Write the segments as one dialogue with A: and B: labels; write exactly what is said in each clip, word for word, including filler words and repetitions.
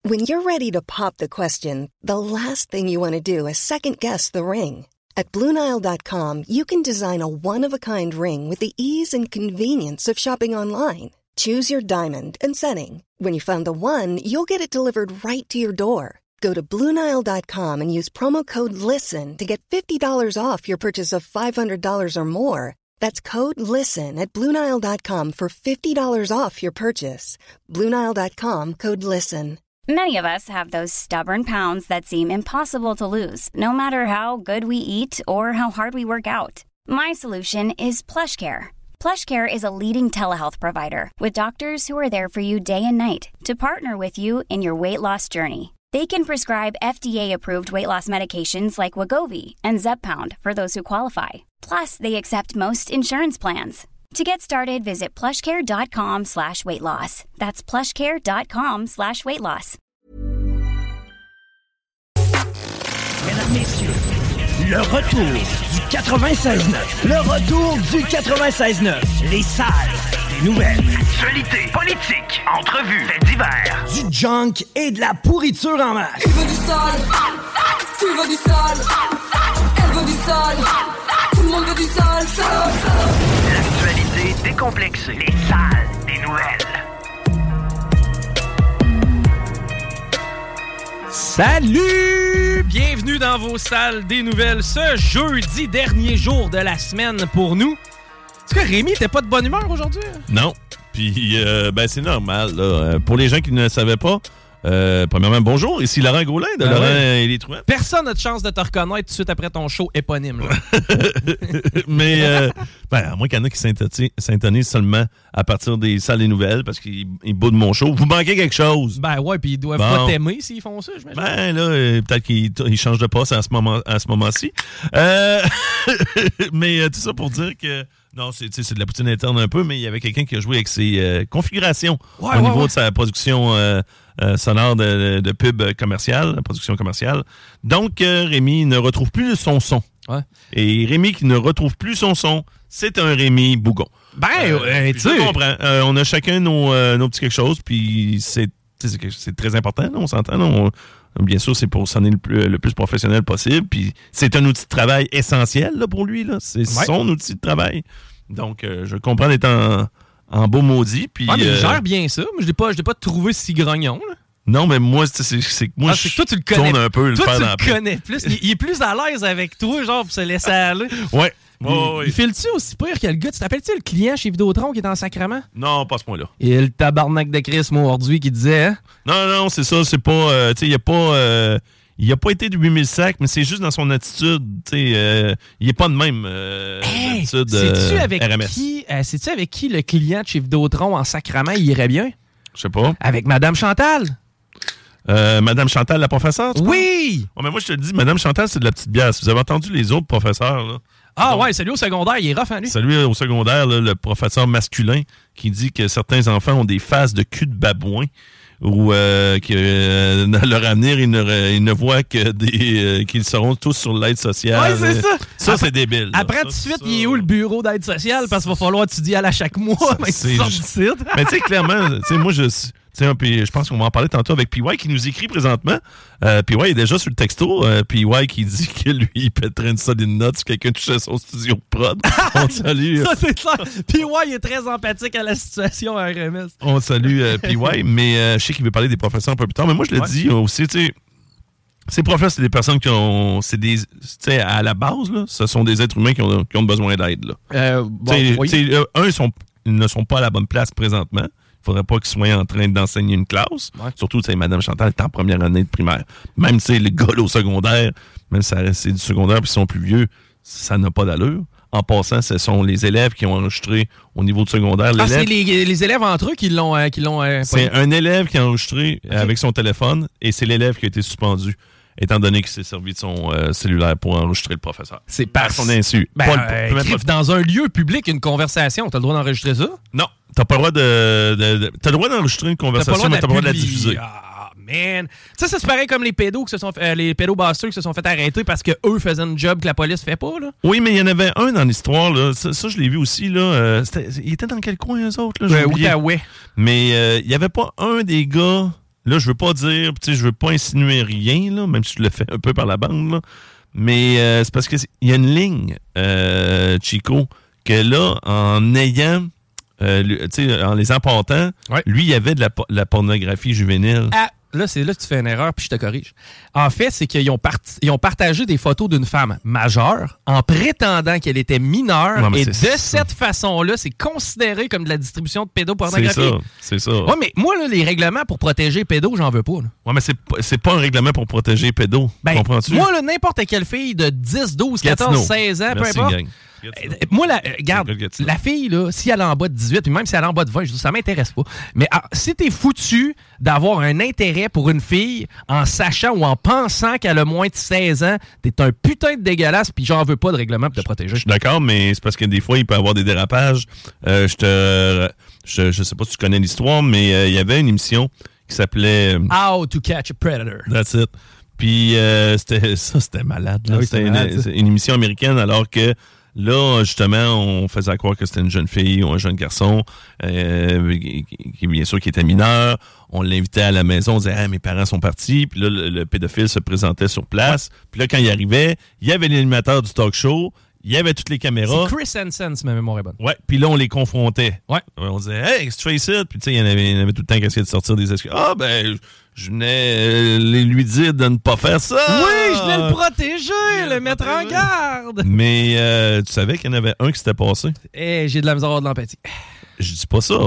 A: When you're ready to pop the question, the last thing you want to do is second-guess the ring. At Blue Nile dot com, you can design a one-of-a-kind ring with the ease and convenience of shopping online. Choose your diamond and setting. When you find the one, you'll get it delivered right to your door. Go to Blue Nile dot com and use promo code LISTEN to get fifty dollars off your purchase of five hundred dollars or more. That's code LISTEN at Blue Nile dot com for fifty dollars off your purchase. Blue Nile dot com, code LISTEN.
B: Many of us have those stubborn pounds that seem impossible to lose, no matter how good we eat or how hard we work out. My solution is PlushCare. PlushCare is a leading telehealth provider with doctors who are there for you day and night to partner with you in your weight loss journey. They can prescribe F D A-approved weight loss medications like Wegovy and Zepbound for those who qualify. Plus, they accept most insurance plans. To get started, visit plushcare.com slash weight loss. That's plushcare.com slash weight loss.
C: Mesdames, Messieurs, le retour du quatre-vingt-seize neuf. Le retour du quatre-vingt-seize neuf. Les salles des nouvelles.
D: Actualité, politique, entrevues, faits divers.
C: Du junk et de la pourriture en masse.
E: Tu veux du sale? Tu veux du sale? Elle veut du sale? Tout le monde veut du sale, sale, sale.
D: L'actualité décomplexée. Les salles des nouvelles.
F: Salut! Bienvenue dans vos salles des nouvelles ce jeudi, dernier jour de la semaine pour nous. Est-ce que Rémi, t'es pas de bonne humeur aujourd'hui?
G: Non. Puis, euh, ben, c'est normal, là. Pour les gens qui ne le savaient pas, euh, premièrement, bonjour. Ici Laurent Gaulin de ah Laurent ouais. et les Truands.
F: Personne n'a de chance de te reconnaître tout de suite après ton show éponyme, là.
G: Mais, euh, ben, à moins qu'il y en a qui s'intonisent seulement à partir des salles des nouvelles parce qu'ils boudent mon show. Vous manquez quelque chose.
F: Ben ouais, puis ils doivent bon. pas t'aimer s'ils font ça, j'imagine.
G: Ben là, euh, peut-être qu'ils ils changent de poste à ce, moment, à ce moment-ci. Euh, mais euh, tout ça pour dire que non, c'est, c'est de la poutine interne un peu, mais il y avait quelqu'un qui a joué avec ses euh, configurations ouais, au ouais, niveau ouais. de sa production euh, euh, sonore de, de pub commerciale, production commerciale. Donc, euh, Rémi ne retrouve plus son son. Ouais. Et Rémi qui ne retrouve plus son son, c'est un Rémi Bougon.
F: Ben, euh, tu sais.
G: Je comprends. Euh, on a chacun nos, euh, nos petits quelque chose, puis c'est, c'est, c'est très important, là, on s'entend. Là, on, bien sûr, c'est pour sonner le plus, le plus professionnel possible. Puis c'est un outil de travail essentiel là, pour lui. Là. C'est ouais. son outil de travail. Donc, euh, je comprends d'être en, en beau maudit. Puis,
F: ouais, mais
G: euh,
F: il gère bien ça. Je ne l'ai pas, je l'ai pas trouvé si grognon. Là.
G: Non, mais moi, c'est, c'est, c'est que moi, ah, c'est que toi, tu le connais. Tourne un peu le
F: toi,
G: faire
F: tu
G: dans
F: le connais plus. Il, il est plus à l'aise avec toi, genre, pour se laisser aller.
G: Ouais.
F: Il,
G: oh, oui.
F: il file-tu aussi pire que le gars? Tu t'appelles-tu le client chez Vidéotron qui est en sacrement?
G: Non, pas à ce point-là.
F: Et le tabarnak de Chris, moi, aujourd'hui, qui disait... Hein?
G: Non, non, c'est ça. C'est pas... Euh, tu sais, il n'y a pas... Euh, il n'a pas été de huit mille sacs, mais c'est juste dans son attitude. Euh, il n'est pas de même euh,
F: hey,
G: attitude
F: euh, sais-tu avec
G: R M S.
F: Qui, euh, sais-tu avec qui le client de chez Vidéotron en sacrament, il irait bien?
G: Je sais pas.
F: Avec Madame Chantal.
G: Euh, Madame Chantal, la professeure?
F: Oui!
G: Oh, mais moi, je te le dis, Madame Chantal, c'est de la petite bière. Si vous avez entendu les autres professeurs, là...
F: Ah
G: donc,
F: ouais, celui au secondaire, il est rough, hein, lui?
G: Celui au secondaire, là, le professeur masculin qui dit que certains enfants ont des faces de cul de babouin ou euh, que euh, dans leur avenir, ils ne, ils ne voient que des euh, qu'ils seront tous sur l'aide sociale.
F: Oui, c'est ça.
G: Ça,
F: après,
G: c'est débile. Là.
F: Après,
G: ça,
F: tout de suite,
G: ça,
F: il est où le bureau d'aide sociale? Parce qu'il va falloir étudier à la chaque mois.
G: Ça,
F: mais
G: c'est
F: c'est
G: Mais tu sais, clairement, tu sais, moi, je... T'sais, puis je pense qu'on va en parler tantôt avec P Y qui nous écrit présentement. Euh, P Y est déjà sur le texto. Euh, P Y qui dit que lui, il pèterait une solide note si quelqu'un touchait son studio de prod. On te salue.
F: Ça, c'est clair. P Y est très empathique à la situation à R M S.
G: On te salue, euh, P Y. Mais euh, je sais qu'il veut parler des professeurs un peu plus tard. Mais moi, je le ouais. dis aussi, tu sais, ces professeurs, c'est des personnes qui ont... C'est des... Tu sais, à la base, là, ce sont des êtres humains qui ont, qui ont besoin d'aide, là.
F: Euh, bon, oui.
G: Tu sais, un, ils, sont, ils ne sont pas à la bonne place présentement. Il ne faudrait pas qu'ils soient en train d'enseigner une classe. Ouais. Surtout, tu sais, Mme Chantal est en première année de primaire. Même, tu sais, les gars au secondaire, même si c'est du secondaire puis ils sont plus vieux, ça n'a pas d'allure. En passant, ce sont les élèves qui ont enregistré au niveau du secondaire.
F: Ah, c'est les, les élèves entre eux qui l'ont... Euh, qui l'ont euh,
G: c'est un élève qui a enregistré okay. avec son téléphone et c'est l'élève qui a été suspendu, étant donné qu'il s'est servi de son euh, cellulaire pour enregistrer le professeur.
F: C'est par
G: son insu.
F: Ben, pas euh, le, écrire dans un lieu public une conversation, t'as le droit d'enregistrer ça?
G: Non, t'as pas le droit de... de, de t'as le droit d'enregistrer une conversation, mais t'as pas le droit de la diffuser.
F: Ah, man! Ça, ça c'est pareil comme les pédos qui se sont euh, les pédobasters qui se sont fait arrêter parce qu'eux faisaient un job que la police fait pas, là.
G: Oui, mais il y en avait un dans l'histoire, là. Ça, ça je l'ai vu aussi, là. Euh, c'était, il était dans quel coin, eux autres, là?
F: Euh, Outaouais.
G: Mais il euh, y avait pas un des gars... là, je veux pas dire, tu sais, je veux pas insinuer rien, là, même si je le fais un peu par la bande, là, mais euh, c'est parce qu'il y a une ligne, euh, Chico, que là, en ayant, euh, tu sais, en les emportant,
F: ouais.
G: lui, il y avait de la, la pornographie juvénile.
F: Ah, là, c'est là que tu fais une erreur, puis je te corrige. En fait, c'est qu'ils ont, part... ils ont partagé des photos d'une femme majeure en prétendant qu'elle était mineure. Non, et de ça. Cette façon-là, c'est considéré comme de la distribution de pédopornographie.
G: C'est ça, c'est ça.
F: Ouais, mais moi, là, les règlements pour protéger les pédos, j'en veux pas. Là.
G: Ouais, mais c'est, c'est pas un règlement pour protéger les pédos.
F: Ben,
G: comprends-tu?
F: Moi, là, n'importe quelle fille de dix, douze, quatorze, seize ans,
G: Merci,
F: peu importe.
G: Gang.
F: Moi, la, regarde, la fille, là, si elle est en bas de dix-huit, puis même si elle est en bas de vingt, je dis, ça m'intéresse pas. Mais ah, si t'es foutu d'avoir un intérêt pour une fille en sachant ou en pensant qu'elle a moins de seize ans, t'es un putain de dégueulasse, puis j'en veux pas de règlement pour te protéger.
G: Je suis d'accord, mais c'est parce que des fois, il peut y avoir des dérapages. Euh, je te, je, je sais pas si tu connais l'histoire, mais il euh, y avait une émission qui s'appelait
F: How to Catch a Predator.
G: That's it. Puis euh, c'était ça, c'était malade. Là. Ah oui, c'était, c'était malade, une, une émission américaine, alors que là, justement, on faisait croire que c'était une jeune fille ou un jeune garçon, euh, qui, qui, bien sûr, qui était mineur. On l'invitait à la maison, on disait ah, « mes parents sont partis ». Puis là, le, le pédophile se présentait sur place. Ouais. Puis là, quand il arrivait, il y avait l'animateur du talk show, il y avait toutes les caméras.
F: C'est Chris Hansen, si ma mémoire est bonne.
G: Ouais, puis là, on les confrontait.
F: Ouais.
G: On disait « Hey, qu'est-ce que tu fais ici? » Puis tu sais, il y en avait, il y en avait tout le temps qui essayaient de sortir des excuses. « Ah, ben... » Je venais euh, lui dire de ne pas faire ça.
F: Oui, je venais le protéger, le, le mettre protéger. En garde.
G: Mais euh, tu savais qu'il y en avait un qui s'était passé?
F: Eh, j'ai de la misère à avoir de l'empathie.
G: Je dis pas ça,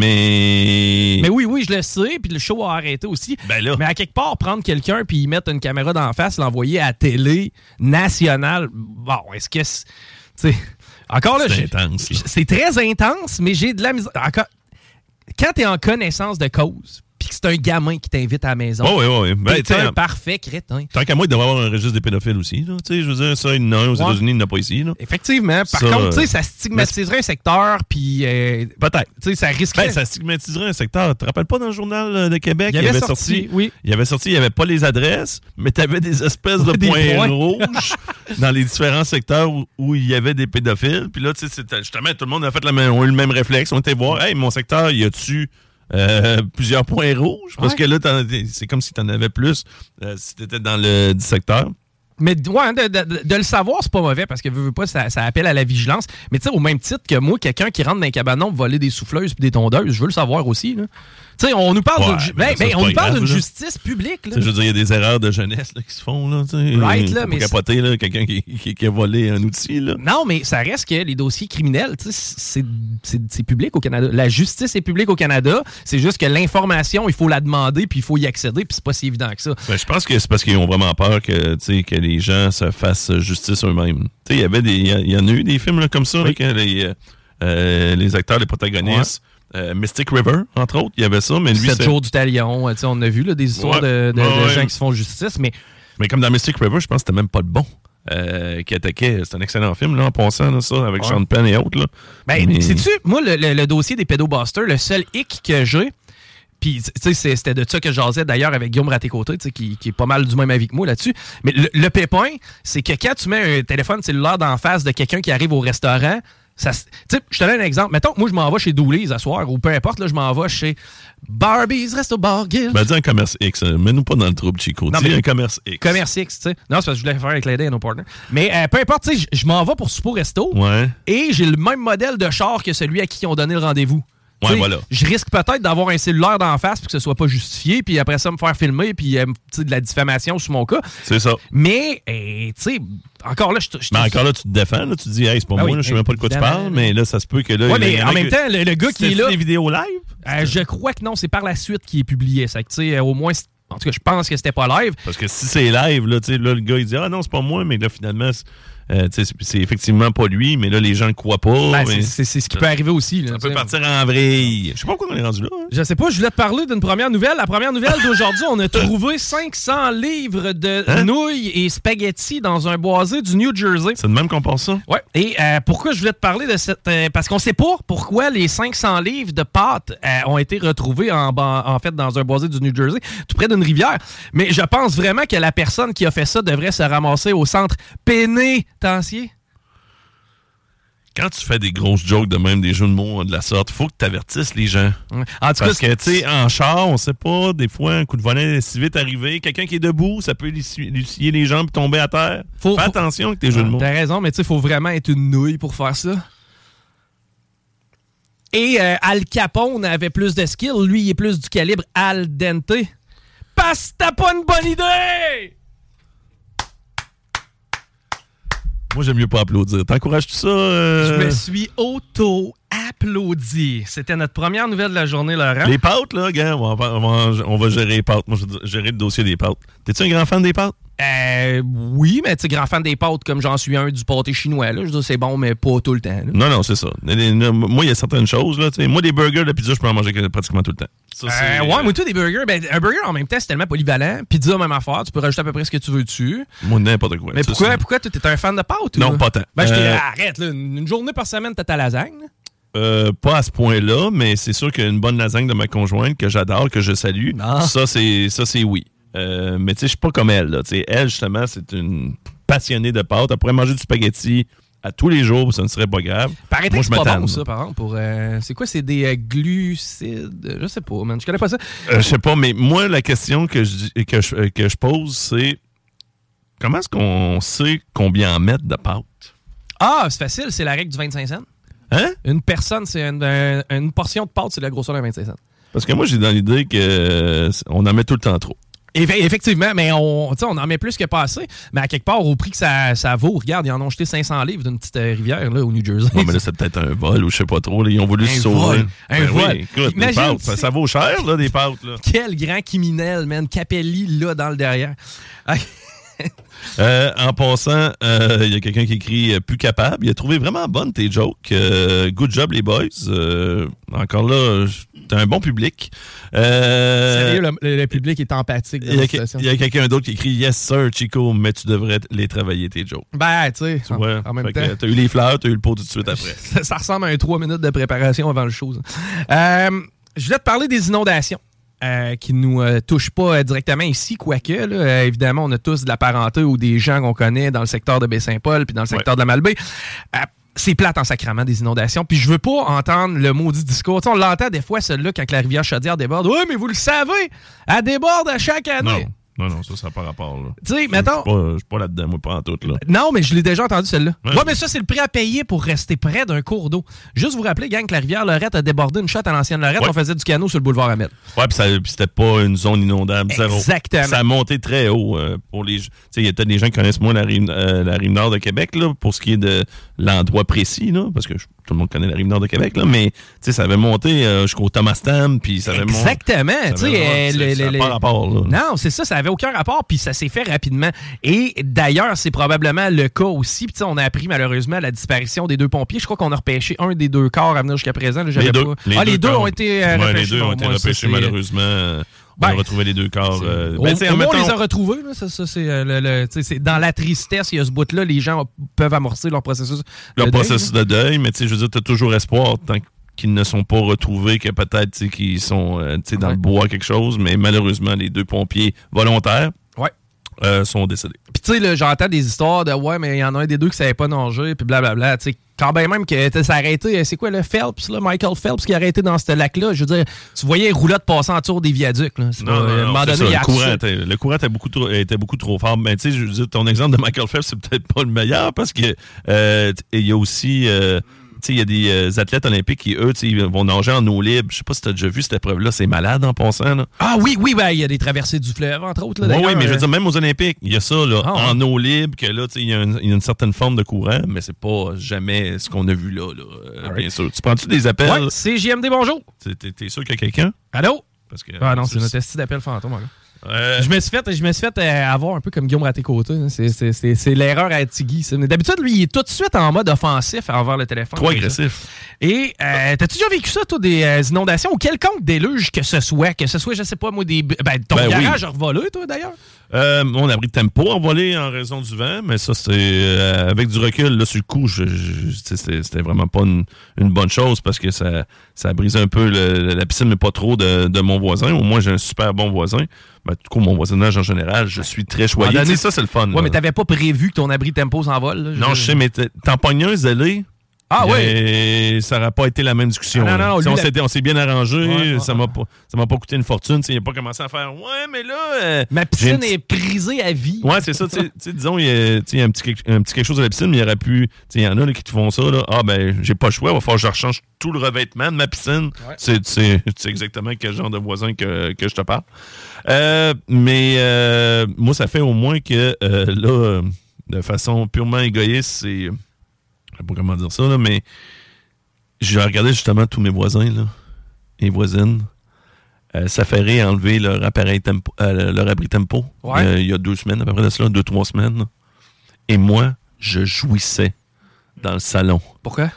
G: mais...
F: Mais oui, oui, je le sais, puis le show a arrêté aussi.
G: Ben là.
F: Mais à quelque part, prendre quelqu'un puis y mettre une caméra d'en face, l'envoyer à la télé nationale, bon, est-ce que... C'est, t'sais, encore là...
G: C'est intense. Là.
F: C'est très intense, mais j'ai de la misère... Encore, quand t'es en connaissance de cause... Puis que c'est un gamin qui t'invite à la maison.
G: Oh oui, oui. Ben,
F: t'es un parfait crétin.
G: Tant qu'à moi, il devrait y avoir un registre des pédophiles aussi. Là. Je veux dire, ça, il y en a un aux ouais. États-Unis, il n'y en a pas ici. Là.
F: Effectivement. Par ça, contre, euh... ça stigmatiserait mais... un secteur, puis euh, peut-être. Ça risquerait...
G: Ben, ça stigmatiserait un secteur. Tu te rappelles pas dans le Journal de Québec?
F: Il y avait, il avait sorti, sorti, oui.
G: Il y avait sorti, il n'y avait pas les adresses, mais tu avais des espèces de des points, points rouges dans les différents secteurs où, où il y avait des pédophiles. Puis là, tu sais, justement, tout le monde a fait la même, ont eu le même réflexe. On était voir, hey, mon secteur, y a-tu... Euh, plusieurs points rouges, parce ouais. que là, c'est comme si tu en avais plus euh, si tu étais dans le du secteur.
F: Mais ouais, de, de, de le savoir, c'est pas mauvais, parce que veux, veux pas, ça, ça appelle à la vigilance. Mais tu sais, au même titre que moi, quelqu'un qui rentre dans un cabanon pour voler des souffleuses et des tondeuses, je veux le savoir aussi, là. Tu sais, on nous parle ouais, d'une, ben, ben, on nous parle d'une justice publique. Là.
G: Je veux dire, il y a des erreurs de jeunesse là, qui se font. Là,
F: right, là, mais
G: capoter là, quelqu'un qui, qui, qui a volé un outil. Là.
F: Non, mais ça reste que les dossiers criminels, c'est, c'est, c'est public au Canada. La justice est publique au Canada. C'est juste que l'information, il faut la demander puis il faut y accéder, puis c'est pas si évident que ça.
G: Ben, je pense que c'est parce qu'ils ont vraiment peur que, que les gens se fassent justice eux-mêmes. Il y avait des, il y en a eu des films là, comme ça, oui. Là, que les, euh, les acteurs, les protagonistes. Ouais. Euh, Mystic River, entre autres, il y avait ça, mais lui,
F: Sept jours du talion, on a vu là, des histoires ouais, de, de, ouais, de gens ouais. qui se font justice, mais...
G: Mais comme dans Mystic River, je pense que c'était même pas le bon euh, qui attaquait. C'est un excellent film, là, en passant, là, ça, avec ouais. Sean Penn et autres, là.
F: Ben, mais... sais-tu, moi, le, le, le dossier des pédobusters, le seul hic que j'ai, puis, tu sais, c'était de ça que j'asais d'ailleurs avec Guillaume Raté-Côté, qui, qui est pas mal du même avis que moi là-dessus. Mais le, le pépin, c'est que quand tu mets un téléphone cellulaire d'en face de quelqu'un qui arrive au restaurant, ça, tu sais, je te donne un exemple. Mettons que moi, je m'en vais chez Dooley's à soir, ou peu importe, là, je m'en vais chez Barbie's Resto Bar Guild.
G: Ben, dis un commerce X. Hein. Mets-nous pas dans le trouble, Chico. Non, dis un commerce X.
F: Commerce X, tu sais. Non, c'est parce que je voulais faire avec l'aider à nos partners. Mais euh, peu importe, tu sais, je m'en vais pour Souper Resto.
G: Ouais.
F: Et j'ai le même modèle de char que celui à qui ils ont donné le rendez-vous.
G: Ouais,
F: t'sais,
G: voilà.
F: Je risque peut-être d'avoir un cellulaire d'en face puis que ce soit pas justifié, puis après ça, me faire filmer, puis euh, de la diffamation sur mon cas.
G: C'est ça.
F: Mais, euh, tu sais, encore là, je te.
G: Mais encore là, tu te défends, là, tu te dis, hey, c'est pas ah moi, oui, là, je sais même pas de quoi tu parles, mais là, ça se peut que là.
F: Ouais, mais en même temps, le, le gars qui est là.
G: des vidéos live?
F: Euh, je crois que non, c'est par la suite qui est publié. Ça, tu sais, au moins. En tout cas, je pense que c'était pas live.
G: Parce que si c'est live, là, tu sais, là, le gars, il dit, ah non, c'est pas moi, mais là, finalement. Euh, c'est, c'est effectivement pas lui, mais là, les gens ne croient pas.
F: Ben,
G: mais...
F: c'est, c'est, c'est ce qui peut arriver aussi. Là,
G: ça peut partir en vrille. Je sais pas pourquoi on est rendu là. Hein.
F: Je sais pas, je voulais te parler d'une première nouvelle. La première nouvelle d'aujourd'hui, on a trouvé cinq cents livres de hein? nouilles et spaghettis dans un boisé du New Jersey.
G: C'est de même qu'on pense ça?
F: Ouais. Et euh, pourquoi je voulais te parler de cette... Euh, parce qu'on sait pas pourquoi les cinq cents livres de pâtes euh, ont été retrouvés en, en fait dans un boisé du New Jersey, tout près d'une rivière. Mais je pense vraiment que la personne qui a fait ça devrait se ramasser au centre pénitentiaire.
G: quand tu fais des grosses jokes de même, des jeux de mots de la sorte, faut que tu avertisses les gens.
F: En tout
G: Parce
F: cas,
G: que, tu sais, en char, on sait pas, des fois, un coup de volant est si vite arrivé, quelqu'un qui est debout, ça peut lui lui scier les jambes et tomber à terre.
F: Faut,
G: Fais
F: faut...
G: attention avec tes jeux de mots.
F: T'as raison, mais tu sais, il faut vraiment être une nouille pour faire ça. Et euh, Al Capone avait plus de skill. Lui, il est plus du calibre al dente. Parce que t'as pas une bonne idée!
G: Moi, j'aime mieux pas applaudir. T'encourages-tu ça? Euh...
F: Je me suis auto-applaudi. C'était notre première nouvelle de la journée, Laurent.
G: Les pâtes, là, gars, on va, on va, on va gérer les pâtes. Moi, je vais gérer le dossier des pâtes. T'es-tu un grand fan des pâtes?
F: Euh, oui, mais tu sais, grand fan des pâtes comme j'en suis un du pâté chinois. Là. Je veux dire, c'est bon, mais pas tout le temps. Là.
G: Non, non, c'est ça. Moi, il y a certaines choses. Là, moi, des burgers, de pizza, je peux en manger pratiquement tout le temps. Ça,
F: euh, ouais, moi, toi, des burgers. Ben, un burger, en même temps, c'est tellement polyvalent. Pizza, même affaire. Tu peux rajouter à peu près ce que tu veux dessus.
G: Moi, n'importe quoi.
F: Mais pourquoi, ça. pourquoi tu es un fan de pâtes?
G: Non,
F: ou?
G: pas tant.
F: Ben, je
G: euh...
F: arrête, là. Une journée par semaine, t'as ta lasagne.
G: Euh, pas à ce point-là, mais c'est sûr qu'une bonne lasagne de ma conjointe, que j'adore, que je salue, non. ça, c'est, ça, c'est oui. Euh, mais tu sais, je suis pas comme elle. Là. Elle, justement, c'est une passionnée de pâtes. Elle pourrait manger du spaghetti à tous les jours, ça ne serait pas grave.
F: Paraît-il que c'est pas bon, ça, par exemple. Pour, euh, c'est quoi, c'est des euh, glucides? Je sais pas, man. Je connais pas ça.
G: Euh, je sais pas, mais moi, la question que je, que je, que je pose, c'est comment est-ce qu'on sait combien en mettre de pâtes?
F: Ah, c'est facile, c'est la règle du vingt-cinq cents.
G: Hein?
F: Une personne, c'est une, une, une portion de pâtes, c'est la grosseur de vingt-cinq cents.
G: Parce que moi, j'ai dans l'idée qu'on euh, en met tout le temps trop.
F: Effectivement, mais on, on en met plus que pas assez. Mais à quelque part, au prix que ça, ça vaut, regarde, ils en ont jeté cinq cents livres d'une petite euh, rivière là, au New Jersey.
G: Ouais, mais là, c'est peut-être un vol ou je sais pas trop. Là, ils ont voulu
F: un
G: se sauver.
F: Vol. Un
G: ben
F: vol.
G: Oui, écoute, des pâtes, ça, ça vaut cher, là, des pâtes. Là.
F: Quel grand criminel, man. Capelli, là, dans le derrière.
G: euh, en passant, il euh, y a quelqu'un qui écrit euh, « Plus capable ». Il a trouvé vraiment bonne tes jokes. Euh, good job, les boys. Euh, encore là, t'as un bon public. Euh,
F: Sérieux, le, le public est empathique.
G: Il y, y a quelqu'un d'autre qui écrit « Yes, sir, Chico, mais tu devrais les travailler, tes jokes ».
F: Ben, tu sais, en,
G: ouais,
F: en même temps.
G: T'as eu les fleurs, t'as eu le pot tout de suite après.
F: ça, ça ressemble à un trois minutes de préparation avant le show. Euh, je voulais te parler des inondations. Euh, qui nous euh, touchent pas euh, directement ici, quoique, là, euh, évidemment, on a tous de la parenté ou des gens qu'on connaît dans le secteur de Baie-Saint-Paul puis dans le secteur ouais. de la Malbaie. Euh, c'est plate en sacrament des inondations. Puis je veux pas entendre le maudit discours. T'sais, on l'entend des fois, celle-là, quand la rivière Chaudière déborde. Oui, mais vous le savez, elle déborde à chaque année.
G: Non. Non, non, ça, ça n'a pas rapport, là.
F: Tu sais, mettons...
G: Je suis pas, pas là-dedans, moi, pas en tout, là.
F: Non, mais je l'ai déjà entendu, celle-là. Ouais,
G: ouais
F: mais ça, c'est le prix à payer pour rester près d'un cours d'eau. Juste vous rappeler, gang, que la rivière Lorette a débordé une shot à l'ancienne Lorette. Ouais. On faisait du canot sur le boulevard Amel.
G: Ouais, puis c'était pas une zone inondable, zéro.
F: Exactement.
G: Ça a monté très haut euh, pour les... Tu sais, il y a peut-être des gens qui connaissent moins la rive, euh, la rive nord de Québec, là, pour ce qui est de l'endroit précis, là, parce que je, tout le monde connaît la rive nord de Québec, là, mais, tu sais, ça avait monté euh, jusqu'au Thomas Tam, puis ça avait monté...
F: Exactement. Tu sais,
G: euh, ça n'a pas rapport, là.
F: Non, c'est ça, ça avait aucun rapport, puis ça s'est fait rapidement. Et d'ailleurs, c'est probablement le cas aussi. Puis on a appris malheureusement la disparition des deux pompiers. Je crois qu'on a repêché un des deux corps à venir jusqu'à présent. Là,
G: les, deux,
F: pas...
G: les
F: ah,
G: deux
F: les deux
G: corps.
F: ont été euh,
G: ouais,
F: repêchés.
G: Les deux ont été repêchés, malheureusement. Euh,
F: ben,
G: on a retrouvé les deux corps. Euh,
F: ben, au, au moins, on les a retrouvés. Là, ça, ça, c'est, euh, le, le, c'est, dans la tristesse, il y a ce bout-là, les gens peuvent amorcer leur processus
G: leur
F: de
G: processus
F: deuil.
G: de deuil. Mais je veux dire, tu as toujours espoir tant qu'ils ne sont pas retrouvés, que peut-être qu'ils sont euh, dans ouais. le bois, quelque chose. Mais malheureusement, les deux pompiers volontaires
F: ouais.
G: euh, sont décédés.
F: Puis tu sais, j'entends des histoires de « Ouais, mais il y en a un des deux qui savait pas nager », puis blablabla. Tu sais, quand bien même que ça a arrêté, c'est quoi le Phelps, là, Michael Phelps qui a arrêté dans ce lac-là. Je veux dire, tu voyais les roulottes passer en tour des viaducs. Là.
G: Non, non, non, à un moment donné, ça, il y a le, courant était, le courant était beaucoup trop, était beaucoup trop fort. Mais tu sais, je veux dire, ton exemple de Michael Phelps, c'est peut-être pas le meilleur parce que euh, il y a aussi... Euh, il y a des euh, athlètes olympiques qui, eux, vont nager en eau libre. Je sais pas si tu as déjà vu cette épreuve-là. C'est malade en passant. Là.
F: Ah oui, oui, ben, il y a des traversées du fleuve, entre autres. Là,
G: oui, oui, mais je veux dire, même aux Olympiques, il y a ça là, ah, en ouais. eau libre, que là, il y, y a une certaine forme de courant, mais c'est pas jamais ce qu'on a vu là, là euh, right. bien sûr. Tu prends-tu des appels?
F: Oui, c'est J M D, bonjour.
G: T'es, t'es sûr qu'il y a quelqu'un?
F: Allô?
G: Parce que,
F: ah non, c'est notre esti d'appel fantôme. Là.
G: Euh...
F: Je me suis fait, je me suis fait euh, avoir un peu comme Guillaume Raté-Côté. C'est, c'est, c'est, c'est l'erreur à Tiggy. D'habitude, lui, il est tout de suite en mode offensif envers le téléphone.
G: Trop agressif.
F: Et euh, t'as-tu déjà vécu ça, toi, des euh, inondations ou quelconque déluge que ce soit? Que ce soit, je sais pas, moi, des. Ben, ton ben, garage oui. a revolé, toi, d'ailleurs?
G: Euh, mon abri de tempo a volé en raison du vent, mais ça, c'est euh, avec du recul, là, sur le coup, je, je, c'était, c'était vraiment pas une, une bonne chose parce que ça, ça a brisé un peu le, la piscine, mais pas trop de, de mon voisin. Au moins, j'ai un super bon voisin. Ben, du coup, mon voisinage en général, je suis très choyé.
F: Donné,
G: ça, c'est le fun.
F: Ouais, là. Mais t'avais pas prévu que ton abri de tempo s'envole. Là,
G: non, je sais, mais t'en pognes un zélé,
F: Ah oui?
G: Et ça n'aurait pas été la même discussion.
F: Ah, non, non,
G: lui,
F: lui,
G: on,
F: la...
G: s'était, on s'est bien arrangé,
F: ouais, ouais,
G: ça
F: ouais.
G: m'a pas, ça m'a pas coûté une fortune. Il n'a pas commencé à faire « Ouais, mais là... Euh,
F: ma piscine
G: petit...
F: est prisée à vie. »
G: Ouais, c'est ça. Disons, il y a, y a un, petit, un petit quelque chose à la piscine, mais il y aurait pu... Il y en a là, qui te font ça. Là. Ah ben, j'ai pas le choix, il va falloir que je rechange tout le revêtement de ma piscine. Ouais. C'est, c'est, c'est exactement quel genre de voisin que, que je te parle. Euh, mais euh, moi, ça fait au moins que euh, là, de façon purement égoïste, c'est... Je sais pas comment dire ça, là, mais j'ai regardé justement tous mes voisins là, et voisines euh, s'affairer à enlever leur appareil tempo, euh, leur abri tempo
F: ouais.
G: euh, il y a deux semaines, à peu près de cela, deux, trois semaines. Là. Et moi, je jouissais dans le salon.
F: Pourquoi?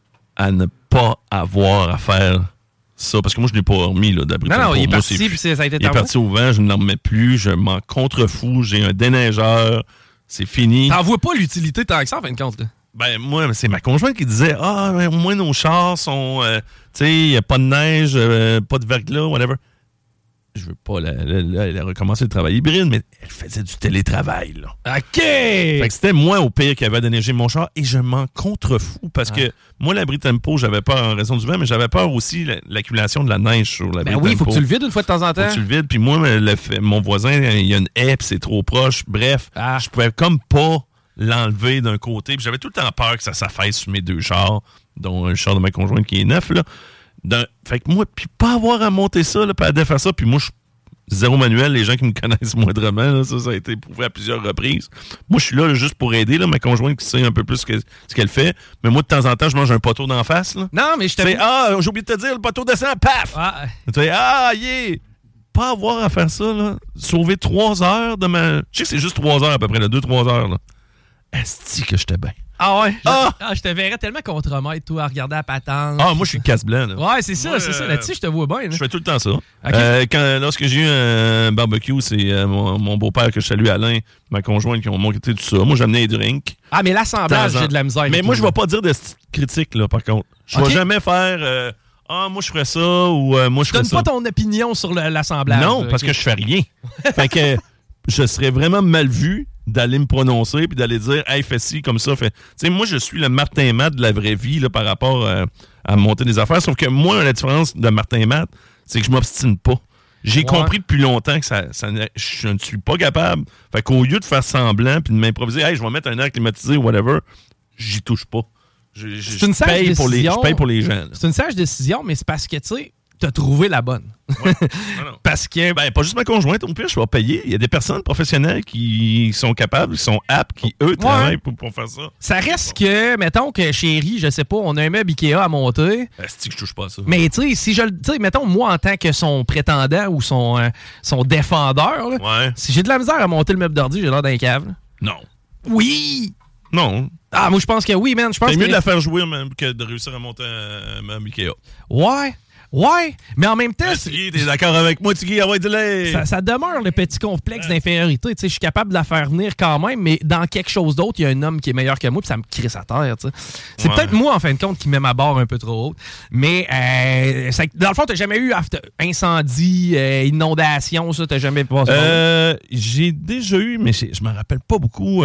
G: À ne pas avoir à faire ça. Parce que moi, je ne l'ai pas remis là, d'abri
F: non,
G: tempo.
F: Non, il est
G: moi,
F: parti, puis ça a été
G: Il est parti au vent, je ne l'en remets plus, je m'en contrefous, j'ai un déneigeur, c'est fini.
F: T'en vois pas l'utilité tant que ça, en fin de compte, là?
G: Ben, moi, c'est ma conjointe qui disait « Ah, ben, au moins nos chars sont... Euh, tu sais, il n'y a pas de neige, euh, pas de verglas, whatever. » Je veux pas, là, là, là, elle a recommencé le travail hybride, mais elle faisait du télétravail, là.
F: OK!
G: Fait que c'était moi, au pire, qui avait déneigé mon char, et je m'en contrefous, parce ah. que moi, l'abri tempo, j'avais peur en raison du vent, mais j'avais peur aussi de l'accumulation de la neige sur l'abri tempo.
F: Ben oui, il faut que tu le vides une fois de temps en temps.
G: Faut que tu le vides, puis moi, le fait, mon voisin, il y a une haie, puis c'est trop proche. Bref, ah. je pouvais comme pas... l'enlever d'un côté. Puis j'avais tout le temps peur que ça s'affaisse sur mes deux chars, dont un char de ma conjointe qui est neuf. Là. D'un... Fait que moi, puis pas avoir à monter ça, là, puis à défaire ça, puis moi, je suis zéro manuel. Les gens qui me connaissent moindrement, là, ça, ça a été prouvé à plusieurs reprises. Moi, je suis là, là juste pour aider, là, ma conjointe qui sait un peu plus ce, que, ce qu'elle fait. Mais moi, de temps en temps, je mange un poteau d'en face. Là.
F: Non, mais je te...
G: Ah, j'ai oublié de te dire, le poteau descend, paf! Ah, tu sais, ah, yeah! Pas avoir à faire ça, là. Sauver trois heures de ma... Je sais que c'est juste trois heures à peu près, là, deux, trois heures, là. Est-ce que j'étais bien?
F: Ah ouais? Ah! ah! Je te verrais tellement contre-maître, toi, à regarder la patente.
G: Ah, moi, je suis le casse-blanc, là.
F: Ouais, c'est ça, moi, c'est euh, ça. Là-dessus, je te vois bien. Là.
G: Je fais tout le temps ça. Okay. Euh, quand, lorsque j'ai eu un barbecue, c'est euh, mon, mon beau-père que je salue, Alain, ma conjointe, qui ont monté tout ça. Moi, j'amenais les drinks.
F: Ah, mais l'assemblage, j'ai de la misère.
G: Mais moi, je ne vais pas dire de critique, là, par contre. Je ne okay. vais jamais faire... Euh, ah, moi, je ferais ça, ou euh, moi, je ferais ça.
F: Donne pas ton opinion sur le, l'assemblage.
G: Non, parce okay. que je fais rien. Fait que je serais vraiment mal vu d'aller me prononcer puis d'aller dire « Hey, fais ci, comme ça, fais... » Tu sais, moi, je suis le Martin Matt de la vraie vie là, par rapport euh, à monter des affaires. Sauf que moi, la différence de Martin Matt, c'est que je m'obstine pas. J'ai ouais. compris depuis longtemps que ça, ça, je ne suis pas capable. Fait qu'au lieu de faire semblant puis de m'improviser « Hey, je vais mettre un air climatisé, whatever », j'y touche pas. Je, je,
F: c'est une sage
G: paye
F: décision.
G: Pour les, je paye pour les gens. Là.
F: C'est une sage décision, mais c'est parce que, tu sais, t'as trouvé la bonne.
G: Ouais. Non, non. Parce que, ben, pas juste ma conjointe, au pire, je vais payer. Il y a des personnes professionnelles qui sont capables, qui sont aptes, qui, eux, travaillent ouais. pour, pour faire ça.
F: Ça reste que, mettons que chérie, je sais pas, on a un meuble Ikea à monter.
G: Est-ce que je touche pas à ça?
F: Mais, tu sais, si je le. Tu sais, mettons, moi, en tant que son prétendant ou son, euh, son défendeur, là,
G: ouais.
F: si j'ai de la misère à monter le meuble d'ordi, j'ai l'air d'un cave. Là.
G: Non.
F: Oui!
G: Non.
F: Ah, moi, je pense que oui, man. Je pense
G: c'est mieux
F: que...
G: de la faire jouer même que de réussir à monter un meuble Ikea.
F: Ouais. Ouais, mais en même temps...
G: Ah, Tigui, t'es d'accord avec moi, Tigui? Ah ouais, dis-le!
F: Ça, ça demeure le petit complexe ouais. d'infériorité. Je suis capable de la faire venir quand même, mais dans quelque chose d'autre, il y a un homme qui est meilleur que moi, puis ça me crisse à terre. T'sais. C'est ouais. peut-être moi, en fin de compte, qui met ma barre un peu trop haute. Mais, euh, ça, dans le fond, t'as jamais eu after, incendie, euh, inondation, ça? T'as jamais passé?
G: Euh, j'ai déjà eu, mais je m'en rappelle pas beaucoup,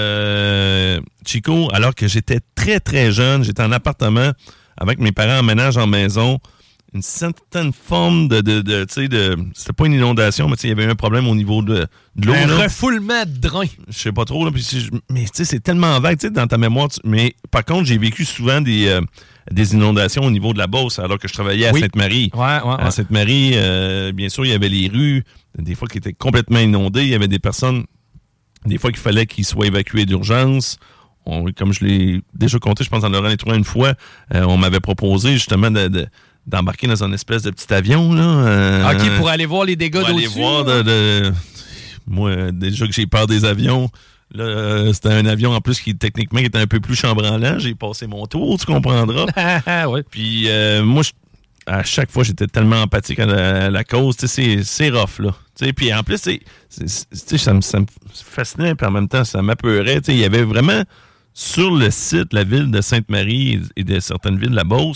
G: euh, Chico, alors que j'étais très, très jeune. J'étais en appartement avec mes parents en ménage en maison. Une certaine forme de, de, de tu sais, de, c'était pas une inondation, mais tu sais, il y avait un problème au niveau de, de l'eau.
F: Un
G: là.
F: refoulement de drain.
G: Je sais pas trop, là, puis si, mais tu sais, c'est tellement vague, tu sais, dans ta mémoire. Tu, mais par contre, j'ai vécu souvent des, euh, des inondations au niveau de la Beauce, alors que je travaillais à oui. Sainte-Marie.
F: Ouais, ouais, ouais.
G: À Sainte-Marie, euh, bien sûr, il y avait les rues, des fois qui étaient complètement inondées. Il y avait des personnes, des fois qu'il fallait qu'ils soient évacués d'urgence. On, comme je l'ai déjà compté, je pense en Laurent et toi une fois, euh, on m'avait proposé justement de, de d'embarquer dans une espèce de petit avion, là. Euh,
F: OK, pour aller voir les dégâts
G: pour
F: d'au-dessus.
G: Pour aller voir de, de... Moi, déjà que j'ai peur des avions, là, euh, c'était un avion en plus qui, techniquement, était un peu plus chambranlant. J'ai passé mon tour, tu comprendras.
F: ouais.
G: Puis, euh, moi, je, à chaque fois, j'étais tellement empathique à la, à la cause. Tu sais, c'est, c'est rough, là. Puis, en plus, c'est, c'est, c'est, ça, me, ça me fascinait, puis en même temps, ça m'apeurait. Il y avait vraiment, sur le site, la ville de Sainte-Marie et de certaines villes de la Beauce,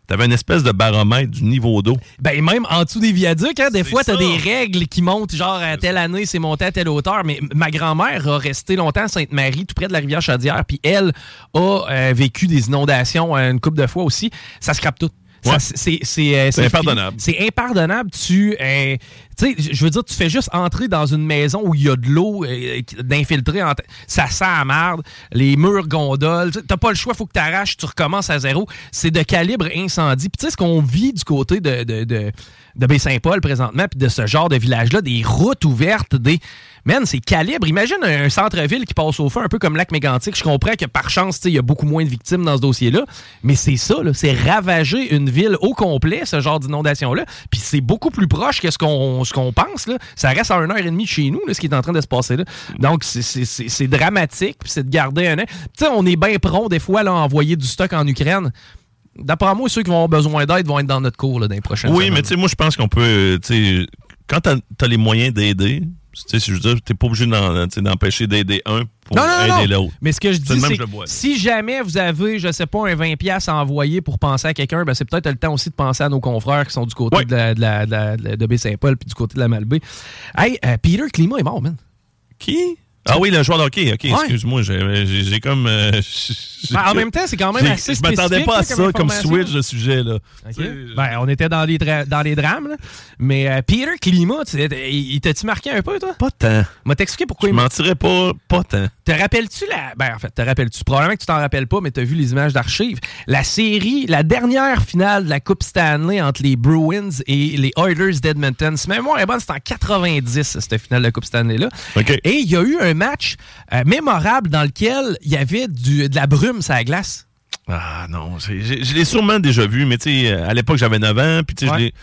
G: t'avais une espèce de baromètre du niveau d'eau.
F: Ben, même en dessous des viaducs, hein, des
G: C'est
F: fois, t'as
G: ça.
F: des règles qui montent, genre, à telle année, c'est monté à telle hauteur. Mais ma grand-mère a resté longtemps à Sainte-Marie, tout près de la rivière Chaudière, puis elle a euh, vécu des inondations euh, une couple de fois aussi. Ça scrape tout.
G: Ouais.
F: Ça, c'est, c'est, euh,
G: C'est impardonnable.
F: C'est impardonnable. Tu, euh, tu sais, je veux dire, tu fais juste entrer dans une maison où il y a de l'eau euh, d'infiltrer. En t- ça sent la merde. Les murs gondolent. T'as pas le choix, faut que tu arraches, tu recommences à zéro. C'est de calibre incendie. Puis tu sais, ce qu'on vit du côté de, de, de, de Baie-Saint-Paul présentement, puis de ce genre de village-là, des routes ouvertes, des... Man, c'est calibre. Imagine un centre-ville qui passe au feu, un peu comme Lac-Mégantic. Je comprends que par chance, il y a beaucoup moins de victimes dans ce dossier-là, mais c'est ça, là, c'est ravager une ville au complet, ce genre d'inondation-là. Puis c'est beaucoup plus proche que ce qu'on, ce qu'on pense. Là. Ça reste à une heure et demie de chez nous, là, ce qui est en train de se passer là. Donc, c'est, c'est, c'est, c'est dramatique, puis c'est de garder un an. Tu sais, on est bien prompt, des fois, là, à envoyer du stock en Ukraine. D'après moi, ceux qui vont avoir besoin d'aide vont être dans notre cours là, dans les prochaines
G: Oui,
F: semaines.
G: mais tu sais, moi, je pense qu'on peut, euh, tu sais, quand t'as, t'as les moyens d'aider, tu sais, je veux dire, t'es pas obligé d'en, d'empêcher d'aider un pour
F: non, non,
G: aider
F: non.
G: l'autre.
F: Mais ce que je dis,
G: C'est le même
F: c'est
G: que
F: que
G: je le vois, là.
F: si jamais vous avez, je sais pas, un vingt piastres à envoyer pour penser à quelqu'un, ben c'est peut-être le temps aussi de penser à nos confrères qui sont du côté
G: Ouais.
F: de, la, de, la, de, la, de Baie-Saint-Paul puis du côté de la Malbaie. Hey, euh, Peter Climat est mort, man.
G: Qui? Ah oui, le joueur de hockey. OK,
F: Ouais.
G: excuse-moi, j'ai, j'ai, j'ai comme... euh,
F: Ben, en même temps, c'est quand même
G: j'ai-
F: assez
G: je m'attendais
F: spécifique,
G: pas à
F: là,
G: ça
F: comme
G: comme
F: information.
G: switch de sujet, là.
F: OK.
G: Tu sais,
F: Ben, on était dans les, dra- dans les drames, là. Mais euh, Peter Climat, tu sais, il il t'a-tu marqué un peu, toi?
G: Pas tant.
F: M'a t'expliquer pourquoi
G: Je
F: il m'a...
G: mentirais pas, pas tant.
F: Te rappelles-tu la... Ben, en fait, te rappelles-tu? Probablement que tu t'en rappelles pas, mais t'as vu les images d'archives. La série, la dernière finale de la Coupe Stanley entre les Bruins et les Oilers d'Edmonton. Si ma mémoire est bonne, c'était en quatre-vingt-dix, cette finale de la Coupe Stanley-là.
G: OK.
F: Et il y a eu un match euh, mémorable dans lequel il y avait du, de la brume sur la glace.
G: Ah non, c'est- j'ai- je l'ai sûrement déjà vu, mais tu sais, à l'époque, j'avais neuf ans, puis tu sais,
F: Ouais.
G: je l'ai...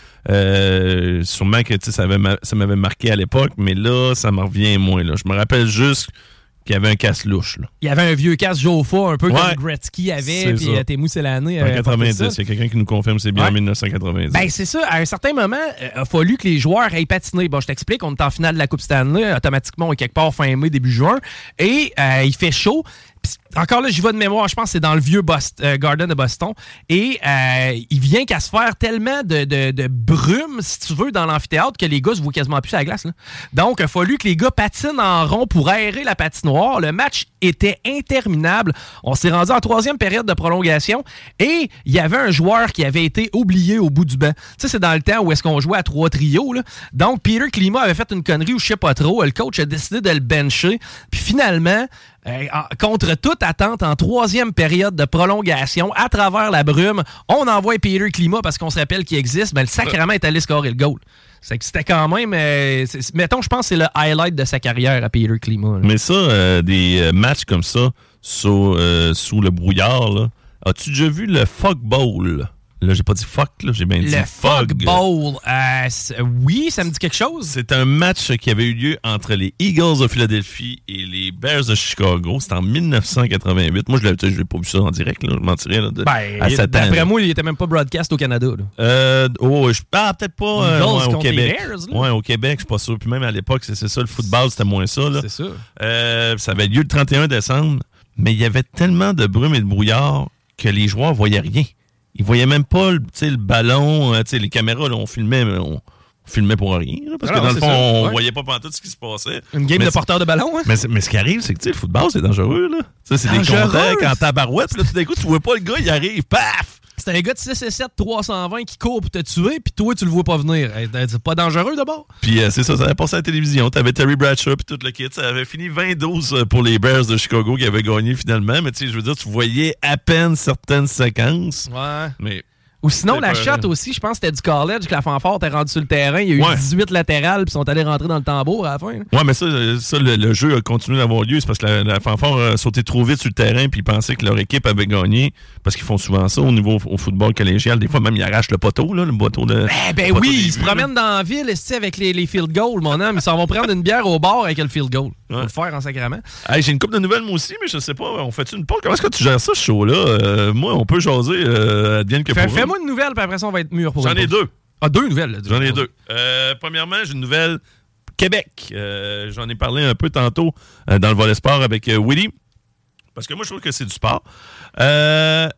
G: Euh, sûrement que tu sais, ça, avait ma- ça m'avait marqué à l'époque, mais là, ça me revient moins, là. Je me rappelle juste qu'il y avait un casse-louche, là.
F: Il y avait un vieux casse Jofa, un peu
G: Ouais.
F: comme Gretzky avait,
G: C'est
F: puis
G: ça.
F: euh, Temu Selane
G: En
F: avait porté ça.
G: quatre-vingt-dix, il y a quelqu'un qui nous confirme, c'est bien
F: Ouais.
G: en dix-neuf cent quatre-vingt-dix.
F: Ben, c'est ça. À un certain moment, il a fallu que les joueurs aillent patiner. Bon, je t'explique, on est en finale de la Coupe Stanley. Automatiquement, on est quelque part fin mai, début juin. Et euh, il fait chaud. Puis, encore là, j'y vais de mémoire. Je pense que c'est dans le vieux Bost- euh, Garden de Boston. Et euh, il vient qu'à se faire tellement de, de, de brume, si tu veux, dans l'amphithéâtre que les gars se voient quasiment plus à la glace. Là. Donc, il a fallu que les gars patinent en rond pour aérer la patinoire. Le match était interminable. On s'est rendu en troisième période de prolongation et il y avait un joueur qui avait été oublié au bout du banc. Tu sais, c'est dans le temps où est-ce qu'on jouait à trois trios. Là. Donc, Peter Climat avait fait une connerie ou je sais pas trop. Le coach a décidé de le bencher. Puis finalement, euh, en- contre toute attente, en troisième période de prolongation, à travers la brume, on envoie Peter Climat parce qu'on se rappelle qu'il existe. Mais le sacrement est allé scorer le goal. C'est que c'était quand même... euh, c'est- mettons, je pense que c'est le highlight de sa carrière à Peter Climat. là.
G: Mais ça, euh, des euh, matchs comme ça, sous, euh, sous le brouillard, là, as-tu déjà vu le Fog Bowl? Là, j'ai pas dit fuck, là, j'ai bien dit
F: Le
G: Fog.
F: Fog Bowl, euh, c'est- oui, ça me dit quelque chose.
G: C'est un match qui avait eu lieu entre les Eagles de Philadelphie et les Bears de Chicago. C'était en dix-neuf cent quatre-vingt-huit. Moi, je l'ai, je l'ai pas vu ça en direct, là, je mentirais. Là, de,
F: Ben,
G: à sept ans,
F: d'après
G: là.
F: moi, il était même pas broadcast au Canada. Là.
G: Euh, oh, je, ah, peut-être pas euh,
F: Eagles
G: ouais, au
F: contre les
G: Québec.
F: Bears, là.
G: Ouais, au Québec, je suis pas sûr. Puis même à l'époque, c'est, c'est ça, le football, c'était moins ça. Là.
F: C'est ça.
G: Euh, ça avait lieu le trente et un décembre, mais il y avait tellement de brume et de brouillard que les joueurs voyaient rien. Ils voyaient même pas le, tu sais, le ballon, euh, tu sais, les caméras, là, on filmait, mais on, on filmait pour rien. Là, parce
F: Alors,
G: que dans le
F: c'est
G: fond,
F: ça,
G: on
F: ouais.
G: voyait pas pantoute ce qui se passait.
F: Une game
G: Mais
F: de
G: c'est-
F: porteur de ballon, hein?
G: Mais, c'est- mais ce qui arrive, c'est que tu sais, le football, c'est dangereux. Là. Ça, c'est des
F: Dangereux?
G: contacts en tabarouette. Puis là, tout d'un coup, tu vois pas le gars, il arrive, paf!
F: C'est un gars de six et sept, trois cent vingt qui court pour te tuer, puis toi, tu le vois pas venir. Hey, c'est pas dangereux d'abord?
G: Puis euh, c'est ça, ça avait passé à la télévision. T'avais Terry Bradshaw puis tout le kit. Ça avait fini vingt douze pour les Bears de Chicago qui avaient gagné finalement. Mais tu sais, je veux dire, tu voyais à peine certaines séquences.
F: Ouais.
G: Mais
F: Ou sinon,
G: C'est
F: la
G: pas
F: shot
G: vrai.
F: aussi, je pense que c'était du college, que la fanfare était rendue sur le terrain. Il y a eu
G: Ouais.
F: dix-huit latérales, puis ils sont allés rentrer dans le tambour à la fin. là.
G: ouais, mais ça, euh, ça le, le jeu a continué d'avoir lieu. C'est parce que la, la fanfare a sauté trop vite sur le terrain puis ils pensaient que leur équipe avait gagné. Parce qu'ils font souvent ça au niveau au football collégial. Des fois, même, ils arrachent le poteau, là, le poteau de.
F: Eh ben
G: le poteau
F: oui,
G: des
F: ils se
G: buts,
F: promènent dans la ville esti, avec les, les field goals, mon homme. Ils s'en vont prendre une bière au bar avec le field goal. Faut
G: Ouais.
F: le faire en sacrament.
G: Hey, j'ai une couple de nouvelles, moi aussi, mais je sais pas. On fait-tu une pause? Comment est-ce que tu gères ça, ce show-là? Euh, moi, on peut jaser euh, advienne que
F: Fais-
G: pourra.
F: Fais-moi une nouvelle, puis après ça, on va être mûr pour
G: J'en
F: une
G: ai
F: pause.
G: deux.
F: Ah, deux nouvelles. Là,
G: J'en ai deux. Euh, premièrement, j'ai une nouvelle Québec. Euh, j'en ai parlé un peu tantôt euh, dans le volet sport avec euh, Willy. Parce que moi, je trouve que c'est du sport. Euh,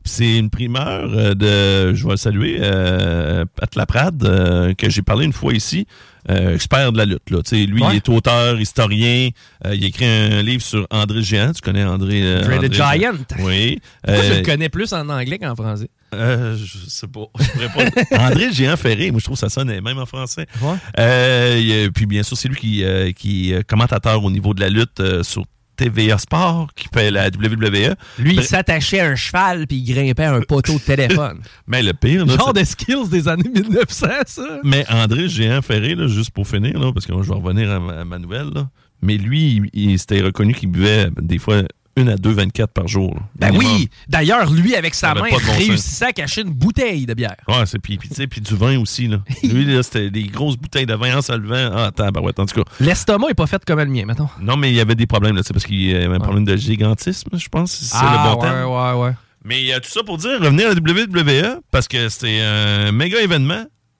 G: c'est une primeur euh, de, je vais le saluer, euh, Pat Laprade, euh, que j'ai parlé une fois ici, euh, expert de la lutte. Là. T'sais, lui, ouais. il est auteur, historien. Euh, il a écrit un livre sur André le Géant. Tu connais André euh,
F: André the Giant.
G: Géant. Oui.
F: Pourquoi
G: euh,
F: je le connais plus en anglais qu'en français?
G: Euh, je sais pas. Je pourrais pas. André le Géant Ferré, moi je trouve que ça sonne même en français.
F: Ouais.
G: Euh, puis bien sûr, c'est lui qui, euh, qui est commentateur au niveau de la lutte euh, sur T V A Sport, qui fait la W W E.
F: Lui, il
G: Bref.
F: s'attachait à un cheval puis il grimpait à un poteau de téléphone.
G: Mais le pire... Là,
F: genre
G: c'est...
F: de skills des années mille neuf cents, ça.
G: Mais André le Géant Ferré, là, juste pour finir, là, parce que je vais revenir à ma, à ma nouvelle, là, mais lui, il, il s'était reconnu qu'il buvait des fois une à deux vingt-quatre par jour. Là,
F: ben
G: minimum.
F: Oui! D'ailleurs, lui, avec sa main,
G: bon
F: réussissait à cacher une bouteille de bière.
G: Ouais, c'est puis, puis, tu sais, puis du vin aussi. Là. Lui, là, c'était des grosses bouteilles de vin en se levant. Ah, attends, ben ouais, en tout cas.
F: L'estomac n'est pas fait comme le mien, mettons.
G: Non, mais il y avait des problèmes, là, parce qu'il y avait un problème de gigantisme, je pense. C'est
F: ah,
G: le bon
F: ouais,
G: terme.
F: ouais, ouais.
G: Mais euh, tout ça pour dire, revenir à la W W E, parce que c'était un méga événement.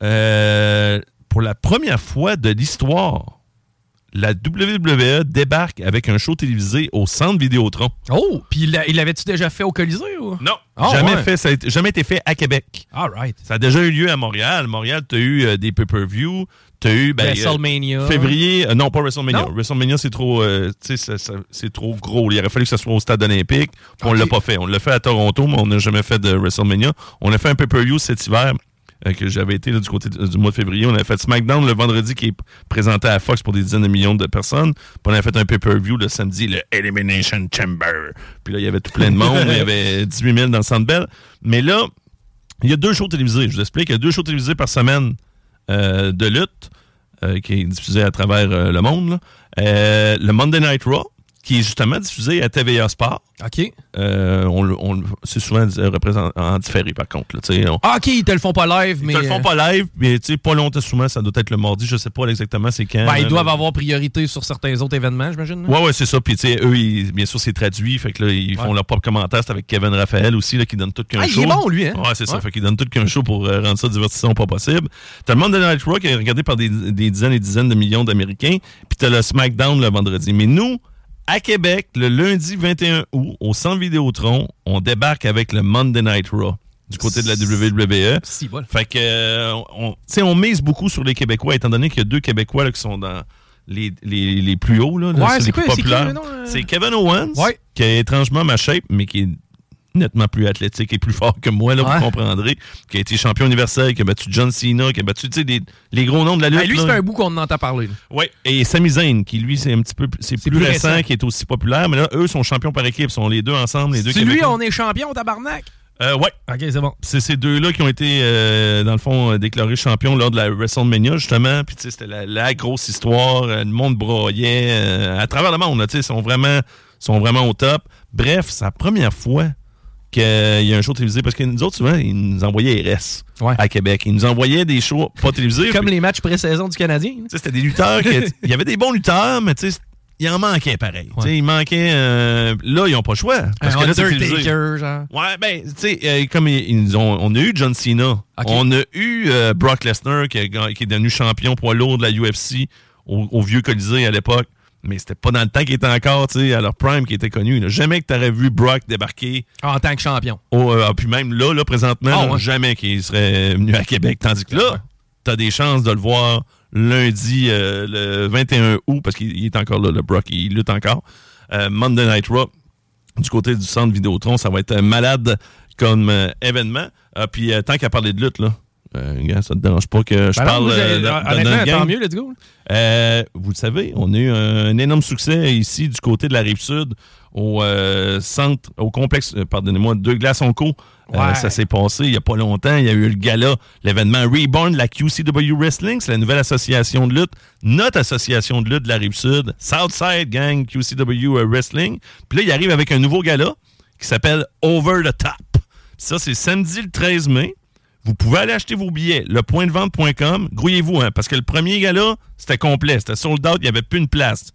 G: Euh, pour la première fois de l'histoire, la W W E débarque avec un show télévisé au Centre Vidéotron.
F: Oh! Puis il, il l'avait-tu déjà fait au Colisée? Ou?
G: Non,
F: oh,
G: jamais
F: ouais.
G: fait. Ça n'a jamais été fait à Québec.
F: All right.
G: Ça a déjà eu lieu à Montréal. Montréal, tu as eu euh, des pay-per-view. Tu as eu... Ben,
F: WrestleMania.
G: Euh, février... Euh, non, pas WrestleMania.
F: Non?
G: WrestleMania, c'est trop, euh, ça, ça, c'est trop gros. Il aurait fallu que ça soit au Stade olympique. Puis okay. On l'a pas fait. On l'a fait à Toronto, mais on n'a jamais fait de WrestleMania. On a fait un pay-per-view cet hiver. Euh, que j'avais été là, du côté de, du mois de février. On avait fait SmackDown le vendredi qui est présenté à Fox pour des dizaines de millions de personnes. Puis on avait fait un pay-per-view le samedi, le Elimination Chamber. Puis là, il y avait tout plein de monde. Il y avait dix-huit mille dans le Centre Bell. Mais là, il y a deux shows télévisés. Je vous explique. Il y a deux shows télévisés par semaine euh, de lutte euh, qui est diffusé à travers euh, le monde. Là. Euh, le Monday Night Raw, qui est justement diffusé à T V A Sport.
F: OK.
G: Euh, on, on, c'est souvent représenté en différé, par contre. Là, on,
F: ah, OK, ils te le font pas live,
G: ils
F: mais...
G: Ils te le font pas live, mais pas longtemps, souvent, ça doit être le mardi. Je sais pas exactement c'est quand.
F: Ben, ils
G: là,
F: doivent
G: là.
F: avoir priorité sur certains autres événements, j'imagine.
G: Ouais, ouais, c'est ça. Puis, tu sais, eux, ils, bien sûr, c'est traduit. Fait que là, ils font ouais. leur propre commentaire. C'est avec Kevin Raphaël aussi, là, qui donne tout qu'un
F: ah,
G: show.
F: Il est bon, lui, hein?
G: Ouais, c'est ouais. ça. Fait qu'il donne tout qu'un show pour euh, rendre ça divertissant pas possible. T'as le Monday Night Raw qui est regardé par des, des dizaines et dizaines de millions d'Américains. Puis t'as le SmackDown le vendredi. Mais nous, à Québec, le lundi vingt et un août, au Centre Vidéotron, on débarque avec le Monday Night Raw du côté de la W W E.
F: Si, bon.
G: Fait que, euh, on, on mise beaucoup sur les Québécois, étant donné qu'il y a deux Québécois là, qui sont dans les, les, les plus hauts, là,
F: ouais,
G: là,
F: c'est
G: les
F: quoi,
G: plus populaires.
F: C'est, qui, euh...
G: c'est Kevin Owens,
F: ouais.
G: qui a étrangement ma shape, mais qui est nettement plus athlétique et plus fort que moi, là, ouais. vous comprendrez, qui a été champion universel, qui a battu John Cena, qui a battu, tu sais, les, les gros noms de la lutte.
F: Ah, lui,
G: là.
F: c'est un bout qu'on en entend parler.
G: Oui, et Sami Zayn, qui lui, c'est un petit peu, c'est, c'est plus, plus récent, récent, qui est aussi populaire, mais là, eux sont champions par équipe, sont les deux ensemble, les deux
F: Québécois. Lui, on est champion, tabarnak?
G: Euh, ouais.
F: OK, c'est bon.
G: C'est ces deux-là qui ont été, euh, dans le fond, euh, déclarés champions lors de la WrestleMania, justement. Puis, tu sais, c'était la, la grosse histoire. Euh, le monde broyait euh, à travers le monde, tu sais, sont vraiment, sont vraiment au top. Bref, c'est la première fois qu'il y a un show télévisé, parce que nous autres, souvent, ils nous envoyaient R S ouais. à Québec. Ils nous envoyaient des shows pas télévisés.
F: Comme
G: puis,
F: les matchs pré-saison du Canadien.
G: Tu sais, c'était des lutteurs. Il y avait des bons lutteurs, mais tu sais, il en manquait pareil. Ouais. Il manquait... Euh, là, ils n'ont pas le choix. Parce
F: un
G: que là, c'est
F: Undertaker, genre.
G: Ouais, ben, tu sais, euh, comme ils, ils ont... On a eu John Cena. Okay. On a eu euh, Brock Lesnar, qui, a, qui est devenu champion poids lourd de la U F C au, au vieux Colisée à l'époque. Mais c'était pas dans le temps qu'il était encore, tu sais, à leur prime qui était connu. Là. Jamais que tu aurais vu Brock débarquer.
F: En tant que champion.
G: Au, euh, puis même là, là présentement,
F: oh,
G: là,
F: ouais.
G: jamais qu'il serait venu à Québec. Tandis que là, ouais. tu as des chances de le voir lundi, euh, le vingt et un août, parce qu'il est encore là, le Brock, il lutte encore. Euh, Monday Night Raw, du côté du Centre Vidéotron, ça va être malade comme euh, événement. Euh, puis euh, tant qu'à parler de lutte, là, euh, gars, ça te dérange pas que je ben parle euh, de,
F: honnêtement, tant mieux, let's go.
G: Euh, vous le savez, on a eu un, un énorme succès ici du côté de la Rive-Sud au euh, centre, au complexe, euh, pardonnez-moi, de Glaçon-Co. Ouais. Euh, ça s'est passé il n'y a pas longtemps. Il y a eu le gala, l'événement Reborn de la Q C W Wrestling. C'est la nouvelle association de lutte, notre association de lutte de la Rive-Sud, Southside Gang Q C W Wrestling. Puis là, il arrive avec un nouveau gala qui s'appelle Over the Top. Puis ça, c'est samedi le treize mai. Vous pouvez aller acheter vos billets, le point de vente point com. Grouillez-vous, hein, parce que le premier gala, c'était complet. C'était sold out, il n'y avait plus une place.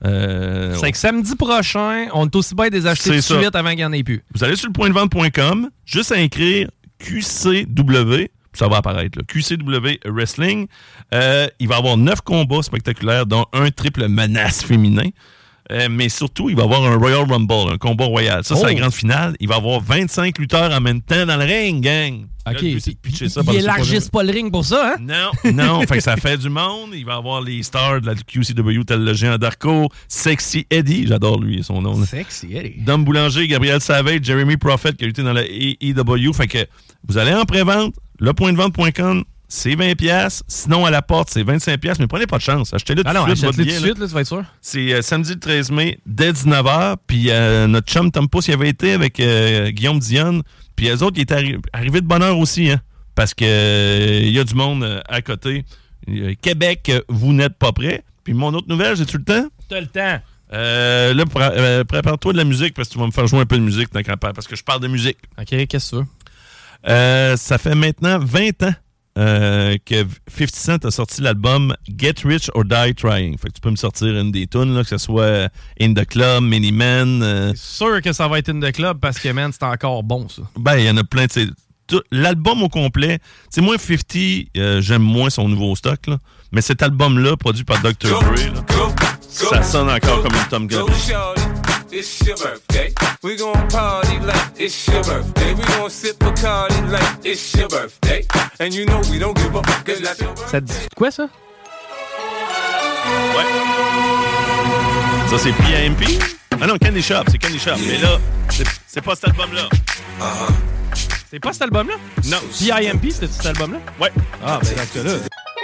G: Euh,
F: c'est que samedi prochain, on est aussi bien des acheter tout de suite avant qu'il n'y en ait plus.
G: Vous allez sur le point de vente point com, juste à écrire Q C W, ça va apparaître, là, Q C W Wrestling. Euh, il va y avoir neuf combats spectaculaires, dont un triple menace féminin. Euh, mais surtout, il va y avoir un Royal Rumble, un combat royal. Ça, oh. c'est la grande finale. Il va y avoir vingt-cinq lutteurs en même temps dans le ring, gang.
F: OK.
G: Là,
F: il ça ils élargissent pas le ring pour ça, hein?
G: Non, non. Fait que ça fait du monde. Il va y avoir les stars de la Q C W, tel le géant Darko, Sexy Eddie, j'adore lui, son nom. Là.
F: Sexy Eddie.
G: Dom Boulanger, Gabriel Savage, Jeremy Prophet, qui a lutté dans la A E W. Fait que vous allez en pré-vente, le point de vente point com. C'est vingt dollars. Sinon, à la porte, c'est vingt-cinq dollars. Mais prenez pas de chance. Achetez-le tout
F: ah non,
G: de suite.
F: Achetez-le tout de suite, là, tu vas être sûr.
G: C'est euh, samedi le treize mai, dès dix-neuf heures. Puis euh, notre chum Tom Pousse, il avait été avec euh, Guillaume Dionne. Puis eux autres, ils étaient arri- arrivés de bonne heure aussi. Hein, parce qu'il euh, y a du monde euh, à côté. Euh, Québec, euh, vous n'êtes pas prêts. Puis mon autre nouvelle, j'ai-tu le temps?
F: T'as le temps.
G: Euh, là, pr- euh, prépare-toi de la musique parce que tu vas me faire jouer un peu de musique dans la campagne. Parce que je parle de musique.
F: OK, qu'est-ce que tu veux?
G: Euh, ça fait maintenant vingt ans. Euh, que fifty Cent a sorti l'album Get Rich or Die Trying. Fait que tu peux me sortir une des tunes, là, que ce soit In the Club, Mini Man. Euh...
F: C'est sûr que ça va être In the Club parce que, man, c'est encore bon, ça.
G: Ben, il y en a plein. Tout, l'album au complet, tu sais, moi, fifty, euh, j'aime moins son nouveau stock, là, mais cet album-là, produit par docteur Dre, là, ça sonne encore comme une Tom Gunn.
H: It's your birthday. We gon' party like it's your birthday. We gon' sip Bacardi like it's your birthday. And you know we don't give up cause that's your birthday.
F: Ça te dit quoi, ça?
G: Ouais. Ça, c'est P I M P? Ah non, Candy Shop, c'est Candy Shop. Mais là, c'est, c'est pas cet album-là.
F: Uh-huh. C'est pas cet album-là?
G: Non.
F: P I M P, c'était cet album-là?
G: Ouais.
F: Ah, ben, dans ce cas-là.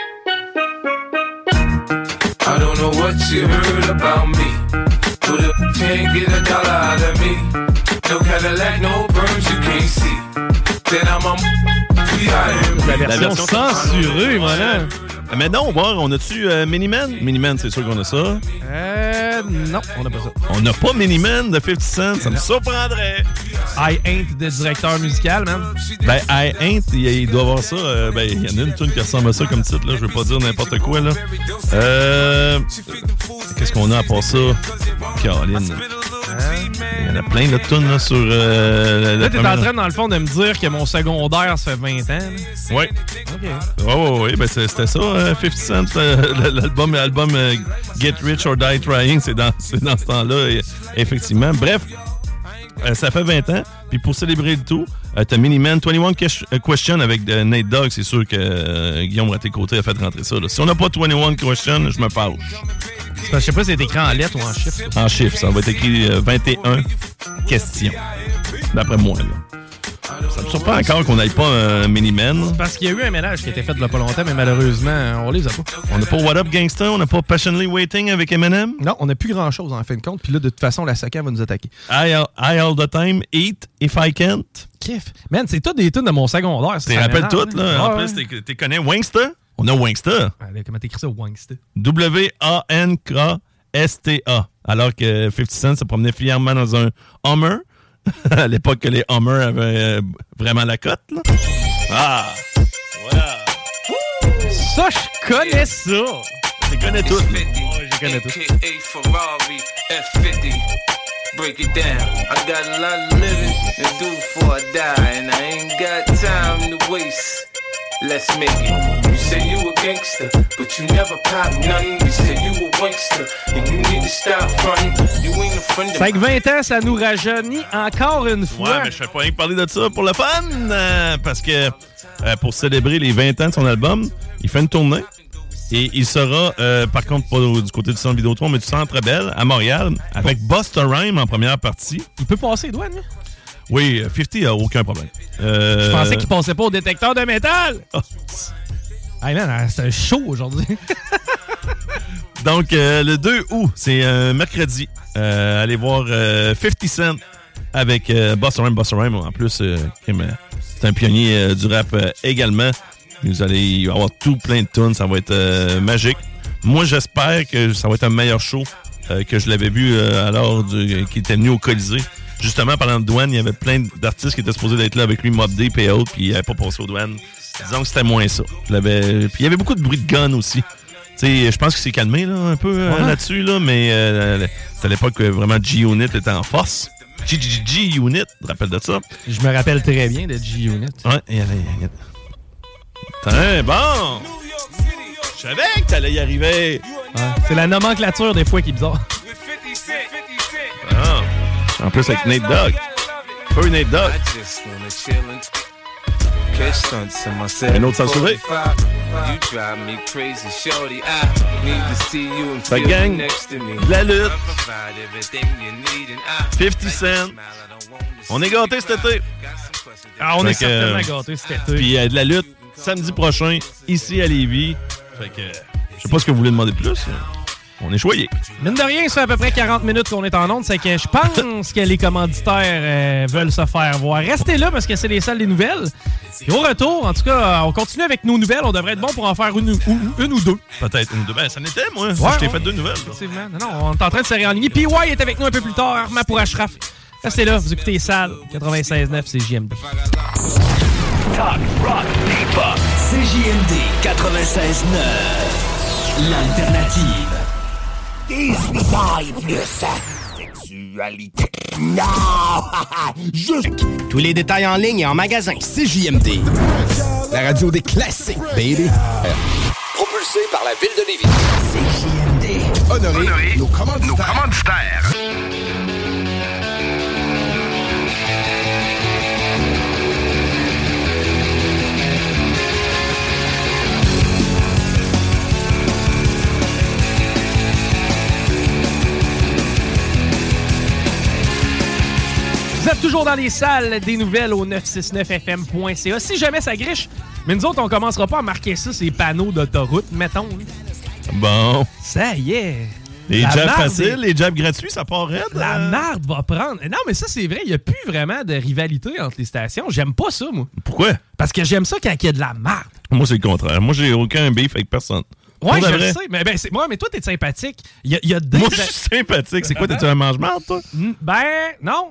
H: I don't know what you heard about me. But if you can't get a dollar out of me, no Cadillac, no perms you can't see. Then I'm a P I M P.
F: La version, la version censurée, voilà.
G: Mais non, voir, on a-tu euh, Miniman? Miniman, c'est sûr qu'on a ça.
F: Euh, non, on n'a pas ça.
G: On n'a pas Miniman de fifty Cent, ça me surprendrait.
F: I Ain't de directeur musical, man.
G: Ben, I Ain't, il, il doit avoir ça. Euh, ben, il y en a une tune qui ressemble à ça comme titre, là. Je veux pas dire n'importe quoi, là. Euh. Qu'est-ce qu'on a à part ça? Caroline. Il y en a plein de tunes, là, sur. Euh,
F: là, t'es première... en train, dans le fond, de me dire que mon secondaire, ça fait vingt ans.
G: Oui.
F: OK.
G: Ouais, ouais, ouais. Ben, c'était ça, euh, fifty Cent. Euh, l'album, l'album euh, Get Rich or Die Trying, c'est dans, c'est dans ce temps-là, et, effectivement. Bref. Euh, ça fait vingt ans. Puis pour célébrer le tout, euh, t'as Miniman, vingt et un Question avec euh, Nate Dogg. C'est sûr que euh, Guillaume Raté-Côté a fait rentrer ça. Là. Si on n'a pas vingt et un Question, je me fâche.
F: Je sais pas si c'est écrit en lettres ou en chiffres.
G: En chiffres. Ça va être écrit euh, vingt et un questions. D'après moi, là. Ça me surprend encore qu'on n'aille pas un Miniman.
F: Parce qu'il y a eu un ménage qui a été fait il n'y a pas longtemps, mais malheureusement, on les a pas.
G: On n'a pas What Up Gangsta, on n'a pas Passionately Waiting avec Eminem.
F: Non, on n'a plus grand-chose en fin de compte. Puis là, de toute façon, la Sacan va nous attaquer.
G: I, I All The Time, Eat If I Can't.
F: Kiff. Man, c'est tout des tunes de mon secondaire.
G: Tu te rappelles toutes, là. Ah, en ouais. plus, tu connais Wangsta? On a Wangsta.
F: Allez, comment t'écris ça, Wangsta?
G: W A N K S T A. Alors que fifty Cent se promenait fièrement dans un Hummer. À l'époque que les Hummers avaient euh, vraiment la cote, là. Ah! Voilà!
F: Ça, je connais ça!
G: Je connais tout.
F: Oh, je connais tout.
H: Break it down. I got a lot of living to do before I die, and I ain't got time to waste. Let's make it. You say you a gangster, but you never pop nothing. You say you a wankster, and you need to stop frontin'. You ain't a friend of mine.
F: Fait que vingt ans, ça nous rajeunit encore une fois.
G: Ouais, mais je fais pas rien que parler de ça pour le fun, euh, parce que euh, pour célébrer les vingt ans de son album, il fait une tournée. Et il sera, euh, par contre, pas du côté du centre Vidéotron, mais du Centre Bell, à Montréal, avec Busta Rhymes en première partie.
F: Il peut passer les douanes, hein?
G: Oui, fifty a aucun problème. Euh...
F: Je pensais qu'il passait pas au détecteur de métal! Oh. Hey man, c'est chaud aujourd'hui.
G: Donc, euh, le deux août, c'est euh, mercredi. Euh, allez voir euh, fifty Cent avec euh, Busta Rhymes. Busta Rhymes, en plus, euh, c'est un pionnier euh, du rap euh, également. Vous allez avoir tout plein de tunes, ça va être euh, magique. Moi, j'espère que ça va être un meilleur show euh, que je l'avais vu euh, alors du, qui était venu au Colisée. Justement, parlant de douane, il y avait plein d'artistes qui étaient supposés d'être là avec lui, Mobb Deep et autres, puis il n'avait pas passé aux douanes. Disons que c'était moins ça. Je l'avais... Puis il y avait beaucoup de bruit de gun aussi. T'sais, je pense qu'il s'est calmé là, un peu euh, ouais. là-dessus, là, mais euh, c'était à l'époque que vraiment G-Unit était en force. G-Unit, tu te rappelles de ça?
F: Je me rappelle très bien de G-Unit.
G: Ouais, il y avait... T'es bon! Je savais que t'allais y arriver!
F: Ouais. C'est la nomenclature des fois qui est bizarre.
G: En plus, avec Nate Dogg. Pas Nate Dogg. Un autre sans sourire. Fait que gang, de la lutte. fifty Cent. On est gâtés cet été.
F: Ah, on
G: fait
F: est
G: que,
F: certainement
G: euh,
F: gâtés cet été.
G: Puis euh, de la lutte, samedi prochain, ici à Lévis. Fait que, euh, je sais pas ce que vous voulez demander plus. On est choyés.
F: Mine de rien, ça fait à peu près quarante minutes qu'on est en onde. C'est que je pense que les commanditaires euh, veulent se faire voir. Restez là parce que c'est les salles des nouvelles. Et au retour, en tout cas, on continue avec nos nouvelles. On devrait être bon pour en faire une ou, une ou deux.
G: Peut-être une ou deux. Ben, ça n'était, moi.
F: Ouais,
G: je t'ai
F: ouais.
G: fait deux nouvelles.
F: Effectivement. Non, non, on est en train de se réaligner. P Y est avec nous un peu plus tard. Armand pour Ashraf. Restez là, vous écoutez Salle quatre-vingt-seize neuf, c'est J M D.
C: Talk, rock, hip-hop. C J M D quatre-vingt-seize neuf. L'alternative. dix-huit ans et plus. Sexualité. Non! Juste.
I: Tous les détails en ligne et en magasin. C J M D. La radio des classiques, baby.
J: Propulsé par la ville de Lévis.
C: C J M D.
J: Honoré,
C: Honoré
J: nos commanditaires.
C: Nos commanditaires.
F: Vous êtes toujours dans les salles des nouvelles au neuf cent soixante-neuf F M point C A. Si jamais ça griche, mais nous autres, on commencera pas à marquer ça sur les panneaux d'autoroute, mettons.
G: Bon.
F: Ça y est.
G: Les
F: La
G: jabs
F: marde
G: faciles,
F: est-
G: les jabs gratuits, ça part raide.
F: La
G: euh.
F: marde va prendre. Non, mais ça, c'est vrai. Il n'y a plus vraiment de rivalité entre les stations. J'aime pas ça, moi.
G: Pourquoi?
F: Parce que j'aime ça quand il y a de la marde.
G: Moi, c'est le contraire. Moi, j'ai aucun beef avec personne.
F: Ouais,
G: Pour
F: je
G: de
F: le
G: vrai.
F: sais. Mais, ben, c'est, moi, mais toi, t'es sympathique. Il y a, il y a des...
G: Moi, je suis sympathique. C'est quoi, t'es un mange-marde, toi?
F: Ben, non.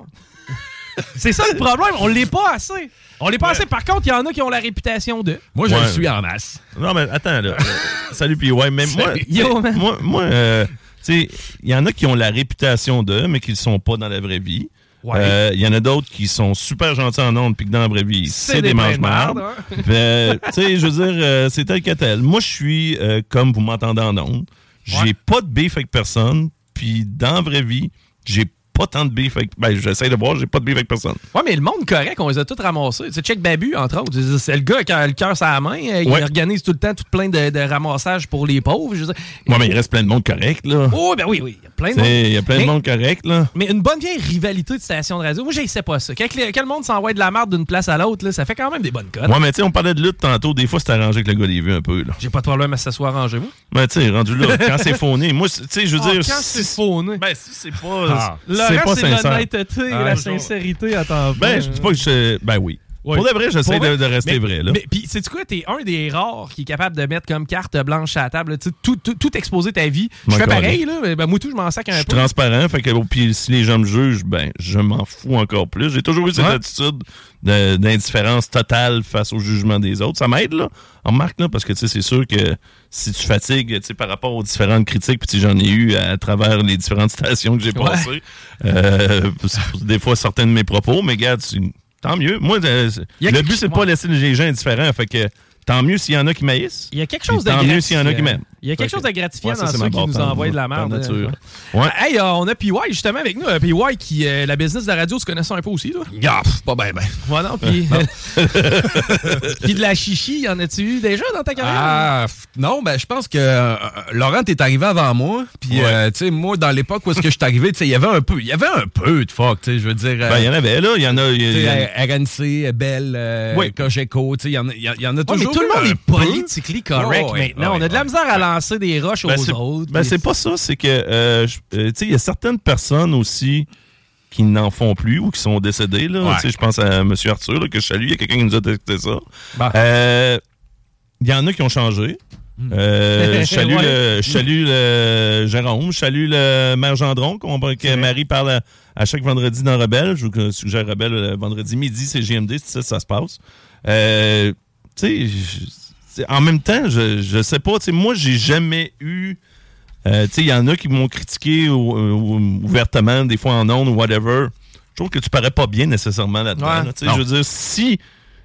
F: C'est ça le problème. On l'est pas assez. On l'est pas
G: Ouais.
F: assez. Par contre, il y en a qui ont la réputation de...
K: Moi, je
G: Ouais.
K: le suis en masse.
G: Non, mais attends, là. Salut, puis ouais, mais moi,
F: Salut. Yo,
G: t'sais,
F: man.
G: moi, moi euh, tu sais, il y en a qui ont la réputation d'eux, mais qui ne sont pas dans la vraie vie.
F: Ouais.
G: Euh, Il y en a d'autres qui sont super gentils en ondes, puis que dans la vraie vie, c'est,
F: C'est
G: des
F: des
G: mange-mardes.
F: mardes, hein.
G: Fait, tu sais, je veux dire, euh, c'est tel que tel. Moi, je suis, euh, comme vous m'entendez en ondes, j'ai
F: Ouais.
G: pas de beef avec personne, puis dans la vraie vie, j'ai pas tant de beef avec... Ben, j'essaie de voir, j'ai pas de beef avec personne.
F: Ouais, mais le monde correct, on les a tous ramassés. Tu sais, check Babu, entre autres. C'est- C'est le gars qui a le cœur sur la main. euh, Il
G: Ouais.
F: organise tout le temps tout plein de, de ramassages pour les pauvres. Je veux dire.
G: Moi, mais il reste plein de monde correct, là.
F: Oh, ben oui, oui. Il y a plein de
G: T'sais,
F: monde.
G: Il y a plein
F: Mais-
G: de monde correct, là.
F: Mais une bonne vieille rivalité de station de radio, moi, je sais pas ça. Quand le, quand le monde s'envoie de la merde d'une place à l'autre, là, ça fait quand même des bonnes cotes.
G: Ouais, mais tu sais, on parlait de lutte tantôt. Des fois, c'est arrangé avec le gars des vues un peu, là.
F: J'ai pas de problème à ce soit arrangé, moi.
G: Mais tu sais, rendu là, quand c'est fauné, moi, tu sais, je veux
F: Ah,
G: dire...
F: quand
G: si-
F: c'est fauné.
G: Ben, si c'est pas...
K: Ah.
G: c'est
F: Laurent,
G: pas
F: c'est
G: sincère.
F: l'honnêteté et
K: Ah,
F: la
K: je-
F: sincérité à temps
G: Ben,
F: plein.
G: je dis pas que je... Ben oui.
F: Oui.
G: Pour de vrai, j'essaie
F: Pour
G: de,
F: vrai.
G: de rester
F: mais,
G: vrai, là.
F: Mais puis, sais-tu quoi? T'es un des rares qui est capable de mettre comme carte blanche à la table. Tu sais, tout, tout, tout exposer ta vie. Je
G: M'en
F: fais
G: calme.
F: pareil, là. Mais ben, moi, tout, je m'en sac
G: Je
F: un
G: suis
F: peu.
G: transparent, fait que puis si les gens me jugent, ben, je m'en fous encore plus. J'ai toujours eu cette
F: Ouais.
G: attitude de- d'indifférence totale face au jugement des autres. Ça m'aide, là. On remarque, là, parce que, tu sais, c'est sûr que si tu fatigues, tu sais, par rapport aux différentes critiques, puis tu sais, j'en ai eu à travers les différentes stations que j'ai
F: Ouais.
G: passées, euh, des fois, certains de mes propos, mais regarde, tu- tant mieux. Moi, euh,
F: Il y a
G: le
F: quelque-
G: but, c'est de
F: ouais.
G: pas laisser les gens indifférents, fait que tant mieux s'il y en a qui maïssent.
F: Il y a quelque chose
G: Puis
F: de
G: tant mieux s'il y en a qui
F: gratifiant.
G: m'aiment.
F: Il y a quelque
G: Fait
F: chose
G: que-
F: de gratifiant
G: Ouais, ça,
F: dans
G: c'est
F: ceux
G: ma
F: qui
G: barre
F: nous
G: par-
F: envoient de la
G: par
F: merde.
G: nature.
F: Euh,
G: Ouais.
F: Hey, euh, on a P Y justement avec nous. Euh, P Y qui, euh, la business de la radio, tu connais ça un peu aussi, toi?
K: Ah, pff, pas ben, ben.
F: Ouais, non, puis... puis de la chichi, y en as-tu eu déjà dans ta carrière?
K: Ah, f- non, ben, je pense que euh, Laurent, t'es arrivé avant moi. Puis,
G: Ouais.
K: euh, tu sais, moi, dans l'époque où est-ce que je suis arrivé, tu sais, il y avait un peu, il y avait un peu de fuck, tu sais, je veux dire.
G: Ben, il y en avait, là. Il y en a. il y a-
K: Tu
G: il y a-
K: sais, R N C, Bell, euh,
G: Oui.
K: Cogeco, tu sais, il y en a, il y a- il y en a
F: Ouais, mais
K: toujours.
F: tout le
K: eu
F: monde
K: un
F: est
K: peu.
F: politically correct
K: Ouais, ouais,
F: maintenant.
K: ouais,
F: on a de la
K: ouais.
F: misère à lancer des roches
G: Ben,
F: aux
G: c'est,
F: autres.
G: ben,
F: puis-
G: c'est pas ça, c'est que euh, je- euh, tu sais, il y a certaines personnes aussi qui n'en font plus ou qui sont décédées. Là.
K: Ouais.
G: Tu sais, je pense à M. Arthur, là, que je salue. Il y a quelqu'un qui nous a texté ça.
F: Bon.
G: Euh, Il y en a qui ont changé. Euh, je salue,
F: Ouais.
G: le, je salue le Jérôme, je salue le maire Gendron, qu'on, que
F: vrai.
G: Marie parle à, à chaque vendredi dans Rebelle. Je vous suggère Rebelle le vendredi midi, c'est G M D, c'est ça, ça se passe. Euh, tu sais, je- c'est- en même temps, je, je sais pas, tu sais, moi, j'ai jamais eu. Euh, tu sais, il y en a qui m'ont critiqué ou- ou- ouvertement, des fois en ondes ou whatever. Je trouve que tu parais pas bien nécessairement là-dedans.
F: Ouais.
G: là. Tu sais,
K: Non.
G: je veux dire, si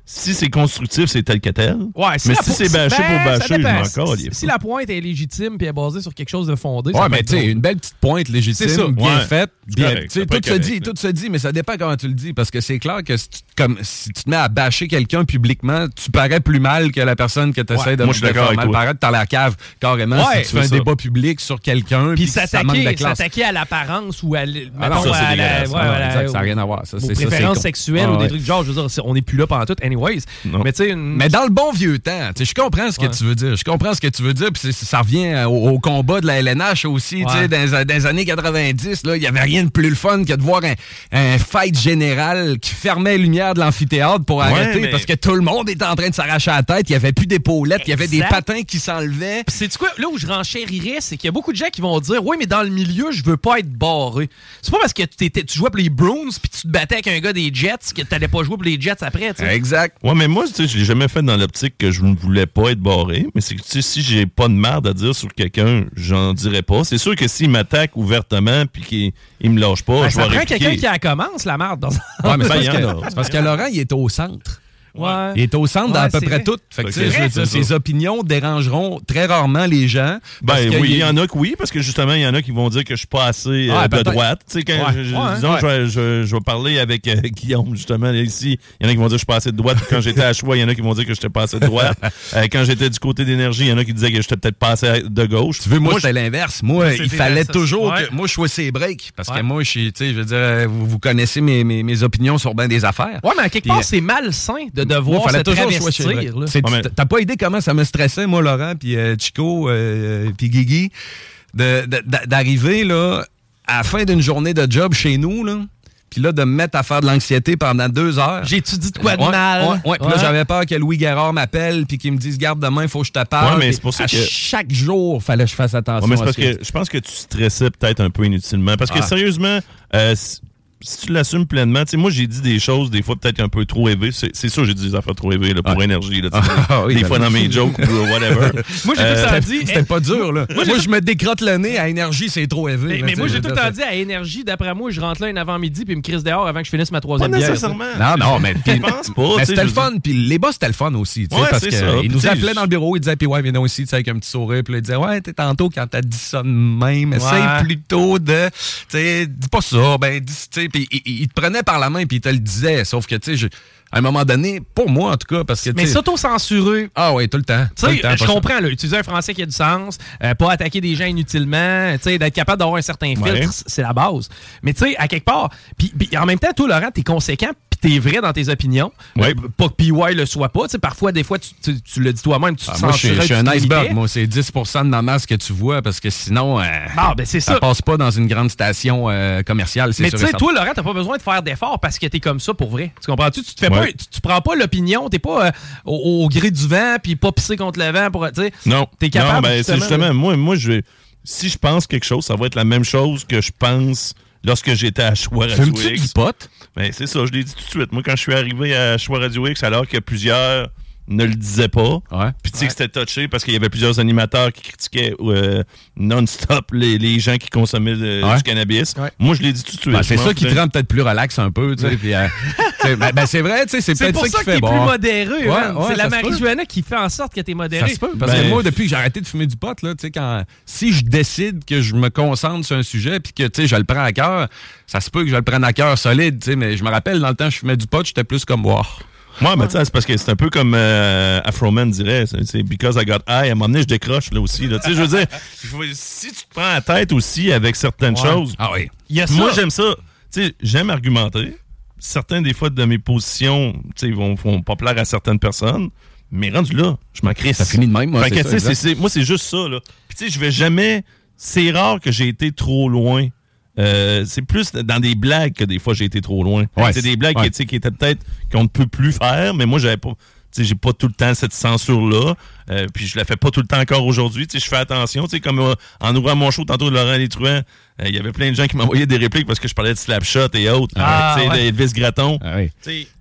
G: si c'est constructif, c'est tel que tel.
F: Ouais, si
G: mais
F: la
G: si
F: po-
G: c'est bâché
F: ben,
G: pour
F: ça
G: bâcher, je
F: dépend.
G: m'en colle.
F: Si, si la pointe est légitime et est basée sur quelque chose de fondé,
K: Ouais,
F: ça peut
K: mais
F: être
K: tu sais,
F: drôle.
K: une belle petite pointe légitime,
F: C'est ça.
K: bien
G: Ouais.
K: faite.
G: C'est
K: Bien,
G: correct,
K: tu sais,
G: ça peut
K: tout
G: être
K: se
G: correct,
K: dit,
G: là.
K: tout se dit, mais ça dépend comment tu le dis. Parce que c'est clair que si tu, comme, si tu te mets à bâcher quelqu'un publiquement, tu parais plus mal que la personne que tu essaies
G: Ouais.
K: de,
G: Moi, je suis
K: de
G: d'accord
K: faire
G: avec
K: mal
G: toi.
K: paraître dans la cave, carrément.
F: Ouais,
K: si tu fais un
G: c'est ça.
K: débat public sur quelqu'un,
F: Puis
K: puis que ça manque de
F: s'attaquer,
K: classe.
F: s'attaquer à l'apparence ou à, l-
K: Ah non,
F: mettons,
K: ça, c'est
F: à la,
K: dégueulasse.
F: ouais,
K: Ah non,
F: à la-
K: exact, ça n'a rien à voir. Ça,
F: aux
K: c'est- ça, c'est
F: préférences
K: con.
F: sexuelles
K: Ah,
F: ou des
K: ouais.
F: trucs du genre, je veux dire, c'est- on n'est plus là pendant tout, anyways.
G: Non.
F: Mais tu sais, une...
K: Mais dans le bon vieux temps, tu sais, je comprends ce que
F: Ouais.
K: tu veux dire. Je comprends ce que tu veux dire, puis c'est- ça revient au, au combat de la L N H aussi, tu sais,
F: Ouais.
K: dans, dans les années quatre-vingt-dix, là, il y avait rien de plus le fun que de voir un, un fight général qui fermait les lumières de l'amphithéâtre pour
G: Ouais,
K: arrêter,
G: mais-
K: parce que tout le monde était en train de s'arracher la tête, il y avait plus d'épaulettes, il y avait des
F: Exact.
K: patins qui s'enlevaient.
F: Puis c'est quoi, là où je renchérirais, c'est qu'il y a beaucoup de gens qui vont dire, oui, mais dans le milieu, je veux pas être barré. C'est pas parce que tu, t'étais- tu jouais pour les Bruins puis tu te battais avec un gars des Jets que t'allais pas jouer pour les Jets après, tu sais.
K: Exact.
G: Ouais, mais moi, tu sais, je l'ai jamais fait dans l'optique que je ne voulais pas être barré. Mais c'est que, tu sais, si j'ai pas de merde à dire sur quelqu'un, j'en dirais pas. C'est sûr que s'il m'attaque ouvertement puis qu'il il me lâche pas,
F: Ben,
G: je vais
F: ça prend
G: répliquer.
F: quelqu'un qui la commence, la merde. Dans...
K: Ouais, mais c'est
G: Ben,
K: parce,
G: y en
K: que,
G: a.
K: c'est parce que Laurent, il est au centre.
F: Ouais.
K: Il est au centre dans
F: Ouais,
K: à peu
F: c'est
K: près
F: vrai.
K: tout. Fait que,
G: Ok.
K: tu sais, je veux dire,
G: C'est
K: ses
G: ça.
K: opinions dérangeront très rarement les gens. parce
G: Ben
K: que
G: oui, il
K: il-
G: y en a que oui, parce que justement, il y en a qui vont dire que je suis pas assez euh,
K: Ouais,
G: de
K: peut-être.
G: droite. Tu sais, quand
K: Ouais.
G: je, je-
K: Ouais.
G: disons,
K: Ouais.
G: je, vais- je, je vais parler avec euh, Guillaume, justement, là, ici. Il y en a qui vont dire que je suis pas assez de droite. Quand j'étais à Choix, il y en a qui vont dire que j'étais pas assez de droite. Euh, quand j'étais du côté d'énergie, il y en a qui disaient que j'étais peut-être pas assez de gauche.
K: Tu veux, moi,
G: Moi,
K: c'était l'inverse. Moi,
F: C'était
K: il fallait
F: ça,
K: toujours
F: ouais.
K: que moi, je sois ses breaks. Parce
F: Ouais.
K: que moi, je suis, tu sais, je veux dire, euh, vous, vous connaissez mes, mes, mes opinions sur bien des affaires.
F: Ouais, mais à quelque
K: Puis,
F: part,
K: euh,
F: c'est malsain de
K: Moi,
F: devoir
K: fallait
F: se
K: toujours que je sois chez les
F: travestir.
K: breaks.
F: là.
K: C'est-
G: Ouais, mais-
K: T'as pas idée comment ça me stressait, moi, Laurent, puis euh, Chico, euh, puis Guigui, de- de- d'a- d'arriver, là, à la fin d'une journée de job chez nous, là, puis là, de me mettre à faire de l'anxiété pendant deux heures.
F: J'ai-tu dit de quoi de
K: Ouais,
F: mal?
K: Ouais, ouais. Puis là,
F: Ouais.
K: j'avais peur que Louis Guérard m'appelle puis qu'il me dise, garde demain, il faut que je te parle.
G: Ouais, mais
K: Puis
G: c'est pour ça
K: à
G: que-
K: chaque jour, fallait que je fasse attention.
G: Ouais, mais c'est
K: à
G: parce
K: ce
G: que je pense que tu stressais peut-être un peu inutilement. Parce que
K: Ah.
G: sérieusement, euh, si, si tu l'assumes pleinement, tu sais, moi j'ai dit des choses des fois peut-être un peu trop élevées. C'est, c'est sûr, j'ai dit des affaires trop élevées là, pour
K: Ah.
G: énergie. Là, tu sais,
K: Ah, oui,
G: des
K: ben
G: fois
K: oui.
G: dans mes jokes ou whatever.
F: Moi, j'ai tout le temps dit.
K: C'était pas dur, là. Moi, je me décrotte le nez à énergie, c'est trop élevé.
F: Mais,
K: là,
F: mais
K: tu
F: moi,
K: sais,
F: j'ai
K: je
F: tout
K: veux
F: le temps
K: dire,
F: dit à énergie, d'après moi, je rentre là un avant-midi puis il me crise dehors avant que je finisse ma
G: Pas
F: troisième bière.
G: nécessairement.
K: Non, non, mais, puis-
G: Je pense pas.
K: mais
G: tu sais,
K: c'était
G: je
K: le
G: veux
K: fun,
G: dire.
K: puis les boss, c'était le fun aussi, tu sais,
G: Ouais,
K: parce
G: c'est ça. Puis
K: qu'ils nous
G: tu sais,
K: appelaient
G: je-
K: dans le bureau, ils disaient, puis ouais, viens donc ici, tu sais, avec un petit sourire, puis là, ils disaient, ouais, t'es tantôt, quand t'as dit ça de même, essaye plutôt de, tu sais, dis pas ça, ben, dis, tu sais, puis ils ils te prenaient par la main, puis ils te le disaient, sauf que, tu sais, je- à un moment donné, pour moi, en tout cas, parce que, tu
F: Mais
K: sais-
F: s'auto-censurer.
K: Ah oui, tout le temps.
F: Tu
K: tout le
F: sais,
K: temps,
F: je
K: pas ça.
F: comprends, là, utiliser un français qui a du sens, euh, pas attaquer des gens inutilement, tu sais, d'être capable d'avoir un certain filtre,
G: Ouais.
F: c- c'est la base. Mais tu sais, à quelque part, puis puis en même temps, toi, Laurent, t'es conséquent, puis t'es vrai dans tes opinions.
G: Ouais.
F: Euh, pas que P Y le soit pas, tu sais, parfois, des fois, tu, tu, tu le dis toi-même, tu
K: Ah,
F: te
K: moi, je suis-
F: censurais,
K: je suis
F: tu
K: un
F: te
K: iceberg.
F: limitais.
K: Moi, c'est dix pour cent de ma masse que tu vois parce que sinon, euh,
F: Ah, ben c'est
K: ça
F: ça.
K: passe pas dans une grande station euh, commerciale. C'est
F: Mais
K: sûr
F: tu
K: et
F: sais,
K: certain.
F: toi, Laurent, t'as pas besoin de faire d'efforts parce que t'es comme ça pour vrai. Tu comprends-tu? Tu te fais
G: Ouais.
F: pas, tu, tu prends pas l'opinion, t'es pas euh, au, au gré du vent puis pas pisser contre le vent pour, tu sais.
G: Non.
F: T'es capable,
G: Non, ben, c'est
F: justement,
G: justement, moi, moi je vais- si je pense quelque chose, ça va être la même chose que je pense lorsque j'étais à Choix Radio
K: Fumes-tu
G: X.
K: du pot?
G: Ben, c'est ça, je l'ai dit tout de suite. Moi, quand je suis arrivé à Choix Radio X, alors que plusieurs ne le disaient pas,
K: Ouais.
G: puis tu sais que c'était touché parce qu'il y avait plusieurs animateurs qui critiquaient euh, non-stop les, les gens qui consommaient euh,
K: Ouais.
G: du cannabis.
F: Ouais.
G: Moi, je l'ai dit tout de suite.
K: Ben, c'est
G: Je m'en
K: ça qui te
G: foutais.
K: rend peut-être plus relax un peu. Tu sais, puis, euh, tu sais, ben, ben, c'est vrai, tu sais, c'est
F: C'est
K: peut-être
F: pour
K: ça,
F: ça
K: qui
F: que
K: fait
F: t'es plus
K: bon.
F: modéreux,
K: Ouais,
F: man.
K: ouais,
F: C'est la
K: ça se peut.
F: marijuana qui fait en sorte que t'es modéré.
K: Ça se peut. Parce
G: Ben-
K: que moi, depuis que j'ai arrêté de fumer du pot, là, tu sais, quand, si je décide que je me concentre sur un sujet puis que, tu sais, je le prends à cœur, ça se peut que je le prenne à cœur solide, tu sais, mais je me rappelle, dans le temps, je fumais du pot, j'étais plus comme, wow.
G: Moi, ben, tu sais, c'est parce que c'est un peu comme euh, Afroman dirait, c'est c'est because I got high. À un moment donné, je décroche là aussi. Là. Tu sais, je veux dire, il faut- si tu te prends la tête aussi avec certaines choses,
K: Ah oui.
F: Il y a ça.
G: moi, j'aime ça. Tu sais, j'aime argumenter. Certains, des fois, de mes positions, tu sais, vont, vont pas plaire à certaines personnes. Mais rendu là, je m'en crisse.
K: Ça finit de même, moi,
G: Fait que,
K: c'est
G: tu
K: ça,
G: sais, c'est-
K: exact.
G: c'est- moi, c'est juste ça. Là. Puis, tu sais, je vais jamais. C'est rare que j'ai été trop loin. Euh, c'est plus dans des blagues que des fois j'ai été trop loin.
K: Ouais,
G: c'est des blagues
K: ouais.
G: qui, tu sais, qui étaient peut-être qu'on ne peut plus faire, mais moi j'avais pas. Tu sais, j'ai pas tout le temps cette censure-là. Euh, puis je la fais pas tout le temps encore aujourd'hui. Tu sais, je fais attention. Tu sais, comme euh, en ouvrant mon show tantôt de Laurent Létruant, euh, il y avait plein de gens qui m'envoyaient des répliques parce que je parlais de Slapshot et autres.
F: Ah,
G: Euh, tu sais,
F: ouais.
G: d'Elvis Gratton.
K: Ah oui.
G: Tu sais,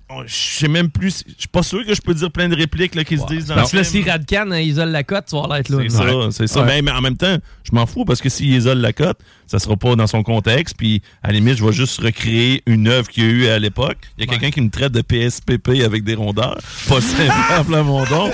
G: Je sais même plus. Je suis pas sûr que je peux dire plein de répliques là, qui ouais. se disent dans
F: parce
G: le
F: que si Radcan isole la cote, tu vas aller être là.
G: C'est ça, ouais. c'est ça. Ouais. Ben, mais en même temps, je m'en fous parce que s'il isole la cote, ça sera pas dans son contexte. Puis à la limite, je vais juste recréer une œuvre qu'il y a eu à l'époque. Il y a ouais. quelqu'un qui me traite de P S P P avec des rondeurs. Pas simple à Plamondon.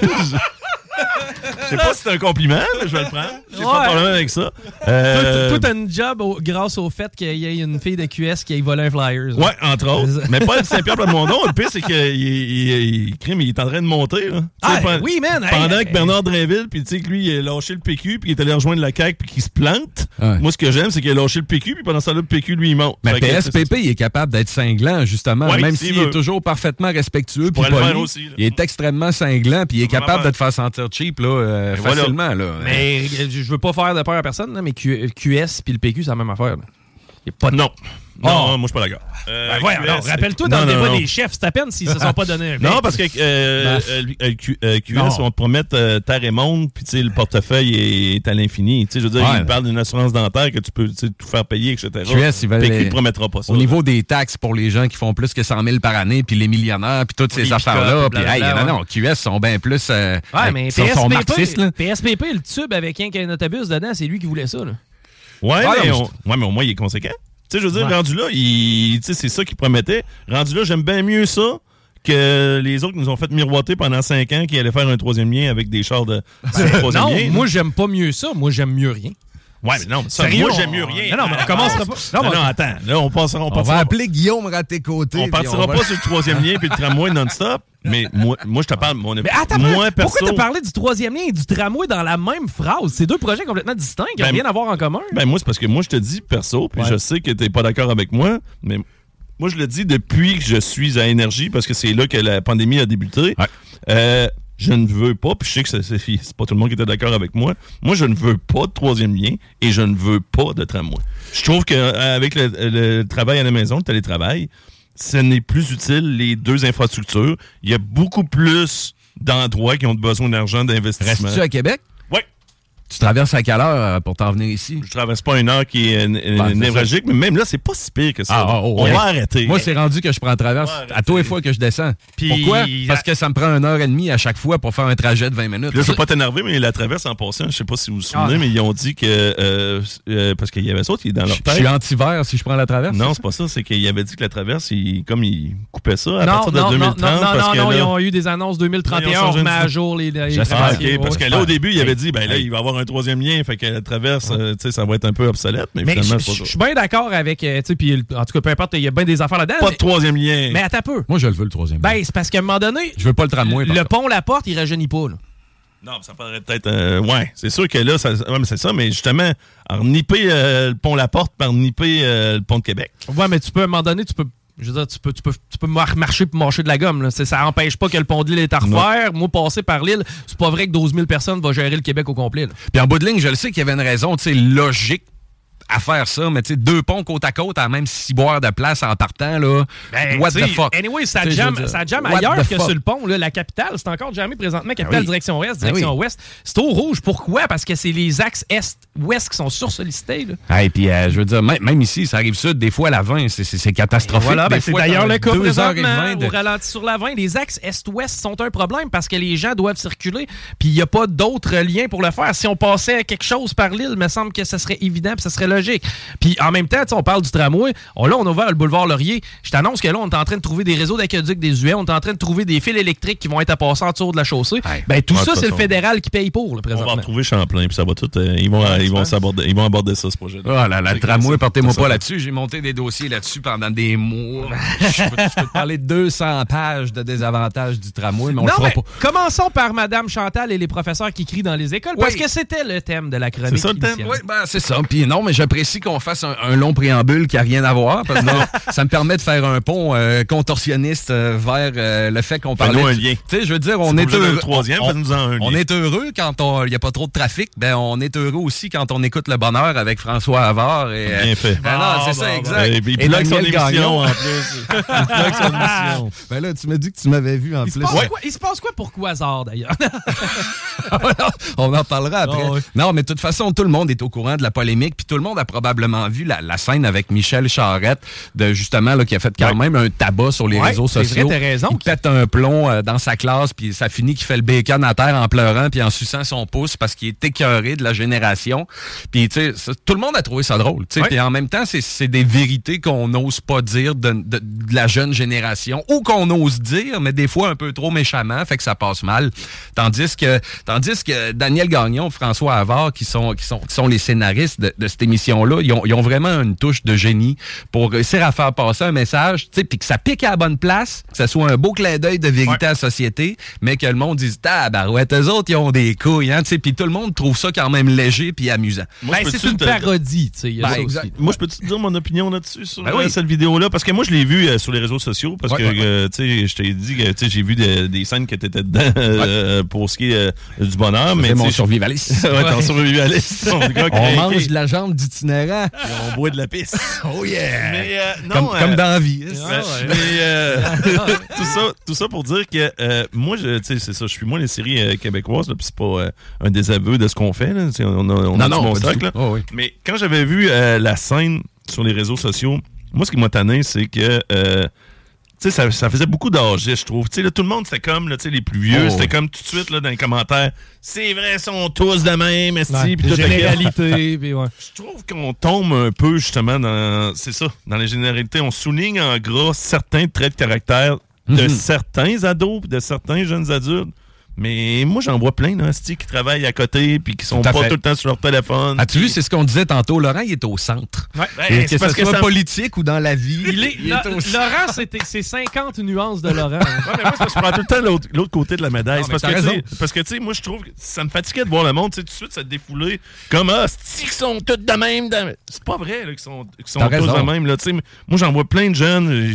G: Je sais pas si c'est un compliment, mais je vais le prendre. J'ai ouais. pas de problème avec ça.
F: Euh... Tout, tout un job au, grâce au fait qu'il y ait une fille de Q S qui ait volé un Flyers.
G: Ouais, entre autres. Mais pas de Saint-Pierre-Plamondon. Le pire, c'est qu'il il, il, il, il est en train de monter. Là.
F: Ah,
G: pendant,
F: oui, man.
G: Pendant
F: hey,
G: que Bernard Drainville, puis tu sais que lui, il a lâché le P Q, puis il est allé rejoindre la C A Q, puis qu'il se plante. Ouais. Moi, ce que j'aime, c'est qu'il a lâché le P Q, puis pendant ce temps-là, le P Q, lui, il monte.
K: Mais P S P P, il est capable d'être cinglant, justement. Ouais, même s'il est toujours parfaitement respectueux. Puis aussi, il est extrêmement cinglant, puis il est capable de te faire sentir cheap, là. Euh, facilement, là.
F: Mais je veux pas faire de peur à personne, là, mais Q- QS puis le P Q, c'est la même affaire. Là. Y a pas de...
G: Non. Non, oh. moi, je suis pas d'accord. Euh,
F: ben voyons, non, rappelle-toi dans non, le débat non. des chefs, c'est à peine s'ils se sont pas donné un
G: Non, parce que euh, euh, euh, Q, euh, Q S vont te promettre euh, terre et monde, puis le portefeuille est à l'infini. Je veux dire, ouais. ils parlent d'une assurance dentaire que tu peux tout faire payer, et cetera.
K: Q S, il va
G: P Q
K: les...
G: ne promettra pas ça.
K: Au là. Niveau des taxes pour les gens qui font plus que cent mille par année, puis les millionnaires, puis toutes ces oui, affaires-là. Puis, hey, non, non, Q S sont bien plus. Euh,
F: ouais, mais P S P P, marxistes, là. P S P P, le tube avec un, un autobus dedans, c'est lui qui voulait ça. Là.
G: Ouais, ah, mais, on... ouais, mais au moins, il est conséquent. Tu sais, je veux dire, ouais. rendu là, il... c'est ça qu'il promettait. Rendu là, j'aime bien mieux ça que les autres qui nous ont fait miroiter pendant cinq ans qui allaient faire un troisième lien avec des chars de troisième
F: non,
G: lien.
F: Moi, j'aime pas mieux ça. Moi, j'aime mieux rien.
G: Ouais, mais non, ça,
F: Sérieux,
G: moi,
F: on...
G: j'aime mieux rien.
F: Non, non, mais on commencera pas.
G: Non, non, non, attends. Là, on passera. On,
K: on va appeler Guillaume Raté-Côté.
G: On partira on va... pas sur le troisième lien puis le tramway non-stop. Mais moi, moi, je te parle. Mon...
F: Mais attends, moi, perso... pourquoi t'as parlé du troisième lien et du tramway dans la même phrase? C'est deux projets complètement distincts qui n'ont ben, rien à voir en commun.
G: Ben, moi, c'est parce que moi, je te dis perso, puis ouais. je sais que t'es pas d'accord avec moi, mais moi, je le dis depuis que je suis à Énergie, parce que c'est là que la pandémie a débuté. Ouais. Euh, je ne veux pas, puis je sais que c'est, c'est, c'est pas tout le monde qui était d'accord avec moi, moi, je ne veux pas de troisième lien et je ne veux pas de tramway. Je trouve qu'avec le, le travail à la maison, le télétravail, ce n'est plus utile, les deux infrastructures. Il y a beaucoup plus d'endroits qui ont besoin d'argent d'investissement.
K: Restes-tu à Québec?
G: Oui.
K: Tu traverses à quelle heure pour t'en venir ici?
G: Je traverse pas une heure qui est ben, névralgique, mais même là, c'est pas si pire que ça. Ah, oh, oh, on ouais. va arrêter.
K: Moi, c'est rendu que je prends la traverse à tous les fois que je descends. Puis, pourquoi? Parce que ça me prend une heure et demie à chaque fois pour faire un trajet de vingt minutes.
G: Là, je veux pas t'énerver, mais la traverse en passant, je sais pas si vous vous souvenez, ah. mais ils ont dit que... Euh, euh, parce qu'il y avait ça qui est dans leur tête.
K: Je suis anti-vert si je prends la traverse?
G: Non, c'est pas ça. C'est qu'ils avaient dit que la traverse, ils, comme ils coupaient ça à
F: non,
G: partir de
F: non,
G: deux mille trente.
F: Non, non,
G: parce
F: non,
G: que
F: non
G: là,
F: ils ont eu des annonces deux mille trente et un, on remet à jour les... les
G: ah, OK, parce que là, au début, ils avaient dit, ben là, il va y avoir un troisième lien, fait que la traverse, euh, tu sais, ça va être un peu obsolète, mais, mais finalement, c'est pas ça. Je
F: suis bien d'accord avec, tu sais, puis en tout cas, peu importe, il y a bien des affaires là-dedans.
G: Pas de troisième lien.
F: Mais attends peu.
K: Moi, je le veux, le troisième lien.
F: Ben, c'est parce qu'à un moment donné...
K: Je veux pas le tramway.
F: Le pont La Porte, il rajeunit pas, là.
G: Non, ça paraît peut-être... Euh, ouais, c'est sûr que là, ça, ouais, mais c'est ça, mais justement, en nipper euh, le pont La Porte par nipper euh, le pont de Québec.
F: Ouais, mais tu peux, à un moment donné, tu peux... Je veux dire, tu peux, tu peux, tu peux marcher pour mâcher de la gomme. Là. Ça n'empêche pas que le pont de l'île est à refaire. Non. Moi, passer par l'île, c'est pas vrai que douze mille personnes vont gérer le Québec au complet. Là.
K: Puis en bout de ligne, je le sais qu'il y avait une raison, tu sais, logique à faire ça, mais tu sais, deux ponts côte à côte à même six boires de place en partant, là. Ben, what the fuck?
F: Anyway, ça jamme, ça jamme ailleurs que fuck? Sur le pont, là. La capitale, c'est encore jammé présentement. Capitale, ah oui. direction ouest, direction ah oui. ouest. C'est au rouge. Pourquoi? Parce que c'est les axes est-ouest qui sont sursollicités, là.
K: Ah, et puis, euh, je veux dire, même, même ici, ça arrive sud, des fois, à la vingt, c'est, c'est, c'est catastrophique.
F: Voilà, ben,
K: des
F: c'est
K: fois,
F: d'ailleurs le cas présentement,
K: de...
F: au ralenti sur la vingt. Les axes est-ouest sont un problème parce que les gens doivent circuler, puis il n'y a pas d'autres liens pour le faire. Si on passait quelque chose par l'île, il me semble que ce serait évident puis ce serait logique. Puis en même temps, on parle du tramway. On, là, on a ouvert le boulevard Laurier. Je t'annonce que là, on est en train de trouver des réseaux d'aqueduc désuets. On est en train de trouver des fils électriques qui vont être à passer en dessous de la chaussée. Hey, ben, tout ça, c'est le fédéral qui paye pour, là, présentement.
G: On va retrouver Champlain, puis ça va tout... Euh, ils, vont, ouais, ils, vont s'aborder, ils vont aborder ça, ce projet-là.
K: Oh là là, le tramway, partez-moi pas là-dessus. J'ai monté des dossiers là-dessus pendant des mois. Je peux, je peux te parler de deux cents pages de désavantages du tramway, mais on non, le fera mais pas.
F: Commençons par Madame Chantal et les professeurs qui crient dans les écoles, oui. parce que c'était le thème de la chronique.
G: C'est ça le thème?
K: Oui, ben, c'est ça. Puis non, mais j'apprécie qu'on fasse un, un long préambule qui n'a rien à voir, parce que ça me permet de faire un pont euh, contorsionniste euh, vers euh, le fait qu'on parlait...
G: un lien.
K: Tu sais, je veux dire, on est heureux...
G: Troisième,
K: on,
G: on, un
K: on est heureux quand on il n'y a pas trop de trafic. Ben, on est heureux aussi quand on écoute Le Bonheur avec François Havard. Et,
G: Bien fait.
K: Ben, non,
G: ah,
K: c'est bah, ça, exact.
G: Bah, et puis, il bloque son émission, en plus. Il bloque son émission.
K: Ben là, tu m'as dit que tu m'avais vu, en
F: il
K: plus.
F: Se ouais. quoi, il se passe quoi pour Quasar, d'ailleurs?
K: On en parlera après. Oh, oui. Non, mais de toute façon, tout le monde est au courant de la polémique, puis tout le monde monde a probablement vu la, la scène avec Michel Charette, de justement là, qui a fait quand ouais. même un tabac sur les ouais, réseaux sociaux.
F: Vrai, t'as raison.
K: Il pète un plomb euh, dans sa classe, puis ça finit qu'il fait le bacon à terre en pleurant, puis en suçant son pouce parce qu'il est écœuré de la génération. Puis tu sais, tout le monde a trouvé ça drôle. Puis ouais. en même temps, c'est, c'est des vérités qu'on n'ose pas dire de, de, de la jeune génération, ou qu'on ose dire, mais des fois un peu trop méchamment, fait que ça passe mal. Tandis que, tandis que Daniel Gagnon, François Havard, qui sont, qui sont, qui sont les scénaristes de, de cette émission-là, ils ont, ils ont vraiment une touche de génie pour réussir à faire passer un message, tu sais, puis que ça pique à la bonne place, que ça soit un beau clin d'œil de vérité ouais. à la société, mais que le monde dise, ah, bah ouais, eux autres, ils ont des couilles, hein, tu sais, puis tout le monde trouve ça quand même léger puis amusant.
F: Moi, ben, c'est une te... parodie, tu sais. Ben,
G: moi, je peux te dire mon opinion là-dessus sur ben oui. cette vidéo-là, parce que moi, je l'ai vu euh, sur les réseaux sociaux, parce ouais, que, ouais, euh, tu sais, je t'ai dit que, tu sais, j'ai vu des, des scènes que t'étais dedans euh, ouais. pour ce qui est euh, du bonheur, mais.
K: C'est mon survivaliste.
G: ouais, ton survivaliste.
K: On mange de la jambe d'itinérant.
G: Et on boit de la pisse.
K: Oh yeah!
G: Mais, euh, non,
K: comme,
G: euh,
K: comme dans la vie.
G: Ah, ouais. Mais, euh, tout, ça, tout ça pour dire que euh, moi, je, tu sais, c'est ça, je suis moins les séries euh, québécoises, là, puis c'est pas euh, un désaveu de ce qu'on fait, là. On a, on
K: non,
G: a
K: non,
G: du bon stock, là.
K: Oh, oui.
G: Mais quand j'avais vu euh, la scène sur les réseaux sociaux, moi, ce qui m'a tanné, c'est que euh, tu sais, ça, ça faisait beaucoup d'âgés, je trouve. Tu sais, tout le monde, c'était comme, là, tu sais, les plus vieux, oh, c'était oui. comme tout de suite, là, dans les commentaires, c'est vrai, ils sont tous de même, esti,
F: ouais,
G: puis toute
F: généralité, puis ouais.
G: Je trouve qu'on tombe un peu, justement, dans, c'est ça, dans les généralités. On souligne en gras certains traits de caractère de mm-hmm. certains ados, de certains jeunes adultes. Mais moi, j'en vois plein, là, qui travaillent à côté puis qui sont tout pas fait. tout le temps sur leur téléphone.
K: As-tu vu, c'est ce qu'on disait tantôt. Laurent, il est au centre.
F: Ouais.
K: Ben, que ce soit ça... politique ou dans la vie.
F: Il est, il est au... Laurent, c'est, c'est cinquante nuances de Laurent. Hein.
G: Ouais, mais moi, c'est parce que je prends tout le temps l'autre, l'autre côté de la médaille. Non, c'est parce, que, parce que, tu sais, moi, je trouve que ça me fatiguait de voir le monde, tu sais, tout de suite, ça te défoulait. Comme, ah, c'est qu'ils sont tous de même. Dans... C'est pas vrai, là, qu'ils sont, qu'ils sont tous raison. de même, là. Tu sais, moi, j'en vois plein de jeunes.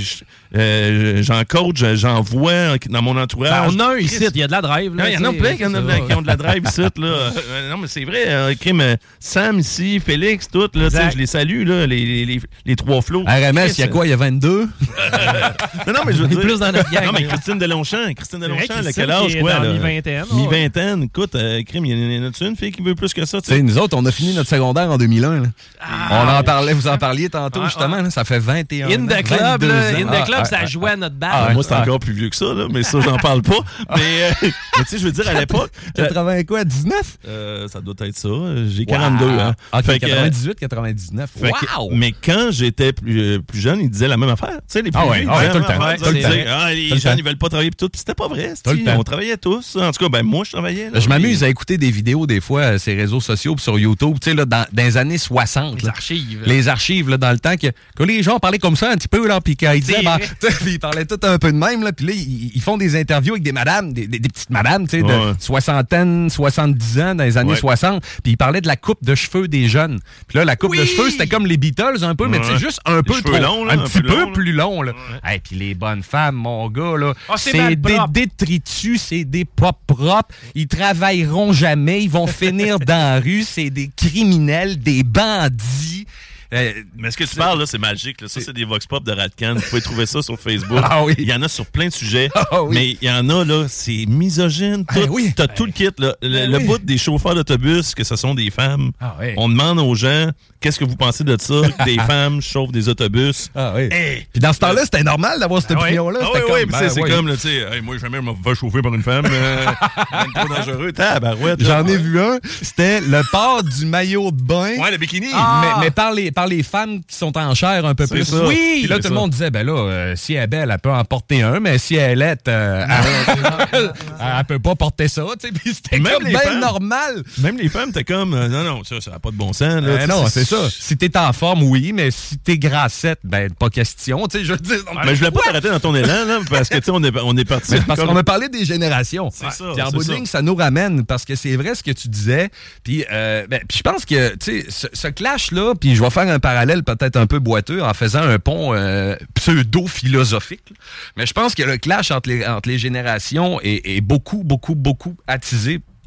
G: Euh, j'en coach, j'en vois dans mon entourage.
F: Ben, on a un ici, il y a de la drive.
G: Il y en a plein qui, qui ont de la drive ici. Là. Euh, non, mais c'est vrai. Euh, crime, Sam ici, Félix, tout, là, je les salue, là, les, les, les, les trois flots.
K: R M S, il y a quoi? Il y a vingt-deux?
G: non, non, mais je veux dire...
F: plus dans notre gang.
G: Non, mais Christine Delonchamp. Christine Delonchamp, elle a quel âge, quoi?
F: Dans mi-vingtaine.
G: Mi-vingtaine. Écoute, euh, crime, il y en a une fille qui veut plus que ça?
K: Tu sais, nous autres, on a fini notre secondaire en deux mille un. Là. Ah, on en parlait, vous en parliez tantôt, ah, justement. Ah. Là, ça fait vingt et un
F: In
K: ans.
F: the Club, là, In the Club, ça jouait à notre balle.
G: Ah, moi, c'est encore plus vieux que ça, là, mais ça, j'en parle pas. Mais, euh, mais tu sais, je veux dire, à l'époque.
K: quatre-vingts quoi, dix-neuf?
G: Euh, ça doit être ça. J'ai quarante-deux, wow. hein.
K: Ah, fait quatre-vingt-dix-huit, quatre-vingt-dix-neuf. Wow!
G: Que, mais quand j'étais plus, plus jeune, ils disaient la même affaire. Tu sais, les plus
K: ah ouais,
G: vieux,
K: ah ouais, tout le temps.
G: Affaire, ils disaient, ah, les jeunes, ils veulent pas travailler pis tout. Pis c'était pas vrai. On travaillait tous. En tout cas, ben, moi, je travaillais. Là,
K: je m'amuse à écouter des vidéos, des fois, sur les réseaux sociaux pis sur YouTube, tu sais, là, dans, dans les années soixante.
F: Les
K: là,
F: archives.
K: Les archives, là, dans le temps que, que les gens parlaient comme ça un petit peu, là, pis qu'ils disaient, ben, ils parlaient tout un peu de même, là, pis là, ils, ils font des interviews avec des madames, des, des, des petites madames, tu sais, de ouais. soixantaine, soixante-dix ans, dans les années ouais. soixante, puis ils parlaient de la coupe de cheveux des jeunes. Puis là, la coupe oui! de cheveux, c'était comme les Beatles un peu, ouais. mais c'est juste un les peu trop, longs, là, un, un petit peu, peu plus long, là. Ouais. Hey, puis les bonnes femmes, mon gars, là, oh, c'est, c'est des détritus, c'est des pas propres, ils travailleront jamais, ils vont finir dans la rue, c'est des criminels, des bandits.
G: Euh, mais ce que tu parles, là, c'est magique. Là. Ça, c'est des vox pop de Radcan. Vous pouvez trouver ça sur Facebook.
K: Ah oui.
G: Il y en a sur plein de sujets.
K: Ah oui.
G: Mais il y en a, là, c'est misogyne. Tout, ben oui. T'as ben tout le kit. Là. Le, ben le oui. bout des chauffeurs d'autobus, que ce sont des femmes.
K: Ah oui.
G: On demande aux gens, qu'est-ce que vous pensez de ça? Que des femmes chauffent des autobus.
K: Ah oui. Hey. Puis dans ce temps-là, c'était normal d'avoir cette ah opinion-là.
G: Ah
K: c'était
G: oui,
K: comme,
G: oui.
K: ben,
G: c'est
K: oui.
G: comme, là, tu sais, hey, moi, jamais je me fais chauffer par une femme. Euh, c'est trop dangereux. Tabarouette.
K: J'en ai vu un. C'était le port du maillot de bain.
G: Ouais, le bikini.
K: Ah. Mais, mais par, les, par les femmes qui sont en chair un peu
G: c'est
K: plus.
G: Ça.
K: Oui! Puis là, tout ça. Le monde disait, ben là, euh, si elle est belle, elle peut en porter un, mais si elle est, euh, elle, elle peut pas porter ça, tu sais. Puis c'était même comme bien normal.
G: Même les femmes, t'es comme, euh, non, non, ça, ça n'a pas de bon sens. Là,
K: euh, non, c'est ça. Si t'es en forme, oui, mais si t'es grassette, ben, pas question, tu sais, je veux dire.
G: Mais ben, je voulais pas t'arrêter dans ton élan, là, parce que, tu sais, on est, on est parti.
K: Parce qu'on a parlé des générations.
G: C'est ça.
K: Puis en bout de ligne, ça nous ramène, parce que c'est vrai ce que tu disais. Puis, euh, ben, puis je pense que, tu sais, ce, ce clash-là, puis je vais faire un parallèle peut-être un peu boiteux en faisant un pont euh, pseudo-philosophique. Là. Mais je pense que le clash entre les, entre les générations est, est beaucoup, beaucoup, beaucoup attisé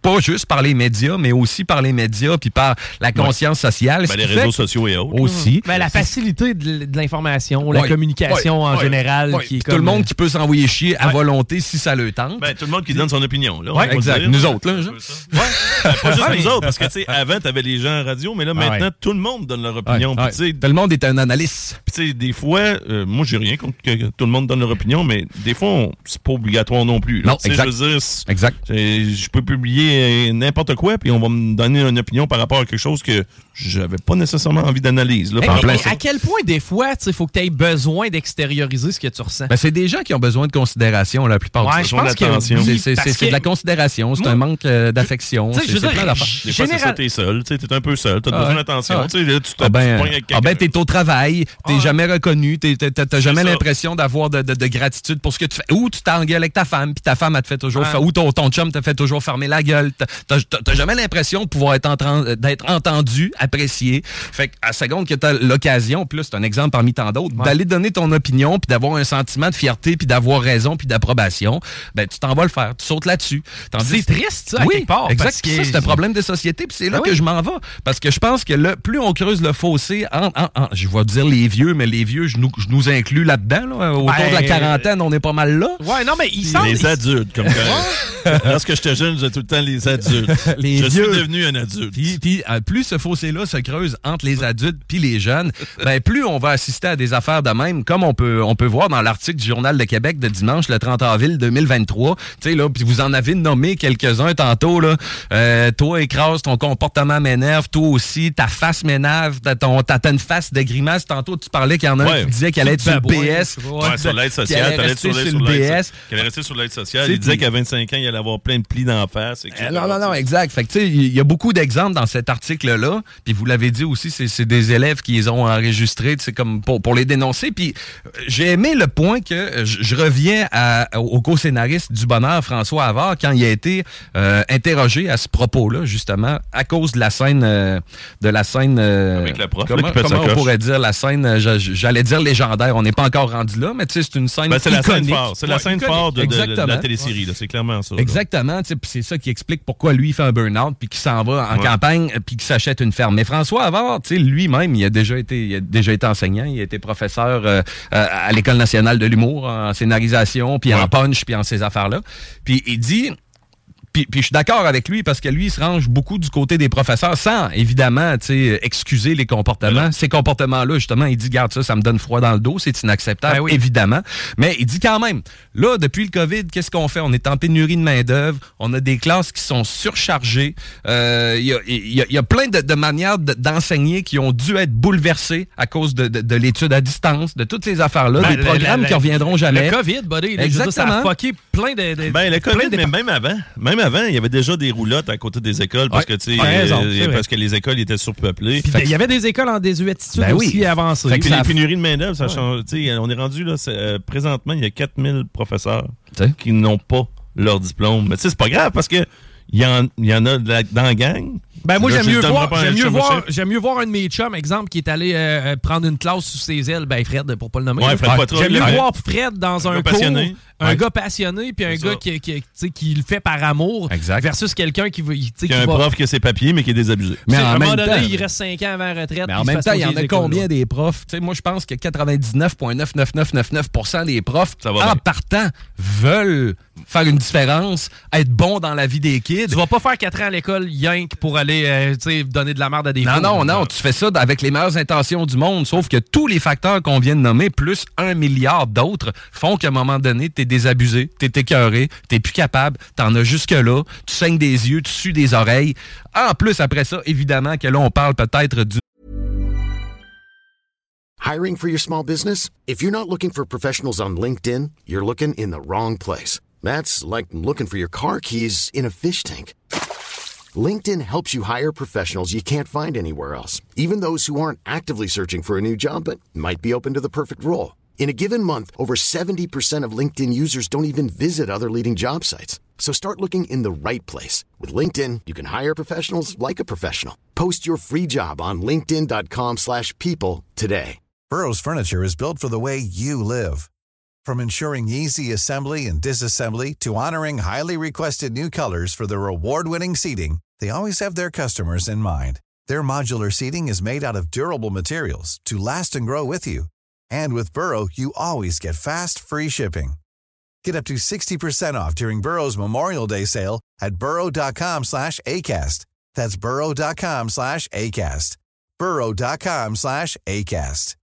K: pas juste par les médias, mais aussi par les médias puis par la conscience ouais. sociale.
G: Ben, les réseaux sociaux et autres.
K: Aussi.
F: Ben, la facilité de, de l'information, la ouais. communication
K: ouais.
F: en
K: ouais.
F: général.
K: Ouais.
F: Qui est
K: tout
F: comme...
K: le monde qui peut s'envoyer chier à ouais. volonté si ça le tente.
G: Ben, tout le monde qui donne son opinion. Là,
K: ouais, exact.
G: Dire,
K: nous
G: ouais.
K: autres, là. Genre.
G: Ouais. Ben, pas juste nous autres, parce que, tu sais, avant, t'avais les gens en radio, mais là, maintenant, ah ouais. tout le monde donne leur opinion.
K: Ouais.
G: Pis, ouais.
K: Tout le monde est un analyste.
G: Puis, tu sais, des fois, euh, moi, j'ai rien contre que tout le monde donne leur opinion, mais des fois, on, c'est pas obligatoire non plus. Là.
K: Non, exact.
G: Je veux dire,
K: exact.
G: Je peux publier n'importe quoi, puis on va me donner une opinion par rapport à quelque chose que j'avais pas nécessairement envie d'analyse. Là,
F: mais, mais à quel point, des fois, il faut que tu aies besoin d'extérioriser ce que tu ressens?
K: Ben, c'est des gens qui ont besoin de considération la plupart
F: ouais,
K: du
F: temps. Je pense que
K: oui, c'est, c'est, c'est de la considération, c'est moi, un manque euh, d'affection.
F: C'est,
K: c'est, c'est plein d'affaires.
G: Des fois, c'est ça, t'es seul, t'es un peu seul, t'as ah, besoin d'attention. Ah, tu
K: ah ben, ah ben, t'es au travail, t'es ah, jamais reconnu, t'es, t'es, t'as jamais ça. l'impression d'avoir de, de, de gratitude pour ce que tu fais. Ou tu t'engueules avec ta femme, puis ta femme, elle te fait toujours... Ah. Ou ton, ton chum te fait toujours fermer la gueule. T'as, t'as, t'as jamais l'impression de pouvoir être entran- d'être entendu, apprécié. Fait qu'à la seconde que t'as l'occasion, puis là, c'est un exemple parmi tant d'autres, ouais. d'aller donner ton opinion, puis d'avoir un sentiment de fierté, puis d'avoir raison, puis d'approbation, ben tu t'en vas le faire. Tu sautes là-dessus.
F: Tandis c'est triste, ça, à
K: oui,
F: quelque part.
K: Exact.
F: Parce que...
K: ça, c'est un problème de société, puis c'est là
F: ah
K: que
F: oui.
K: je m'en vais. Parce que je pense que là, plus on creuse le fossé, en, en, en, je vais dire les vieux, mais les vieux, je nous, je nous inclus là-dedans. Là, autour ben, de la quarantaine, on est pas mal là.
F: Ouais, non, mais ils sont...
G: Les adultes, comme quand... Lorsque j'étais jeune, j'ai tout le temps les adultes.
K: les
G: je
K: vieux.
G: suis devenu un adulte.
K: Puis, puis plus ce fossé-là se creuse entre les adultes puis les jeunes, ben plus on va assister à des affaires de même, comme on peut on peut voir dans l'article du Journal de Québec de dimanche, le trente avril deux mille vingt-trois. Tu sais, là, puis vous en avez nommé quelques-uns tantôt, là. Euh, toi, écrase, ton comportement m'énerve. Toi aussi, ta face m'énerve. T'as, ton, t'as, t'as une face de grimace. Tantôt, tu parlais qu'il y en a ouais. un qui disait qu'elle allait être sur le B S.
G: Ouais, sur l'aide sociale. T'allais être sur, sur le B S. Qu'elle allait rester sur l'aide sociale. Il disait qu'à vingt-cinq ans, il allait avoir plein de plis d'en face.
K: Euh, non, non, non, exact. Fait que, tu sais, il y a beaucoup d'exemples dans cet article-là. Puis vous l'avez dit aussi, c'est, c'est des élèves qui les ont enregistrés, tu sais, comme pour, pour les dénoncer. Puis j'ai aimé le point que je, je reviens à, au co-scénariste du Bonheur, François Havard, quand il a été euh, interrogé à ce propos-là, justement, à cause de la scène, euh, de la scène. Euh,
G: Avec la prof,
K: comment,
G: là, qui
K: comment on pourrait dire la scène, euh, j'allais dire légendaire. On n'est pas encore rendu là, mais tu sais, c'est une scène
G: ben, c'est
K: iconique.
G: La scène forte. C'est ouais, la scène forte de, de, de, de la télésérie. Là, c'est clairement ça.
K: Exactement. Puis c'est ça qui explique pourquoi lui il fait un burn-out puis qu'il s'en va en ouais. campagne puis qu'il s'achète une ferme. Mais François Havard, tu sais, lui-même, il a déjà été, il a déjà été enseignant. Il a été professeur euh, à l'École nationale de l'humour en scénarisation puis ouais. en punch puis en ces affaires-là. Puis il dit. Puis, puis je suis d'accord avec lui parce que lui, il se range beaucoup du côté des professeurs sans, évidemment, tu sais, excuser les comportements. Ces comportements-là, justement, il dit, garde ça, ça me donne froid dans le dos, c'est inacceptable, ben oui. évidemment. Mais il dit quand même, là, depuis le COVID, qu'est-ce qu'on fait? On est en pénurie de main-d'œuvre, on a des classes qui sont surchargées, euh, il y, a, il y, a, il y a plein de, de manières de, d'enseigner qui ont dû être bouleversées à cause de, de, de l'étude à distance, de toutes ces affaires-là, ben, des la, programmes la, la, qui reviendront jamais.
F: Le COVID, buddy,
K: exactement.
F: Ça a fucké plein de... de
G: ben, le COVID,
F: de...
G: mais même avant, même avant, il y avait déjà des roulottes à côté des écoles parce ouais, que tu sais euh, parce que les écoles étaient surpeuplées.
F: Il y avait des écoles en désuétude ben aussi oui. avancées.
G: Fait que les pénuries de main-d'œuvre, ça ouais. change. Tu sais, on est rendu là euh, présentement, il y a quatre mille professeurs t'sais? qui n'ont pas leur diplôme. Mais tu sais, c'est pas grave parce que il y en il y en a dans la gang.
F: Ben moi, là, j'aime mieux voir, j'aime mieux voir, j'aime mieux voir un de mes chums, exemple, qui est allé euh, prendre une classe sous ses ailes, ben Fred, pour pas le nommer.
G: Ouais, Fred Poitras,
F: j'aime mieux
G: ouais.
F: voir Fred dans un, un cours, passionné. un ouais. gars passionné, puis un c'est gars qui, qui, qui, qui le fait par amour,
K: exact.
F: versus quelqu'un qui veut, qui,
G: qui a un
F: va...
G: prof qui a ses papiers, mais qui est désabusé.
K: Mais
F: à
K: en
F: un moment
K: même
F: donné,
K: temps,
F: il reste cinq ans avant la retraite.
K: Mais en même temps, il y en a combien là. des profs? T'sais, moi, je pense que quatre-vingt-dix-neuf virgule neuf neuf neuf neuf neuf pour cent des profs, en bien. partant, veulent faire une différence, être bons dans la vie des kids.
F: Tu vas pas faire quatre ans à l'école, yank, pour aller euh, donner de la merde à des
K: Non,
F: fous,
K: non, non, tu fais ça avec les meilleures intentions du monde, sauf que tous les facteurs qu'on vient de nommer, plus un milliard d'autres, font qu'à un moment donné, t'es désabusé, t'es écœuré, t'es plus capable, t'en as jusque-là, tu saignes des yeux, tu sues des oreilles. En plus, après ça, évidemment que là, on parle peut-être du...
L: Hiring for your small business? If you're not looking for professionals on LinkedIn, you're looking in the wrong place. That's like looking for your car keys in a fish tank. LinkedIn helps you hire professionals you can't find anywhere else, even those who aren't actively searching for a new job but might be open to the perfect role. In a given month, over seventy percent of LinkedIn users don't even visit other leading job sites. So start looking in the right place. With LinkedIn, you can hire professionals like a professional. Post your free job on linkedin dot com slash people today.
M: Burrow's furniture is built for the way you live. From ensuring easy assembly and disassembly to honoring highly requested new colors for their award-winning seating, they always have their customers in mind. Their modular seating is made out of durable materials to last and grow with you. And with Burrow, you always get fast, free shipping. Get up to sixty percent off during Burrow's Memorial Day sale at burrow.com slash ACAST. That's burrow.com slash ACAST. burrow.com slash ACAST.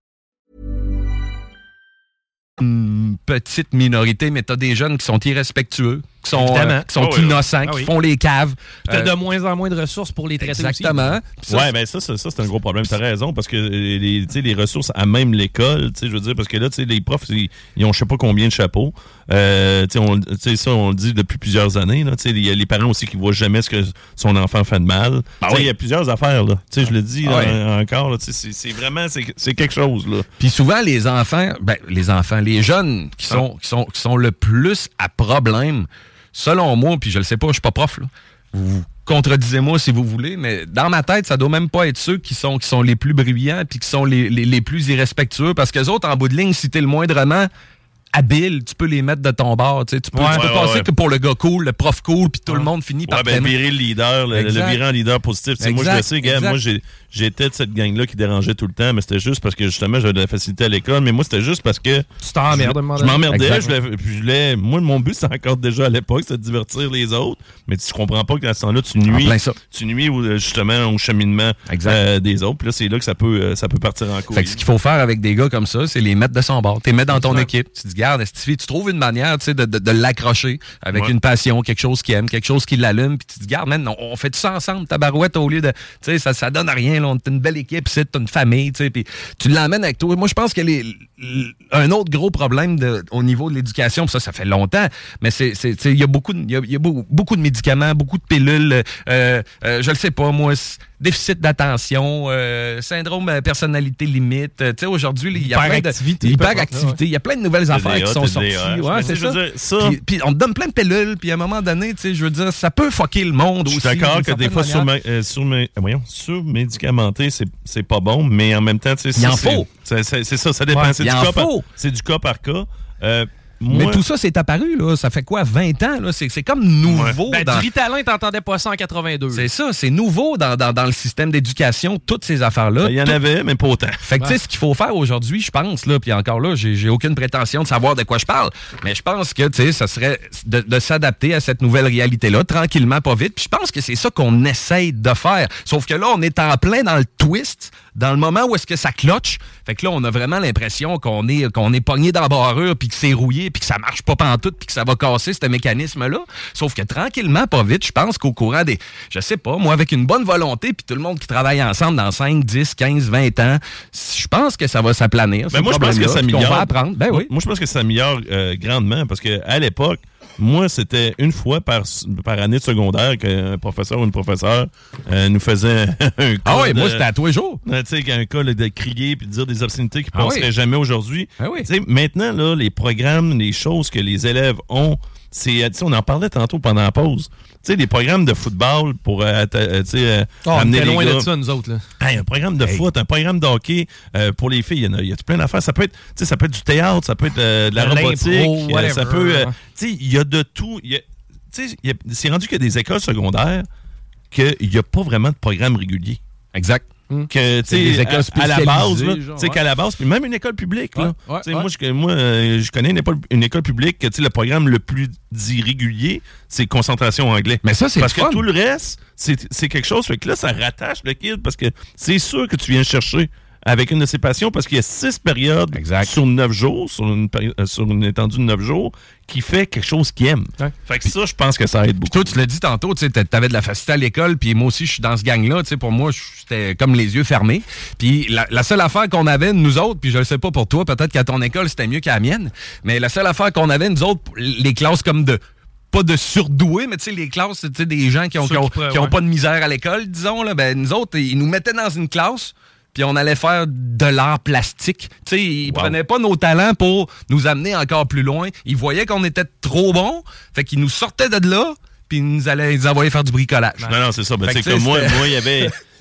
K: Une petite minorité, mais t'as des jeunes qui sont irrespectueux, qui sont, euh, qui sont
F: oh, oui,
K: innocents,
F: oui.
K: qui
F: Ah oui.
K: font les caves.
F: T'as
K: Euh,
F: de moins en moins de ressources pour les traiter
K: Exactement.
F: aussi.
G: Ouais, ben ça, ça, ça, c'est un gros problème. T'as raison, parce que les, tu sais, les ressources à même l'école, tu sais, je veux dire, parce que là, tu sais, les profs, ils, ils ont je sais pas combien de chapeaux. Euh, tu sais, on- tu sais, ça, on le dit depuis plusieurs années. Là, tu sais, il y a les parents aussi qui voient jamais ce que son enfant fait de mal.
K: Ah
G: Tu sais,
K: oui.
G: il y a plusieurs affaires, là. Tu sais, je le dis
K: Ah
G: là,
K: oui.
G: en- encore, là, tu sais, c'est, c'est vraiment, c'est, c'est quelque chose, là.
K: Puis souvent, les enfants, ben, les enfants, les jeunes qui sont, qui sont, qui sont le plus à problème, selon moi, puis je le sais pas, je suis pas prof, là. Vous contredisez-moi si vous voulez, mais dans ma tête, ça doit même pas être ceux qui sont, qui sont les plus bruyants puis qui sont les, les, les plus irrespectueux, parce que les autres, en bout de ligne, si t'es le moindrement habile, tu peux les mettre de ton bord. Tu sais, tu peux,
G: Ouais,
K: tu peux
G: ouais,
K: passer
G: ouais.
K: que pour le gars cool, le prof cool, puis tout le monde finit par
G: Ouais, ben,
K: t'aimer.
G: virer le leader, le, le
K: Exact.
G: virer en leader positif. Tu sais, moi, je
K: Exact,
G: le sais, gars,
K: exact.
G: moi, j'ai, j'étais de cette gang-là qui dérangeait tout le temps, mais c'était juste parce que, justement, j'avais de la facilité à l'école, mais moi, c'était juste parce que...
F: Tu t'emmerdes,
G: je,
F: à un moment
G: je
F: donné.
G: m'emmerdais,
F: Exact.
G: je voulais, puis je voulais... Moi, mon but, c'était encore déjà à l'époque, c'était de divertir les autres, mais tu comprends pas qu'à ce temps-là, tu nuis,
K: En plein ça.
G: tu nuis au- justement au cheminement euh, des autres, puis là, c'est là que ça peut, euh, ça peut partir en couille.
K: Fait que ce qu'il faut faire avec des gars comme ça, c'est les mettre de son bord. T'es mets dans ton équipe. Tu te dis, garde, Stevie, tu trouves une manière, tu sais, de, de, de l'accrocher avec
G: Ouais.
K: une passion, quelque chose qu'il aime, quelque chose qui l'allume, puis tu te dis, garde, man, on, on fait tout ça ensemble, tabarouette, au lieu de, tu sais, ça, ça donne à rien, là, on est une belle équipe, c'est t'as une famille, tu sais, puis tu l'emmènes avec toi. Moi, je pense que les, l- un autre gros problème de, au niveau de l'éducation, puis ça, ça fait longtemps, mais c'est, c'est, tu sais, il y a beaucoup, de- il y a, il y a beaucoup, beaucoup de médicaments, beaucoup de pilules, euh, euh, je le sais pas, moi, c- déficit d'attention, euh, syndrome euh, personnalité limite. Euh, tu sais, aujourd'hui, il y a plein de
F: Hyperactivité,
K: hyperactivité. Il y a plein de nouvelles
G: T D A,
K: affaires qui sont
G: T D A,
K: sorties.
G: je
K: Ouais,
G: me
K: c'est
G: dis, je veux
K: ça.
G: dire, ça-
K: Puis, puis on te donne plein de pilules, puis à un moment donné, tu sais, je veux dire, ça peut fucker le monde
G: Je
K: aussi.
G: suis d'accord
K: d'une
G: que des
K: certaine
G: fois, sur,
K: manière.
G: euh, sur, euh, voyons, sur médicamenté, c'est, c'est pas bon, mais en même temps, tu sais,
K: Il en
G: c'est,
K: faut.
G: c'est, c'est, c'est ça, ça dépend.
K: Ouais,
G: c'est,
K: il
G: du
K: en
G: cas par,
K: faut.
G: c'est du cas par cas. Euh,
K: Mais
G: moi-
K: tout ça, c'est apparu, là. Ça fait quoi, vingt ans, là? C'est, c'est comme nouveau.
F: Ben,
K: dans...
F: du Ritalin, t'entendais pas ça en quatre-vingt-deux.
K: C'est ça, c'est nouveau dans, dans, dans le système d'éducation, toutes ces affaires-là.
G: Il y en
K: Tout-
G: avait, mais pas autant.
K: Fait que, tu sais, ce qu'il faut faire aujourd'hui, je pense, là, puis encore là, j'ai, j'ai aucune prétention de savoir de quoi je parle, mais je pense que, tu sais, ça serait de, de s'adapter à cette nouvelle réalité-là, tranquillement, pas vite, puis je pense que c'est ça qu'on essaye de faire. Sauf que là, on est en plein dans le twist, dans le moment où est-ce que ça cloche. Fait que là, on a vraiment l'impression qu'on est, qu'on est pogné dans la barrure, puis que c'est rouillé, puis que ça marche pas pantoute, puis que ça va casser ce mécanisme-là. Sauf que tranquillement, pas vite, je pense qu'au courant des, je sais pas, moi, avec une bonne volonté, puis tout le monde qui travaille ensemble dans cinq, dix, quinze, vingt ans, je pense que ça va s'aplanir.
G: Ben moi, je pense que ça
K: qu'on
G: améliore.
K: va apprendre. Ben oui.
G: Moi, je pense que ça améliore euh, grandement parce que à l'époque, moi, c'était une fois par, par année de secondaire qu'un professeur ou une professeure euh, nous faisait un cas.
K: Ah oui,
G: de-
K: moi, c'était à tous les jours.
G: Euh, Tu sais, un cas là, de crier puis de dire des obscénités qui ne
K: Ah
G: passeraient
K: oui.
G: jamais aujourd'hui.
K: Ah oui.
G: Tu sais, maintenant, là, les programmes, les choses que les élèves ont, c'est, tu sais, on en parlait tantôt pendant la pause. Tu sais, des programmes de football pour euh, atta- euh, tu sais, euh,
F: Oh, on
G: amener
F: était
G: les
F: loin
G: gars.
F: de ça, nous autres. Là.
G: Hey, un programme de
F: Hey.
G: foot, un programme de hockey euh, pour les filles, il y en a, il y a tout plein d'affaires. Ça peut être, tu sais, ça peut être du théâtre, ça peut être euh, de la
F: De
G: robotique,
F: l'impro,
G: euh,
F: whatever,
G: ça peut, euh,
F: ouais.
G: tu sais, il y a de tout. Il y a- tu sais, il y a- c'est rendu qu'il y a des écoles secondaires qu'il n'y a pas vraiment de programme régulier.
K: Exact.
G: Que, tu
K: C'est des
G: sais,
K: écoles
G: à, à la base,
K: spécialisées,
G: là,
K: genre,
G: tu sais,
K: ouais.
G: qu'à la base, puis même une école publique, là.
K: Ouais, ouais,
G: Tu sais,
K: ouais.
G: moi, je, moi euh, je connais une école, une école publique que, tu sais, le programme le plus dit régulier, c'est concentration anglais.
K: Mais ça, c'est
G: parce
K: le
G: que
K: fun.
G: tout le reste, c'est, c'est quelque chose, fait que là, ça rattache le kid parce que c'est sûr que tu viens le chercher avec une de ses passions parce qu'il y a six périodes
K: Exact.
G: sur neuf jours, sur une, péri- euh, sur une étendue de neuf jours, qui fait quelque chose qu'il aime.
F: Ouais.
G: Fait que ça, je pense que ça aide beaucoup.
K: Toi, tu l'as dit tantôt, tu sais, t'avais de la facilité à l'école, puis moi aussi, je suis dans ce gang-là, tu sais, pour moi, j'étais comme les yeux fermés. Puis la, la seule affaire qu'on avait, nous autres, puis je le sais pas pour toi, peut-être qu'à ton école, c'était mieux qu'à la mienne, mais la seule affaire qu'on avait, nous autres, les classes comme de... pas de surdoués, mais tu sais, les classes, tu sais, des gens qui ont,
F: Ceux
K: qui ont,
F: qui pourraient,
K: qui ont
F: ouais.
K: pas de misère à l'école, disons, là, ben, nous autres, ils nous mettaient dans une classe, puis on allait faire de l'art plastique. Tu sais, ils
G: Wow.
K: prenaient pas nos talents pour nous amener encore plus loin. Ils voyaient qu'on était trop bons, fait qu'ils nous sortaient de là, puis ils nous allaient ils nous envoyaient faire du bricolage.
G: Non, non, c'est ça. Ben,
K: Fait
G: tu
K: que
G: sais,
K: tu sais,
G: comme moi,
K: c'était-
G: moi, il y avait,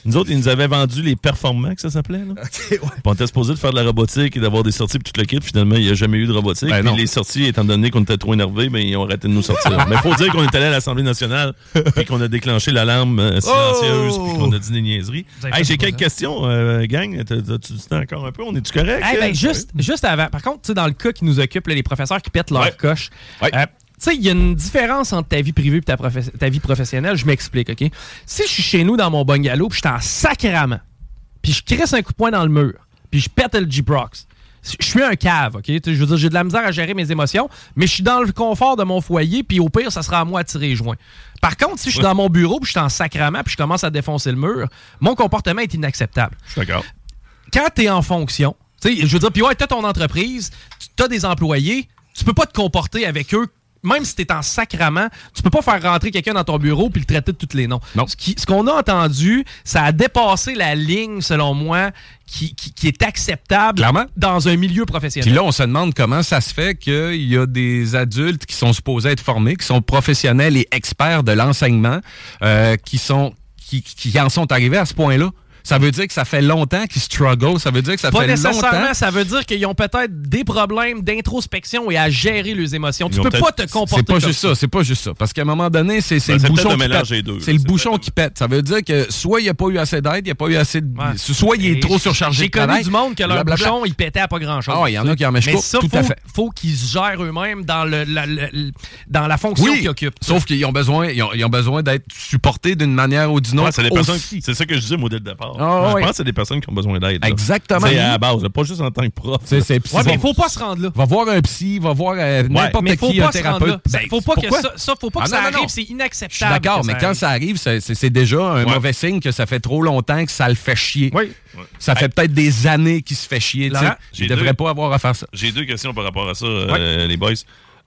G: Nous autres, ils nous avaient vendu les performants, que ça s'appelait. Là.
K: Okay, ouais.
G: On était supposé de faire de la robotique et d'avoir des sorties pour tout le kit. Finalement, il n'y a jamais eu de robotique.
K: Ben
G: puis
K: non.
G: les sorties, étant donné qu'on était trop énervés, ben, ils ont arrêté de nous sortir. Mais il faut dire qu'on est allé à l'Assemblée nationale puis qu'on a déclenché l'alarme euh, silencieuse puis qu'on a dit des niaiseries. Hey, j'ai quelques questions, euh, gang. T'as-tu dit encore un peu? On est-tu correct?
F: Hey, ben, juste, juste avant. Par contre, tu sais, dans le cas qui nous occupe, là, les professeurs qui pètent leur
G: Ouais.
F: coche,
G: Ouais.
F: euh, tu sais, il y a une différence entre ta vie privée et ta, profe- ta vie professionnelle. Je m'explique, OK? Si je suis chez nous dans mon bungalow puis je suis en sacrament, puis je crisse un coup de poing dans le mur, puis je pète le G-Prox, je suis un cave, OK? Je veux dire, j'ai de la misère à gérer mes émotions, mais je suis dans le confort de mon foyer, puis au pire, ça sera à moi de tirer les joints. Par contre, si je suis dans mon bureau, puis je suis en sacrament, puis je commence à défoncer le mur, mon comportement est inacceptable.
G: Je suis d'accord.
F: Quand tu es en fonction, tu sais, je veux dire, puis ouais, tu as ton entreprise, tu as des employés, tu peux pas te comporter avec eux. Même si tu es en sacrament, tu peux pas faire rentrer quelqu'un dans ton bureau puis le traiter de tous les noms.
K: Non.
F: Ce, qui, ce qu'on a entendu, ça a dépassé la ligne, selon moi, qui, qui, qui est acceptable
K: Clairement.
F: dans un milieu professionnel.
K: Puis là, on se demande comment ça se fait qu'il y a des adultes qui sont supposés être formés, qui sont professionnels et experts de l'enseignement, euh, qui sont qui, qui en sont arrivés à ce point-là. Ça veut dire que ça fait longtemps qu'ils struggle. Ça veut dire que ça
F: Pas
K: fait
F: nécessairement,
K: longtemps...
F: ça veut dire qu'ils ont peut-être des problèmes d'introspection et à gérer leurs émotions.
G: Ils
F: Tu
G: ont
F: peux
G: peut-être-
F: pas te comporter
K: C'est pas
F: comme
K: juste ça, c'est pas juste ça. Parce qu'à un moment donné, c'est c'est
G: Ben,
K: le
G: c'est
K: bouchon
G: peut-être
K: qui
G: un mélange
K: pète.
G: des deux,
K: C'est le
G: c'est
K: bouchon qui pète. Ça veut dire que soit il n'y a pas eu assez d'aide, il n'y a pas eu assez de...
F: Ouais.
K: Soit il est
F: Et
K: trop surchargé
F: J'ai
K: de
F: connu
K: travail.
F: du monde que leur
K: blablabla.
F: bouchon, il pétait à pas grand-chose.
K: Ah, il y en a qui en mèchent
F: Mais
K: pas,
F: ça,
K: tout
F: faut,
K: à fait.
F: faut qu'ils se gèrent eux-mêmes dans, le, la- le- le- dans la fonction
K: Oui,
F: qu'ils occupent.
K: sauf qu'ils ont besoin, ils ont, ils ont besoin d'être supportés d'une manière ou d'une autre.
G: Ouais, c'est, des personnes,
K: aussi.
G: c'est ça que je disais, moi, dès le départ.
K: Ah,
G: je
K: ouais.
G: pense que c'est des personnes qui ont besoin d'aide. là.
K: Exactement.
G: C'est à la base, là, pas juste en tant que prof.
K: C'est, c'est,
F: Ouais, mais il faut pas se rendre là.
K: Va voir un psy, va voir euh, n'importe
F: mais faut
K: qui,
F: pas
K: un
F: se rendre là.
K: thérapeute. Ben,
F: faut pas
K: pourquoi?
F: que ça, ça, faut pas
K: Ah,
F: que
K: non,
F: ça
K: non,
F: arrive,
K: non.
F: c'est inacceptable.
K: Je suis d'accord,
F: que
K: mais
F: ça
K: quand
F: arrive.
K: ça arrive, c'est, c'est, c'est déjà un
G: Ouais.
K: mauvais signe que ça fait trop longtemps que ça le fait chier.
F: Oui.
K: Ça fait peut-être des années qu'il se fait chier. tu sais.
F: Laurent,
K: Il devrait
G: deux-
K: pas avoir à faire ça.
G: J'ai deux questions par rapport à ça, euh, les boys.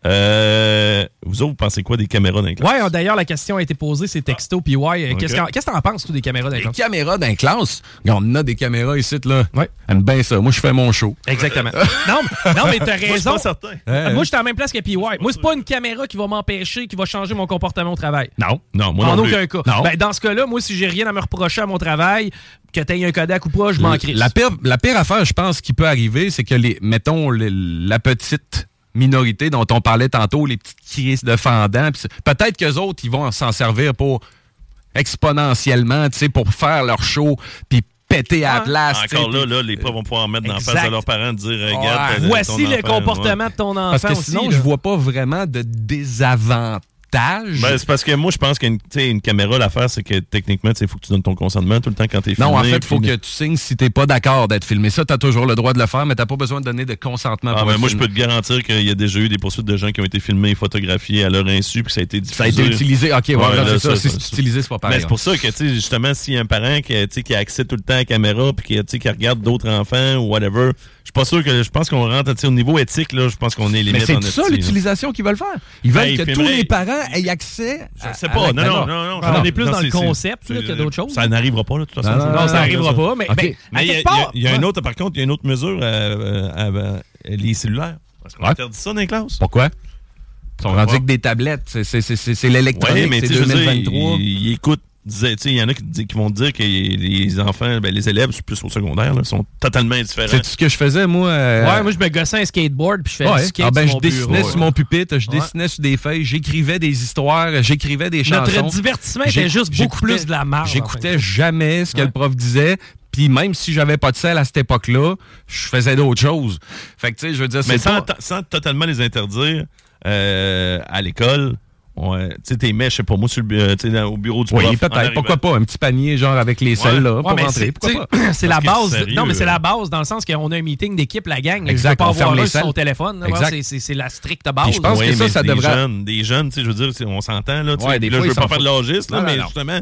G: Euh, vous autres, vous pensez quoi des caméras dans les classes?
F: Ouais, d'ailleurs, la question a été posée, c'est texto, puis ouais,
G: Ok.
F: qu'est-ce, que, qu'est-ce que t'en penses, toi, des caméras dans les
K: Les
F: classes?
K: caméras dans les classes, on a des caméras ici, là.
F: Ouais.
K: Aime bien ça. Moi, je fais mon show.
F: Exactement. non, mais- non, mais t'as
G: Moi, je suis
F: raison.
G: pas certain.
K: Hein?
F: Moi, je suis à la même place que P Y. Moi, c'est pas une caméra qui va m'empêcher, qui va changer mon comportement au travail.
K: Non.
G: Non, moi
F: en
G: non plus.
F: aucun cas.
K: Non.
F: Ben, dans ce cas-là, moi, si j'ai rien à me reprocher à mon travail, que t'aies un Kodak ou pas, je m'en crisse.
K: La pire, la pire affaire, je pense, qui peut arriver, c'est que, les, mettons, les- la petite minorité dont on parlait tantôt, les petites crises de fendant, pis c'est- peut-être qu'eux autres, ils vont s'en servir pour exponentiellement, tu sais, pour faire leur show, puis péter à la
F: Ouais.
K: place. tu sais,
G: Encore là,
K: puis-
G: là, les profs vont pouvoir en mettre dans la
F: Exact.
G: face à leurs parents, dire, regarde,
K: Ouais.
G: t'as-
F: Voici
G: ton
F: le
G: enfant,
F: comportement
G: ouais.
F: de ton enfant
K: Parce que
F: aussi.
K: sinon,
F: là.
K: je vois pas vraiment de désavantage.
G: Ben, c'est parce que moi, je pense qu'une tu sais, une caméra, l'affaire, c'est que techniquement, il faut que tu donnes ton consentement tout le temps quand t'es filmé.
K: non, en fait, il faut
G: puis-
K: que tu signes si t'es pas d'accord d'être filmé. Ça, t'as toujours le droit de le faire, mais t'as pas besoin de donner de consentement
G: Ah,
K: pour
G: ben,
K: être
G: moi, je
K: filmé.
G: peux te garantir qu'il y a déjà eu des poursuites de gens qui ont été filmés et photographiés à leur insu, puis ça a été diffusé.
K: Ça a été utilisé. OK, ouais,
G: Ouais,
K: là,
G: là,
K: c'est ça.
G: ça,
K: Si
G: ça,
K: c'est
G: ça.
K: utilisé, c'est pas pareil.
G: Mais c'est pour ça que, tu sais, justement, s'il y a un parent qui, tu sais, qui a accès tout le temps à la caméra puis qui, tu sais, qui regarde d'autres enfants ou whatever, je suis pas sûr que, je pense qu'on rentre, tu sais, au niveau éthique, là, je pense qu'on est limite
K: Mais c'est
G: en
K: ça
G: esti, là.
K: l'utilisation qu'ils veulent faire. Ils veulent
G: Ben,
K: que
G: ils
K: tous
G: filmeraient-
K: les parents aient accès.
G: Je
K: à-
G: sais
K: à
G: pas,
K: la
G: non, non,
K: caméra.
G: non, non.
F: Ah, on est plus
G: non,
F: dans le
G: c'est-
F: concept
G: c'est-
F: là, que d'autres choses.
G: Ça n'arrivera pas, là, de toute façon.
K: Non, non,
F: Non, ça
K: non,
F: n'arrivera
K: non,
F: pas. Mais,
K: OK.
F: ben,
G: Mais
F: à
G: il y a,
F: quelque part,
G: il y a- il y a un
F: ouais.
G: autre, par contre, il y a une autre mesure, euh, euh, euh, les cellulaires. Est-ce qu'on
K: Ouais.
G: interdit ça dans les classes?
K: Pourquoi? Ils sont
G: Ouais.
K: rendus avec des tablettes. C'est, c'est, c'est, c'est, c'est l'électronique.
G: Oui, mais
K: c'est
G: tu sais, je veux
K: deux
G: dire,
K: mille vingt-trois.
G: ils, ils écoutent. disait, tu sais, il y en a qui, di- qui vont te dire que les enfants, ben, les élèves, plus au secondaire, là, sont totalement indifférents.
K: C'est ce que je faisais, moi. euh,
F: Ouais, moi, je me gossais un skateboard puis je faisais
K: Ouais.
F: du skate
K: Ah ben,
F: sur
K: je
F: mon
K: dessinais
F: bureau.
K: sur mon pupitre, je
F: Ouais.
K: dessinais sur des feuilles, j'écrivais des histoires, j'écrivais des chansons.
F: Notre divertissement était
K: J'ai-
F: juste beaucoup
K: j'écoutais-
F: plus de la marge.
K: J'écoutais jamais ce que le prof disait. Puis même si j'avais pas de sel à cette époque-là, je faisais d'autres choses. Fait que, tu sais, je veux dire,
G: Mais
K: c'est
G: sans,
K: pas...
G: t- sans totalement les interdire euh, à l'école, ouais, tu sais, tes mets, je sais pas, moi, sur le, bu- euh, tu sais, dans- au bureau du prof.
K: Oui,
G: en
K: peut-être.
G: arrivant.
K: Pourquoi pas? Un petit panier, genre, avec les selles, là,
F: Ouais,
K: pour
F: mais
K: rentrer.
F: c'est-
K: Pourquoi
F: tu sais,
K: pas?
F: c'est la
G: Parce que
F: base.
G: c'est sérieux,
F: non, mais c'est
G: là.
F: la base dans le sens qu'on a un meeting d'équipe, la gang.
K: Exact,
F: Je peux pas
K: on
F: avoir
K: ferme
F: un
K: les
F: sur son
K: selles.
F: téléphone. là.
K: Exact.
F: Ouais, c'est- c'est c'est la stricte base.
K: Puis je pense
G: Oui,
K: que ça,
G: mais
K: ça
G: des
K: devrait...
G: Jeunes, des jeunes, tu sais, je veux dire, c'est- on s'entend, là. tu sais,
K: Ouais, des
G: puis là,
K: fois,
G: je veux
K: ils
G: pas
K: s'en
G: faire de
K: foutent.
G: logiste, là,
K: Non,
G: mais
K: non, non.
G: justement,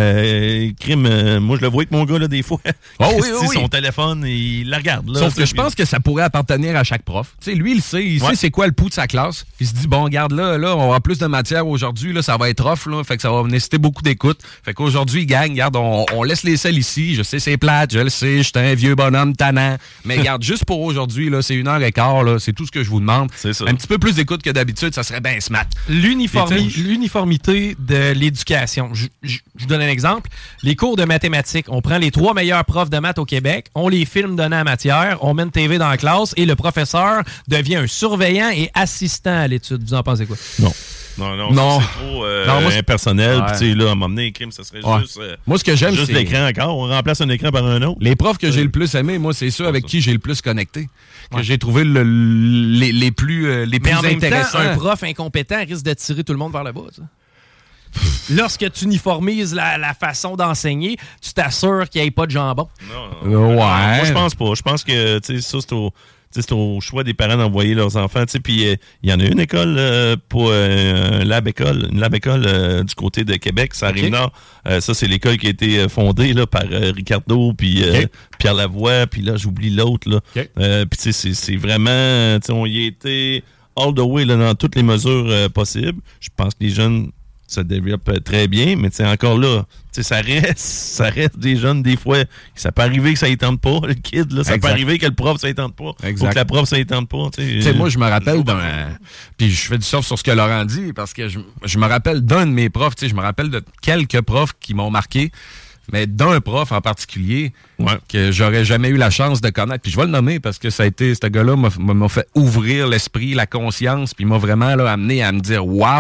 G: euh, crime, euh, moi, je le vois avec mon gars, là, des fois.
K: Oh, oui,
G: Christy,
K: oui, oui.
G: son téléphone, il la regarde, là.
K: Sauf que
G: tu
K: je
G: sais,
K: pense que ça pourrait appartenir à chaque prof. Tu sais, lui, il sait, il
G: Ouais.
K: sait c'est quoi le pouls de sa classe. Il se dit, bon, regarde là, là, on va avoir plus de matière matière aujourd'hui, là, ça va être off, là, fait que ça va nécessiter beaucoup d'écoute. Fait qu'aujourd'hui, gang, regarde, on, on laisse les selles ici. Je sais, c'est plate, je le sais, je suis un vieux bonhomme tannant. Mais regarde, juste pour aujourd'hui, là, c'est une heure et quart, là, c'est tout ce que je vous demande.
G: C'est ça.
K: Un petit peu plus d'écoute que d'habitude, ça serait bien smart.
F: L'uniformi- l'uniformité de l'éducation. Je, je, je vous donne un exemple. Les cours de mathématiques, on prend les trois meilleurs profs de maths au Québec, on les filme donnant la matière, on met une T V dans la classe et le professeur devient un surveillant et assistant à l'étude. Vous en pensez quoi?
G: Non. Non, non,
K: non.
G: Ça, c'est trop euh,
K: non, moi,
G: impersonnel.
K: Ouais.
G: Puis, tu sais, là, à m'emmener les crimes, ça serait
K: Ouais.
G: juste, euh,
K: moi, ce que j'aime,
G: juste
K: c'est
G: l'écran encore. On remplace un écran par un autre.
K: Les profs que j'ai le plus aimé, moi, c'est ceux avec qui j'ai le plus connecté. Que ouais. j'ai trouvé le, les, les plus, euh, les
F: Mais
K: plus
F: en même
K: intéressants.
F: temps, un prof incompétent risque de tirer tout le monde vers le bas. Ça. Lorsque tu uniformises la, la façon d'enseigner, tu t'assures qu'il n'y ait pas de jambon.
G: Non, non.
K: Ouais.
G: Moi, je pense pas. Je pense que, tu sais, ça, c'est au... T'sais, c'est au choix des parents d'envoyer leurs enfants. Puis il euh, y en a une école euh, pour euh, un lab école, une lab école euh, du côté de Québec, ça arrive okay. nord. Euh, ça, c'est l'école qui a été fondée là, par euh, Ricardo, puis euh, okay. Pierre Lavoie, puis là, j'oublie l'autre. Là. Okay. Euh, puis tu sais, c'est, c'est vraiment, on y a été all the way là, dans toutes les mesures euh, possibles. Je pense que les jeunes ça développe très bien, mais tu sais, encore là, tu sais, ça reste, ça reste des jeunes, des fois, ça peut arriver que ça ne tente pas, le kid, là, ça exact. peut arriver que le prof, ça ne tente pas, exact. ou que la prof, ça ne tente pas, tu
K: sais. Moi, je me rappelle d'un, puis je fais du surf sur ce que Laurent dit, parce que je, je me rappelle d'un de mes profs, tu sais, je me rappelle de quelques profs qui m'ont marqué, mais d'un prof en particulier ouais. que j'aurais jamais eu la chance de connaître. Puis je vais le nommer parce que ça a été, ce gars-là m'a, m'a fait ouvrir l'esprit, la conscience, puis il m'a vraiment là, amené à me dire « Wow! »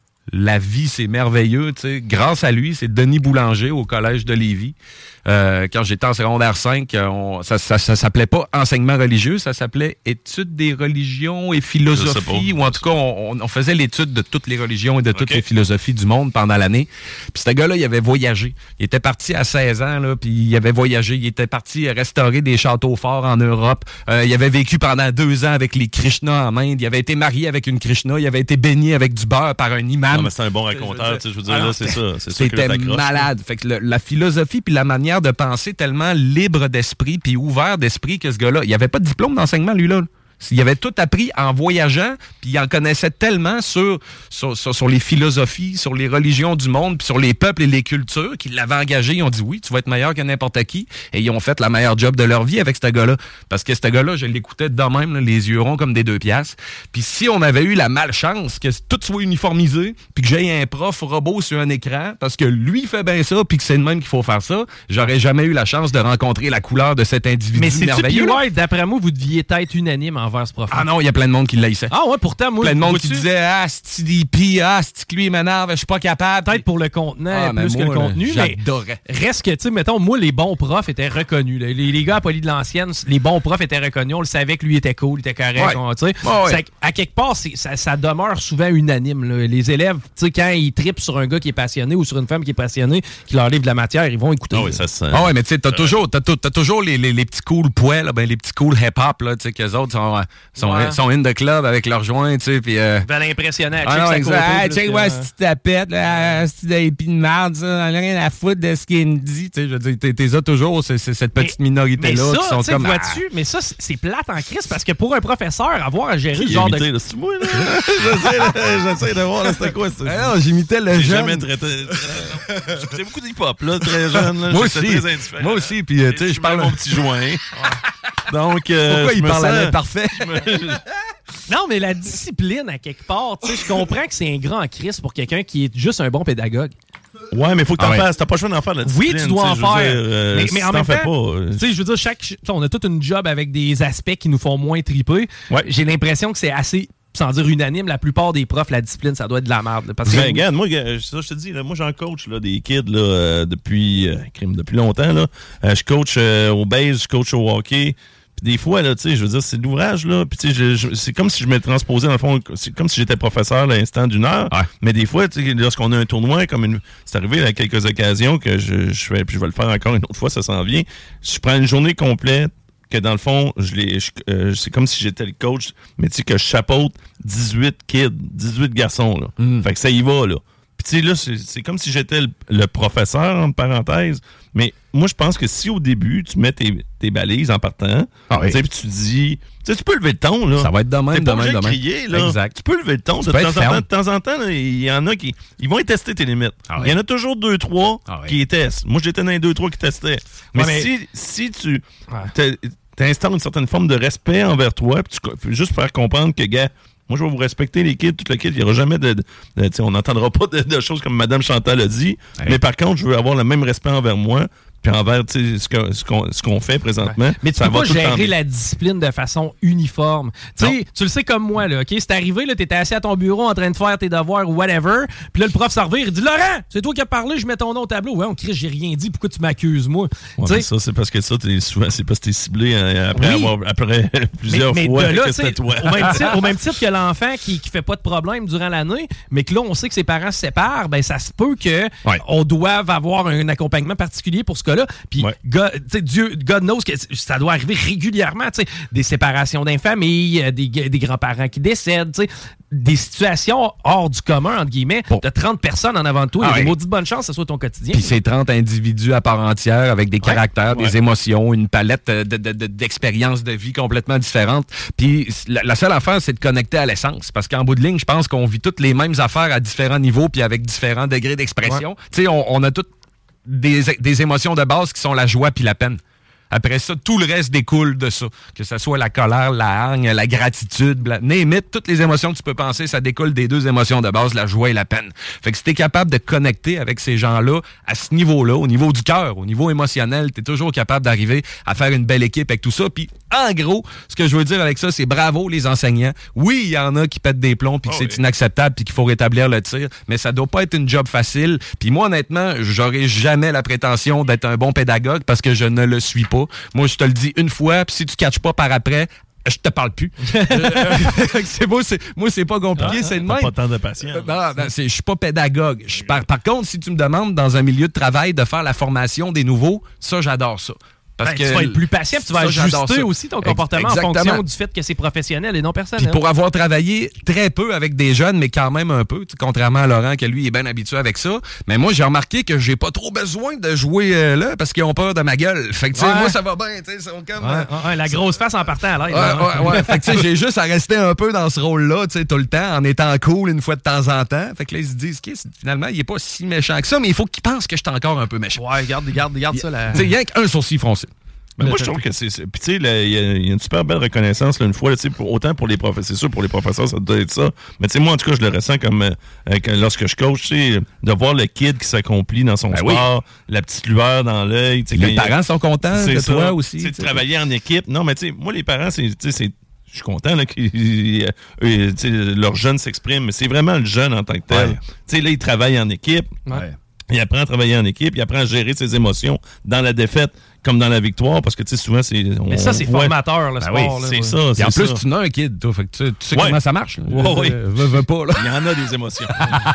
K: La vie, c'est merveilleux, tu sais. Grâce à lui, c'est Denis Boulanger au Collège de Lévis. Euh, quand j'étais en secondaire cinq, on, ça, ça, ça s'appelait pas enseignement religieux, ça s'appelait études des religions et philosophie, ou en tout cas, on, on faisait l'étude de toutes les religions et de toutes okay. les philosophies du monde pendant l'année. Puis ce gars-là, il avait voyagé. Il était parti à seize ans, là, puis il avait voyagé. Il était parti restaurer des châteaux forts en Europe. Euh, il avait vécu pendant deux ans avec les Krishna en Inde. Il avait été marié avec une Krishna. Il avait été baigné avec du beurre par un imam.
G: Non, mais c'est un bon raconteur, tu sais, je veux dire, alors, là, c'est ça. C'est
K: c'était ça malade. Fait que le, la philosophie puis la manière de penser tellement libre d'esprit puis ouvert d'esprit que ce gars-là, il avait pas de diplôme d'enseignement, lui, là. Il avait tout appris en voyageant, puis il en connaissait tellement sur, sur, sur, sur les philosophies, sur les religions du monde, puis sur les peuples et les cultures, qu'ils l'avaient engagé. Ils ont dit oui, tu vas être meilleur que n'importe qui. Et ils ont fait la meilleure job de leur vie avec ce gars-là. Parce que ce gars-là, je l'écoutais de même, là, les yeux ronds comme des deux piastres. Puis si on avait eu la malchance que tout soit uniformisé, puis que j'ai un prof robot sur un écran, parce que lui fait bien ça, puis que c'est de même qu'il faut faire ça, j'aurais jamais eu la chance de rencontrer la couleur de cet individu
F: mais
K: merveilleux.
F: Mais c'est-tu, ouais, d'après moi, vous deviez être unanime en ce prof.
K: Ah non, il y a plein de monde qui l'haïssait.
F: Ah ouais, pourtant, moi...
K: Plein de monde qui disait « Ah, c'est-tu D P, ah, c'est-tu que lui, il m'énerve, je suis pas capable. »
F: Peut-être pour le contenant ah, plus moi, que le contenu,
K: là, j'adorais.
F: Mais reste que, tu sais, mettons, moi, les bons profs étaient reconnus. Les, les gars à Poly de l'Ancienne, les bons profs étaient reconnus. On le savait que lui était cool, il était correct.
K: Ouais.
F: Tu sais,
K: oh, ouais.
F: À quelque part, c'est, ça, ça demeure souvent unanime. Là. Les élèves, tu sais, quand ils trippent sur un gars qui est passionné ou sur une femme qui est passionnée, qui leur livre de la matière, ils vont écouter.
G: Ah oui, ça se sent.
K: Ah ouais, mais tu sais, t'as euh... toujours, t'as, t'as toujours les, les, les petits cools poils, ben, les petits cools hip-hop, là, tu sais, qu'eux autres sont, sont, ouais. sont in the club avec leurs joints, tu sais, puis... Euh...
F: Va l'impressionner.
K: Ah non, exact. Hey, check, ouais, si tu tapette, là, si tu des épis de merde, ça, on a rien à foutre de ce qu'il me dit, tu sais, je veux dire, t'es, t'es as toujours, c'est, c'est cette petite minorité-là
F: mais ça,
K: qui sont comme...
F: vois-tu, mais ça, c'est plate en crise, parce que pour un professeur, avoir à gérer ce genre
G: imité,
F: de...
G: Là, c'est moi, là. j'essaie, là, j'essaie de voir, là, c'était quoi, ça?
K: Ah non, j'imitais le
G: J'ai
K: jeune.
G: jamais traité... J'écoutais beaucoup d'hip-hop, là, très jeune, là.
K: Moi aussi.
G: Très indifférent.
K: Moi aussi, puis, tu sais, je parle...
G: mon petit joint. Donc, euh,
K: pourquoi il parle
G: sens...
K: à parfait?
F: Non, mais la discipline, à quelque part, tu sais, je comprends que c'est un grand crise pour quelqu'un qui est juste un bon pédagogue.
G: Ouais, mais il faut que t'en
F: ah ouais.
G: fasses. T'as pas le choix d'en faire, la discipline.
F: Oui, tu dois en faire.
G: Dire, euh,
F: mais,
G: si
F: mais en même
G: fais
F: temps,
G: pas,
F: tu sais, je veux dire, chaque, on a toute une job avec des aspects qui nous font moins triper.
G: Ouais.
F: J'ai l'impression que c'est assez... sans dire unanime, la plupart des profs, la discipline, ça doit être de la merde. Parce que...
G: Ben, regarde, moi, ça, je te dis, là, moi, j'en coach là, des kids là, euh, depuis, euh, depuis longtemps. Là. Euh, je coach euh, au base, je coach au hockey. Puis des fois, là, tu sais, je veux dire, c'est de l'ouvrage, là. Puis, tu sais, je, je, c'est comme si je me transposais, dans le fond, c'est comme si j'étais professeur à l'instant d'une heure.
K: Ouais.
G: Mais des fois, tu sais, lorsqu'on a un tournoi, comme une, c'est arrivé à quelques occasions que je, je fais, puis je vais le faire encore une autre fois, ça s'en vient. Je prends une journée complète. Que dans le fond, je les, je, euh, c'est comme si j'étais le coach, mais tu sais que je chapeaute dix-huit kids, dix-huit garçons, là. Mm. Fait que ça y va, là. tu sais, là, c'est, c'est comme si j'étais le, le professeur, entre parenthèses. Mais moi, je pense que si au début, tu mets tes, tes balises en partant, ah oui. puis tu dis... Tu sais, tu peux lever le ton, là.
K: Ça va être de même,
G: T'es pas
K: de même,
G: obligé
K: de
G: de
K: même.
G: crier, là.
K: Exact.
G: Tu peux lever le ton. De temps, en temps, de temps en temps, il y en a qui... Ils vont y tester tes limites. Il ah oui. y en a toujours deux, trois ah oui. qui les testent. Moi, j'étais dans les deux, trois qui testaient. Mais, ouais, mais... si, si tu... Ouais. t'installes une certaine forme de respect envers toi, puis tu, juste faire comprendre que, gars, moi, je vais vous respecter, les kids, tout le kid. Il n'y aura jamais de... de, de on n'entendra pas de, de choses comme Mme Chantal a dit. Ouais. Mais par contre, je veux avoir le même respect envers moi puis envers ce, que, ce, qu'on, ce qu'on fait présentement.
F: Ouais. Mais tu peux pas gérer la discipline de façon uniforme. Tu le sais comme moi, là, OK? C'est arrivé, tu étais assis à ton bureau en train de faire tes devoirs ou whatever, puis là, le prof s'en revient, il dit « Laurent, c'est toi qui as parlé, je mets ton nom au tableau. » Ouais, on crie, j'ai rien dit, pourquoi tu m'accuses, moi?
G: Ouais, ça, c'est parce que ça, t'es souvent, c'est parce que t'es ciblé hein, après, oui. avoir, après plusieurs mais, mais fois
F: là,
G: que c'était toi.
F: Au même, titre, au même titre que l'enfant qui, qui fait pas de problème durant l'année, mais que là, on sait que ses parents se séparent, ben ça se peut que ouais. on doive avoir un accompagnement particulier pour ce cas-là. Puis ouais. God, Dieu, God knows que ça doit arriver régulièrement, des séparations d'infamilles, des, des grands-parents qui décèdent, des situations hors du commun, entre guillemets, bon. de trente personnes en avant de toi. Ah, il y a ouais. des maudites bonnes chances que ce soit ton quotidien.
K: Puis c'est trente individus à part entière avec des ouais. caractères, ouais. des émotions, une palette de, de, de, d'expériences de vie complètement différentes. Puis la, la seule affaire, c'est de connecter à l'essence. Parce qu'en bout de ligne, je pense qu'on vit toutes les mêmes affaires à différents niveaux puis avec différents degrés d'expression. Ouais. Tu sais, on, on a toutes Des, des émotions de base qui sont la joie puis la peine. Après ça, tout le reste découle de ça. Que ce soit la colère, la hargne, la gratitude, la... name it, toutes les émotions que tu peux penser, ça découle des deux émotions de base, la joie et la peine. Fait que si t'es capable de connecter avec ces gens-là, à ce niveau-là, au niveau du cœur, au niveau émotionnel, t'es toujours capable d'arriver à faire une belle équipe avec tout ça. Puis, en gros, ce que je veux dire avec ça, c'est bravo les enseignants. Oui, il y en a qui pètent des plombs puis que oh c'est oui. inacceptable puis qu'il faut rétablir le tir, mais ça doit pas être une job facile. Puis moi, honnêtement, j'aurais jamais la prétention d'être un bon pédagogue parce que je ne le suis pas. Moi, je te le dis une fois, puis si tu ne catches pas par après, je te parle plus. c'est beau, c'est, moi, c'est pas compliqué, ah, c'est le même.
G: Pas tant de patience.
K: Non, non, c'est, je suis pas pédagogue. Je, par, par contre, si tu me demandes dans un milieu de travail de faire la formation des nouveaux, ça, j'adore ça.
F: Parce ben, que tu vas être plus patient, tu vas ça, ajuster aussi ton comportement Exactement. en fonction du fait que c'est professionnel et non personnel.
K: Puis pour avoir travaillé très peu avec des jeunes, mais quand même un peu, contrairement à Laurent, que lui est bien habitué avec ça, mais moi, j'ai remarqué que j'ai pas trop besoin de jouer euh, là parce qu'ils ont peur de ma gueule. Fait que, tu sais, ouais. moi, ça va bien, tu sais, c'est comme...
F: Ouais, euh, ouais, la grosse face en partant à l'aide.
K: Ouais, ouais, ouais. Fait que, tu sais, j'ai juste à rester un peu dans ce rôle-là, tu sais, tout le temps, en étant cool une fois de temps en temps. Fait que là, ils se disent, okay, finalement, il est pas si méchant que ça, mais il faut qu'il pense que je suis encore un peu méchant.
F: Ouais, regarde, regarde, regarde ça, là.
K: Tu sais, il y a qu'un sourcil foncé.
G: Mais moi, je trouve que c'est... c'est puis, tu sais, il y, y a une super belle reconnaissance, là, une fois, là, pour, autant pour les professeurs, c'est sûr, pour les professeurs, ça doit être ça. Mais, tu sais, moi, en tout cas, je le ressens comme euh, lorsque je coach, tu sais, de voir le kid qui s'accomplit dans son ben sport, oui. la petite lueur dans l'œil.
K: Les parents a, sont contents de
G: ça,
K: toi aussi.
G: Tu sais, travailler en équipe. Non, mais, tu sais, moi, les parents, c'est... c'est je suis content là, qu'ils, euh, leur jeune s'exprime, mais c'est vraiment le jeune en tant que tel. Ouais. Tu sais, là, il travaille en équipe. Ouais. Il apprend à travailler en équipe, il apprend à gérer ses émotions dans la défaite comme dans la victoire, parce que tu sais, souvent, c'est... On,
F: mais ça, c'est ouais. formateur, le sport. Ben oui,
G: là, c'est
F: ouais.
G: ça,
K: c'est
G: Et en
K: plus,
G: ça.
K: tu n'as un kid, toi, fait que tu, tu sais ouais. comment ça marche. Là.
G: Ouais, oui.
K: Veux, veux pas, là.
G: Il y en a des émotions.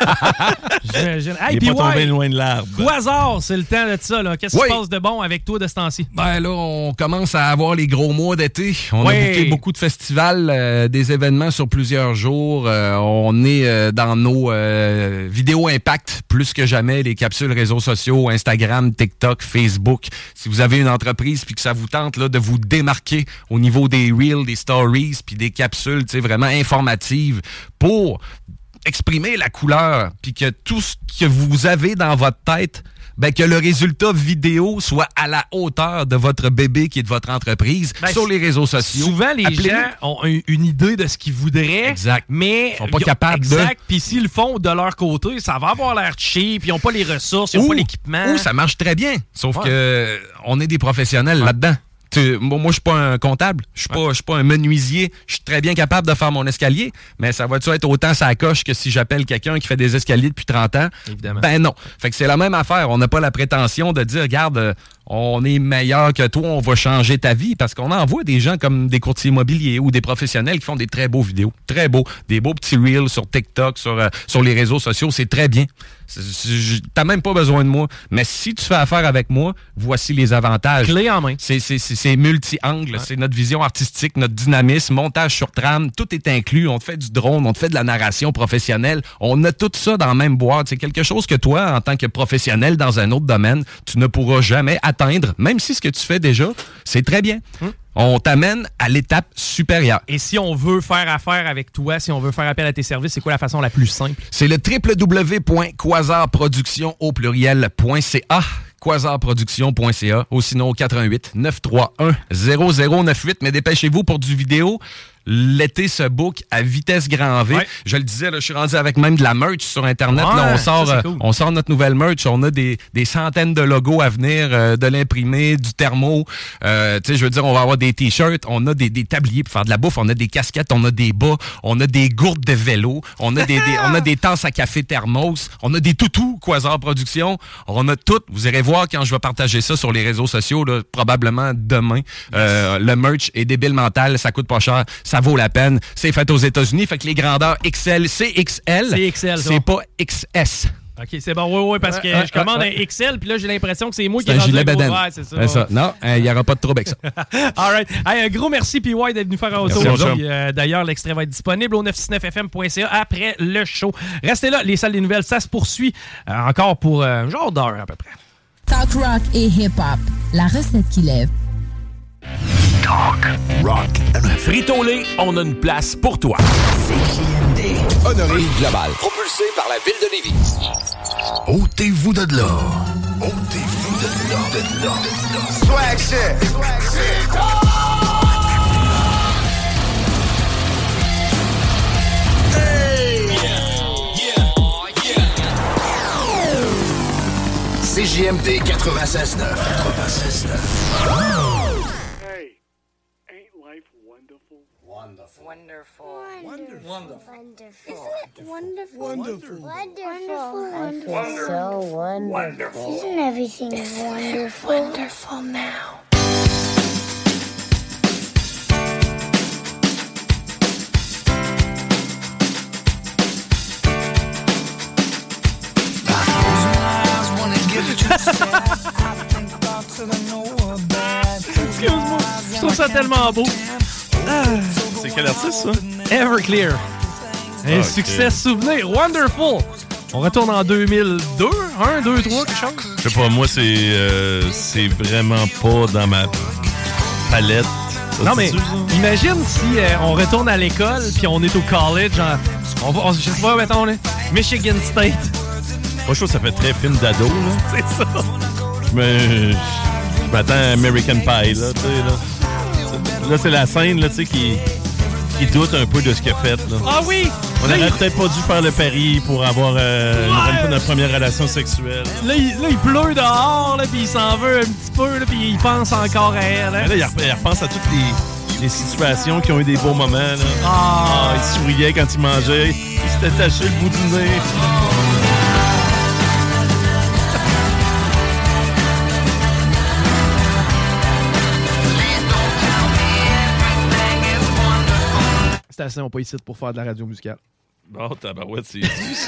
F: je, je... Hey,
G: il n'est pas
F: ouais.
G: tombé loin de l'arbre.
F: Au hasard, c'est le temps de ça, là. Qu'est-ce qui
K: oui.
F: se passe de bon avec toi de ce temps-ci?
K: Ben là, on commence à avoir les gros mois d'été. On oui. a booké beaucoup de festivals, euh, des événements sur plusieurs jours. Euh, on est euh, dans nos euh, vidéos impact plus que jamais, les capsules réseaux sociaux, Instagram, TikTok, Facebook. Si vous avez une entreprise puis que ça vous tente là, de vous démarquer au niveau des reels, des stories puis des capsules, tu sais, vraiment informatives pour exprimer la couleur puis que tout ce que vous avez dans votre tête, ben que le résultat vidéo soit à la hauteur de votre bébé qui est de votre entreprise ben, sur les réseaux sociaux.
F: Souvent, les Appelez-nous. gens ont une idée de ce qu'ils voudraient,
K: exact.
F: mais
K: ils sont pas capables
F: exact.
K: de...
F: Exact. Puis s'ils le font de leur côté, ça va avoir l'air cheap, ils n'ont pas les ressources, ils n'ont pas l'équipement.
K: Ou ça marche très bien, sauf ouais. que on est des professionnels ouais. là-dedans. Tu, moi, moi je suis pas un comptable, je suis pas, ouais. je suis pas un menuisier, je suis très bien capable de faire mon escalier, mais ça va-tu être autant ça coche que si j'appelle quelqu'un qui fait des escaliers depuis trente ans?
F: Évidemment.
K: Ben non. Fait que c'est la même affaire. On n'a pas la prétention de dire, regarde, on est meilleur que toi, on va changer ta vie. Parce qu'on en voit des gens comme des courtiers immobiliers ou des professionnels qui font des très beaux vidéos. Très beaux. Des beaux petits reels sur TikTok, sur, euh, sur les réseaux sociaux. C'est très bien. C'est, c'est, t'as même pas besoin de moi. Mais si tu fais affaire avec moi, voici les avantages.
F: Clé en main.
K: C'est, c'est, c'est, c'est multi-angle. Ouais. C'est notre vision artistique, notre dynamisme, montage sur trame. Tout est inclus. On te fait du drone, on te fait de la narration professionnelle. On a tout ça dans la même boîte. C'est quelque chose que toi, en tant que professionnel dans un autre domaine, tu ne pourras jamais atteindre. Même si ce que tu fais déjà, c'est très bien. Hum. On t'amène à l'étape supérieure.
F: Et si on veut faire affaire avec toi, si on veut faire appel à tes services, c'est quoi la façon la plus simple?
K: C'est le w w w point quasar production au pluriel point c a. quasar production point c a ou sinon au quatre un huit neuf trois un zéro zéro neuf huit. Mais dépêchez-vous pour du vidéo. L'été se book à vitesse grand V. Ouais. Je le disais, là, je suis rendu avec même de la merch sur Internet. Ouais, là, on, sort, ça, cool. on sort notre nouvelle merch. On a des, des centaines de logos à venir, euh, de l'imprimé, du thermo. Euh, tu sais, je veux dire, on va avoir des t-shirts, on a des, des tabliers pour faire de la bouffe, on a des casquettes, on a des bas, on a des gourdes de vélo, on a des, des, on a des tasses à café thermos, on a des toutous Quasar Production. On a tout. Vous irez voir quand je vais partager ça sur les réseaux sociaux, là, probablement demain. Euh, le merch est débile mental, ça coûte pas cher. Ça vaut la peine. C'est fait aux États-Unis. Fait que les grandeurs X L, c'est X L.
F: C'est X L,
K: c'est pas X S.
F: OK, c'est bon. Oui, oui, parce que
K: ouais,
F: je commande
K: ouais,
F: un X L, puis là, j'ai l'impression que c'est moi
K: c'est
F: qui ai rendu
K: un
F: gros.
K: Ouais,
F: c'est ça.
K: C'est ça. Non, il euh, n'y aura pas de trouble avec ça.
F: All right. Hey, un gros merci, P Y, d'être venu faire un retour. Euh, d'ailleurs, l'extrait va être disponible au neuf cent soixante-neuf F M point C A après le show. Restez là, les salles des nouvelles, ça se poursuit euh, encore pour euh, un genre d'heure à peu près.
N: Talk rock et hip-hop, la recette qui lève.
O: Talk, rock, Frito-Lay, on a une place pour toi.
J: C J M D. Honoré Global. Propulsé par la ville de Lévis.
O: Ôtez-vous de là. Ôtez-vous de là. De là.
J: Swag shit. Swag shit. Hey. Yeah. Yeah. Yeah. C J M D quatre-vingt-seize neuf. quatre-vingt-seize neuf.
P: Wonderful. Wonderful.
Q: Wonderful.
P: Wonderful.
Q: Isn't it wonderful?
P: Wonderful.
Q: Wonderful.
P: Wonderful.
Q: I feel so wonderful.
P: Wonderful.
Q: Isn't everything
P: Isn't
Q: wonderful?
P: Wonderful now.
F: Excuse-moi, je trouve ça tellement beau.
G: Ah, c'est quel artiste, ça?
F: Everclear. Un okay. Succès souvenir. Wonderful. On retourne en deux mille deux, un, deux, trois, quelque chose?
G: Je sais pas, moi, c'est, euh, c'est vraiment pas dans ma palette. Ça,
F: non, mais imagine si euh, on retourne à l'école puis on est au college. Genre, on va, on, je sais pas, mettons, là, Michigan State.
G: Moi, je trouve que ça fait très film d'ado, là.
F: C'est ça.
G: Je me... Je m'attends à American Pie, là, tu sais, là. Là, c'est la scène, là, tu sais, qui... qui doute un peu de ce qu'il a fait, là.
F: Ah oui!
G: On aurait il... peut-être pas dû faire le pari pour avoir euh, ouais. une, notre première relation sexuelle.
F: Là, il, là, il pleut dehors, là, puis il s'en veut un petit peu, là, puis il pense encore à elle. Là,
G: là il, il repense à toutes les, les situations qui ont eu des beaux moments, là.
F: Ah!
G: Ah, il souriait quand il mangeait, il s'était taché le bout du nez.
F: Stations n'ont pas ici pour faire de la radio musicale.
G: Bon, tabarouette, c'est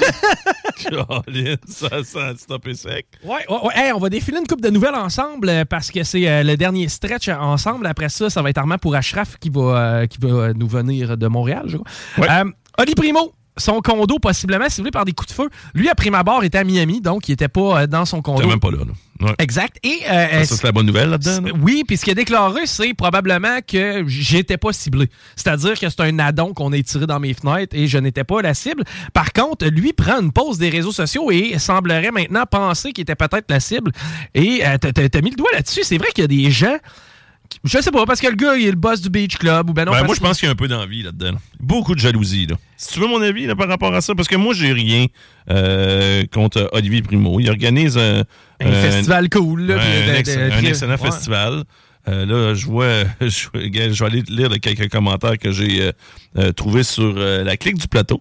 G: ça, ça a stoppé sec.
F: Ouais, ouais, ouais. Hey, on va défiler une couple de nouvelles ensemble euh, parce que c'est euh, le dernier stretch ensemble. Après ça, ça va être Armand pour Ashraf qui va, euh, qui va nous venir de Montréal, je crois. Ouais. Euh, Oli Primo. Son condo, possiblement ciblé par des coups de feu. Lui, à prime abord, était à Miami, donc il n'était pas euh, dans son condo.
G: Il n'était même pas là. là. Ouais.
F: Exact. Et, euh,
G: ça, c'est la bonne nouvelle là-dedans. Là?
F: Oui, puis ce qu'il a déclaré, c'est probablement que j'étais pas ciblé. C'est-à-dire que c'est un addon qu'on a tiré dans mes fenêtres et je n'étais pas la cible. Par contre, lui prend une pause des réseaux sociaux et semblerait maintenant penser qu'il était peut-être la cible. Et euh, t'as, t'as mis le doigt là-dessus. C'est vrai qu'il y a des gens... Je sais pas, parce que le gars, il est le boss du Beach Club ou ben non.
G: Ben moi, je pense qu'il y a un peu d'envie là-dedans. Là. Beaucoup de jalousie, là. Si tu veux mon avis là, par rapport à ça, parce que moi, j'ai rien euh, contre Olivier Primo. Il organise un...
F: Un euh, festival cool, là.
G: Un,
F: de,
G: un, ex-
F: de, de,
G: un
F: de,
G: excellent ouais. festival. Euh, là, je vois... Je, je vais aller lire quelques commentaires que j'ai euh, euh, trouvés sur euh, la clique du plateau.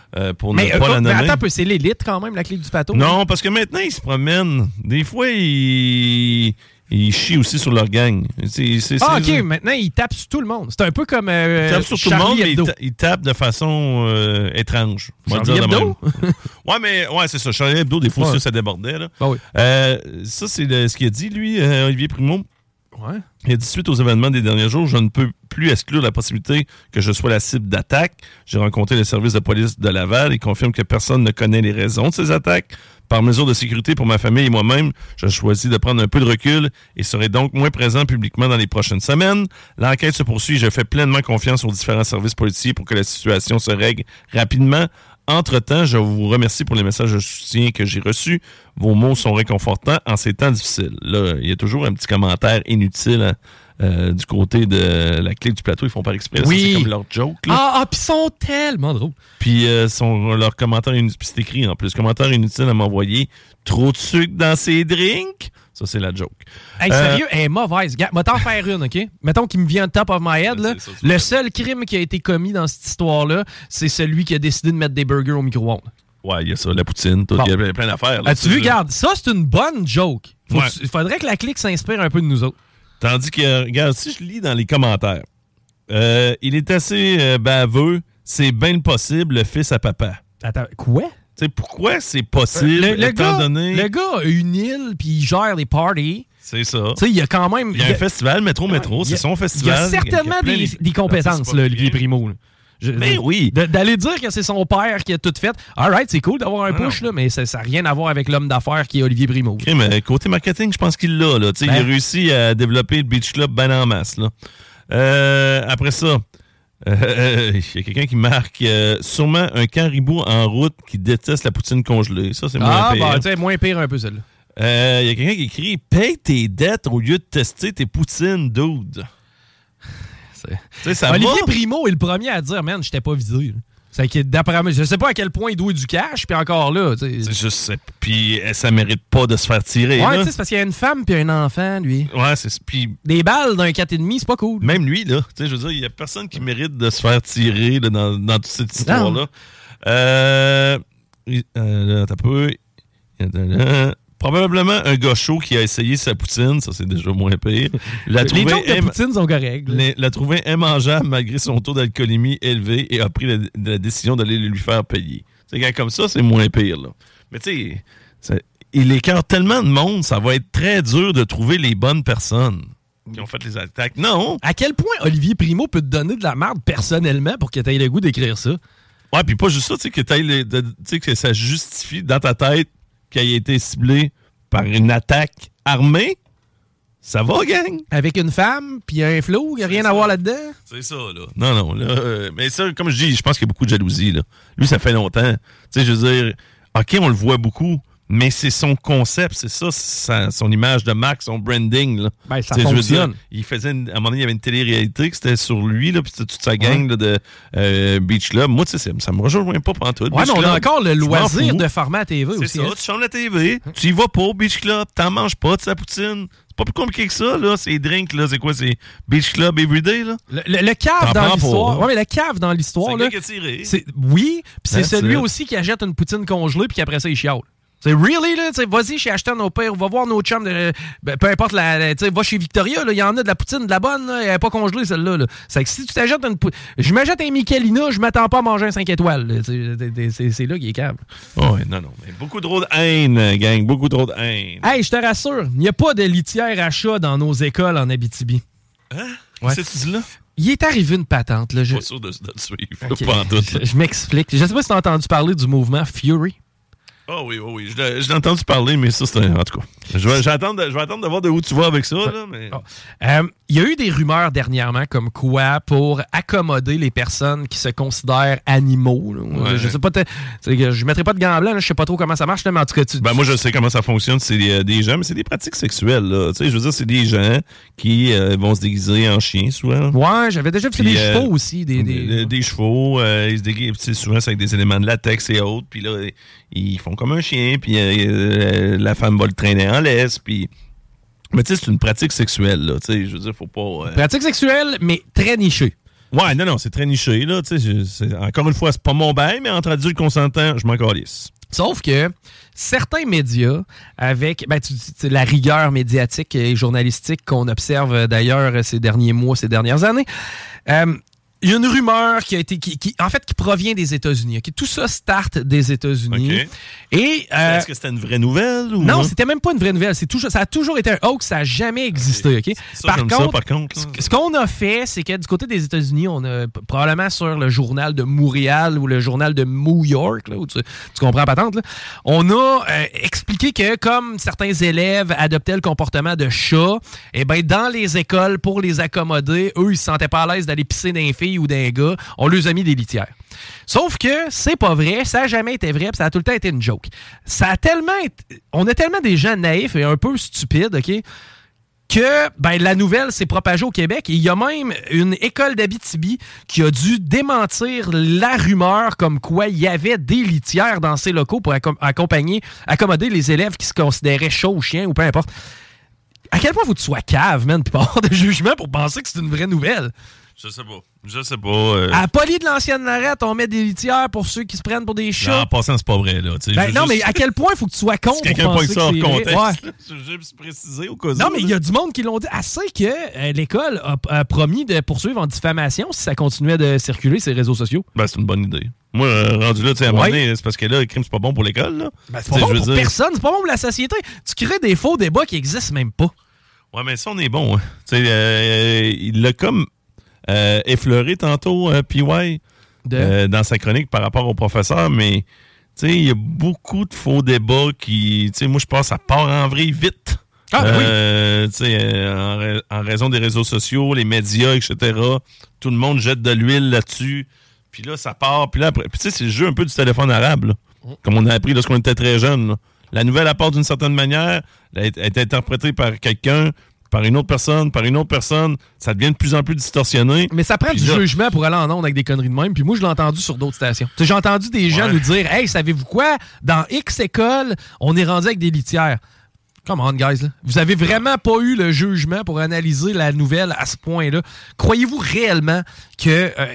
G: euh, pour
F: mais,
G: ne
F: euh,
G: pas
F: oh,
G: la
F: mais
G: nommer.
F: attends un peu, c'est l'élite quand même, la clique du pato?
G: Non, parce que maintenant, ils se promènent. Des fois, ils, ils chient aussi sur leur gang. C'est, c'est,
F: ah,
G: c'est,
F: OK, maintenant, ils tapent sur tout le monde. C'est un peu comme euh,
G: ils tapent sur tout
F: Charlie
G: le monde, mais
F: Hebdo.
G: ils, ta- ils tapent de façon euh, étrange. On va
F: Charlie
G: dire de
F: Hebdo?
G: même. ouais, mais ouais, c'est ça. Charlie Hebdo, des fois,
F: Ouais.
G: ça, ça débordait. Là.
F: Ah oui.
G: Euh, ça, c'est le- ce qu'il a dit, lui, euh, Olivier Primo.
F: Ouais.
G: Il a dit, suite aux événements des derniers jours, je ne peux plus exclure la possibilité que je sois la cible d'attaque. J'ai rencontré le service de police de Laval. Il confirme que personne ne connaît les raisons de ces attaques. Par mesure de sécurité pour ma famille et moi-même, j'ai choisi de prendre un peu de recul et serai donc moins présent publiquement dans les prochaines semaines. L'enquête se poursuit et je fais pleinement confiance aux différents services policiers pour que la situation se règle rapidement. Entre-temps, je vous remercie pour les messages de soutien que j'ai reçus. Vos mots sont réconfortants en ces temps difficiles. Là, il y a toujours un petit commentaire inutile hein, euh, du côté de la clique du plateau. Ils font par exprès.
F: Oui.
G: Ça, c'est comme leur joke. Là.
F: Ah, ah puis ils sont tellement drôles.
G: Puis euh, son, leur commentaire inutile, puis c'est écrit en plus, commentaire inutile à m'envoyer. Trop de sucre dans ses drinks. Ça, c'est la joke.
F: Hey,
G: Euh,
F: sérieux, elle est mauvaise. Gars, moi, t'en faire une, OK? Mettons qu'il me vient on top of my head, là.
G: ça,
F: Le seul crime qui a été commis dans cette histoire-là, c'est celui qui a décidé de mettre des burgers au micro-ondes.
G: Ouais, il y a ça, la poutine, tout,
F: Bon.
G: il y a plein d'affaires. là,
F: As-tu
G: c'est
F: vu,
G: ça.
F: regarde, ça, c'est une bonne joke. Faut-
G: Ouais.
F: Il faudrait que la clique s'inspire un peu de nous autres.
G: Tandis que, regarde, si je lis dans les commentaires, euh, il est assez euh, baveux, c'est bien possible, le fils à papa.
F: Attends, quoi?
G: Tu sais, pourquoi c'est possible,
F: le, le
G: étant
F: gars,
G: donné...
F: le gars a une île, puis il gère les parties.
G: C'est ça.
F: Tu sais, il y a quand même...
G: Il y a un festival, Métro Métro,
F: il y a-
G: c'est son
F: Il y
G: festival.
F: a certainement
G: plein
F: des,
G: de-
F: des compétences, là, Olivier Primo. là. Je-
G: Ben
F: je-
G: oui.
F: de- D'aller dire que c'est son père qui a tout fait. All right, c'est cool d'avoir un
G: Ah
F: push, là, mais ça n'a rien à voir avec l'homme d'affaires qui est Olivier Primo.
G: OK, mais côté marketing, je pense qu'il l'a. Là. Tu sais,
F: Ben.
G: Il a réussi à développer le Beach Club ben en masse. Là. Euh, après ça, euh, il y a quelqu'un qui marque euh, sûrement un caribou en route qui déteste la poutine congelée. Ça, c'est moins
F: Ah,
G: pire.
F: bah, tu sais, moins pire un peu, celle-là.
G: Euh, Il y a quelqu'un qui écrit « Paye tes dettes au lieu de tester tes poutines, dude. » Tu sais, ça
F: Olivier
G: va.
F: Primo est le premier à dire, man, j'étais pas visé. là. C'est que d'après moi, je sais pas à quel point il doit du cash, puis encore là, tu sais.
G: C'est juste, puis euh, ça mérite pas de se faire tirer.
F: Ouais,
G: là.
F: tu sais, c'est parce qu'il y a une femme puis un enfant, lui.
G: Ouais, c'est puis
F: Des balles d'un quatre virgule cinq, c'est pas cool.
G: même lui là, tu sais, je veux dire, il y a personne qui mérite de se faire tirer là, dans, dans toute cette histoire là. Euh, euh, là, t'as peu. Euh, Probablement un gars chaud qui a essayé sa poutine, ça c'est déjà moins pire. L'a
F: Les
G: trouvé
F: jokes de
G: im-
F: poutine sont corrects. là.
G: l'a- l'a trouvé immangeable malgré son taux d'alcoolémie élevé et a pris la, la décision d'aller le lui faire payer. C'est quand comme ça, c'est moins pire là. Mais tu sais, ça- il écarte tellement de monde, ça va être très dur de trouver les bonnes personnes qui ont fait les attaques. Non.
F: À quel point Olivier Primo peut te donner de la merde personnellement pour que tu aies le goût d'écrire ça?
G: Ouais, puis pas juste ça, tu sais, que, t'ailles le- de- tu sais, que ça justifie dans ta tête qu'il ait été ciblé par une attaque armée. Ça va, gang?
F: Avec une femme, puis un flou, il n'y a rien à voir là-dedans?
G: C'est ça, là. Non, non, là. euh, mais ça, comme je dis, je pense qu'il y a beaucoup de jalousie, là. Lui, ça fait longtemps. Tu sais, je veux dire, OK, on le voit beaucoup, mais c'est son concept, c'est ça, sa- son image de marque, son branding, là.
F: Ben, ça
G: Tu sais, je veux
F: fonctionne.
G: dire, il faisait, une- à un moment donné, il y avait une télé-réalité que c'était sur lui, là, puis c'était toute sa gang là, de euh, Beach Club. Moi, tu sais, ça, ça me rejoint pas pantoute.
F: Ouais,
G: Beach
F: mais on a
G: Club,
F: encore le
G: je m'en
F: loisir
G: fous.
F: de format à T V
G: C'est
F: aussi.
G: ça,
F: hein.
G: tu changes la T V, tu y vas pas au Beach Club, t'en manges pas de sa poutine. C'est pas plus compliqué que ça, là. Ces drinks, là, c'est quoi? C'est Beach Club Everyday, là?
F: Le, le- le cave
G: T'en
F: dans
G: prends
F: l'histoire.
G: pas.
F: Ouais, mais le cave dans l'histoire,
G: C'est
F: là.
G: le gars qui a tiré.
F: c'est- Oui, puis c'est
G: That's
F: celui
G: it.
F: aussi qui achète une poutine congelée, puis qu'après ça, il chiale. C'est really, là, tu sais, vas-y chez Ashton au pire, va voir nos chums, de, ben, peu importe, la, la- tu sais, va chez Victoria, là, il y en a de la poutine, de la bonne, là, elle n'est pas congelée, celle-là. Là. C'est que si tu t'achètes une poutine, je m'achète un Michelina, je m'attends pas à manger un cinq étoiles. là, tu sais, c'est, c'est là qu'il est câble.
G: Oh, ouais, non, non. Mais beaucoup trop de haine, gang. Beaucoup trop de haine.
F: Hey, je te rassure, il n'y a pas de litière à chat dans nos écoles en Abitibi.
G: Hein?
F: Ouais.
G: Qu'est-ce que tu dis là?
F: Il est arrivé une patente. Là, je...
G: Pas sûr de, de te suivre.
F: Ok,
G: Pas en doute.
F: Je, je m'explique. Je sais pas si tu as entendu parler du mouvement Fury.
G: Oh oui, oh oui. Je l'ai, je l'ai entendu parler, mais ça, c'est un... En tout cas, je vais, je vais attendre, de, je vais attendre de voir de où tu vas avec ça, là, mais...
F: Oh. Euh, Il y a eu des rumeurs dernièrement comme quoi, pour accommoder les personnes qui se considèrent animaux, là,
G: Ouais.
F: je sais pas, t'es- t'sais, je mettrai pas de gants blancs, là, je sais pas trop comment ça marche, là, mais en tout cas, tu,
G: Ben moi, je sais comment ça fonctionne. C'est euh, des gens, mais c'est des pratiques sexuelles, là. Tu sais, je veux dire, c'est des gens qui euh, vont se déguiser en chien, souvent.
F: Ouais, j'avais déjà vu
G: Puis,
F: des
G: euh,
F: chevaux aussi. Des, des...
G: Des, des chevaux, euh, ils se déguisent, tu sais, souvent, c'est avec des éléments de latex et autres. Puis là, ils font comme un chien, puis euh, euh, la femme va le traîner en laisse, puis... Mais tu sais, c'est une pratique sexuelle, là. Tu sais, je veux dire, faut pas... euh,
F: Pratique sexuelle, mais très nichée.
G: Ouais, non, non, c'est très niché, là. Tu sais, c'est- encore une fois, c'est pas mon bail, mais entre adultes consentants, je m'en calisse.
F: Sauf que certains médias, avec ben, tu, tu, la rigueur médiatique et journalistique qu'on observe d'ailleurs ces derniers mois, ces dernières années, euh, il y a une rumeur qui a été, qui, qui, en fait, qui provient des États-Unis. Okay? Tout ça start des États-Unis.
G: Okay.
F: Et euh,
G: est-ce que c'était une vraie nouvelle ou
F: non, c'était même pas une vraie nouvelle. C'est toujours, ça a toujours été un hoax, ça a jamais existé. Okay?
G: Ça,
F: par,
G: j'aime
F: contre,
G: ça, par contre, là.
F: ce, ce qu'on a fait, c'est que du côté des États-Unis, on a p- probablement sur le journal de Montréal ou le journal de New York, là, où tu, tu comprends pas patente, là, on a euh, expliqué que comme certains élèves adoptaient le comportement de chat, eh ben dans les écoles pour les accommoder, eux ils se sentaient pas à l'aise d'aller pisser d'un fille ou d'un gars, on leur a mis des litières. Sauf que c'est pas vrai, ça a jamais été vrai, puis ça a tout le temps été une joke. Ça a tellement été, on a tellement des gens naïfs et un peu stupides, OK, que ben, la nouvelle s'est propagée au Québec. Et il y a même une école d'Abitibi qui a dû démentir la rumeur comme quoi il y avait des litières dans ses locaux pour accom- accompagner, accommoder les élèves qui se considéraient chats ou chiens ou peu importe. À quel point faut que tu sois cave, man, puis pas avoir de jugement pour penser que c'est une vraie nouvelle?
G: Je sais pas. Je sais pas. Euh...
F: À Poly de l'ancienne Lorette, on met des litières pour ceux qui se prennent pour des chats.
G: Non, en passant, c'est pas vrai, là.
F: Ben non, juste... mais à quel point il faut que tu sois con
G: si
F: pour
G: quelqu'un
F: penser
G: pas ça hors
F: que
G: contexte,
F: ouais.
G: Je veux juste préciser au cas où.
F: Non, mais il y a du monde qui l'ont dit assez que euh, l'école a, a promis de poursuivre en diffamation si ça continuait de circuler sur les réseaux sociaux.
G: Ben, c'est une bonne idée. Moi, euh, rendu là, tu sais, à un moment donné, c'est parce que là, le crime, c'est pas bon pour l'école, là.
F: Ben, c'est pas bon pour dire... personne, c'est pas bon pour la société. Tu crées des faux débats qui existent même pas.
G: Ouais, mais ça, on est bon. Hein. Tu sais, euh, il l'a comme euh, effleuré tantôt, euh, P Y, euh, dans sa chronique par rapport au professeur, mais tu sais, il y a beaucoup de faux débats qui, tu sais, moi, je pense, ça part en vrille vite.
F: Ah,
G: euh, oui. Tu sais, en, ra- en raison des réseaux sociaux, les médias, et cetera, tout le monde jette de l'huile là-dessus. Puis là, ça part. Puis là, après, puis tu sais, c'est le jeu un peu du téléphone arabe, là, mmh. comme on a appris lorsqu'on était très jeunes, là. La nouvelle apporte d'une certaine manière, elle a été interprétée par quelqu'un, par une autre personne, par une autre personne. Ça devient de plus en plus distorsionné.
F: Mais ça prend
G: puis
F: du
G: là,
F: jugement pour aller en ondes avec des conneries de même. Puis moi, je l'ai entendu sur d'autres stations. Tu sais, j'ai entendu des gens
G: Ouais.
F: nous dire « Hey, savez-vous quoi? Dans X école, on est rendu avec des litières. » Come on, guys. Là. Vous avez vraiment pas eu le jugement pour analyser la nouvelle à ce point-là. Croyez-vous réellement que... Euh,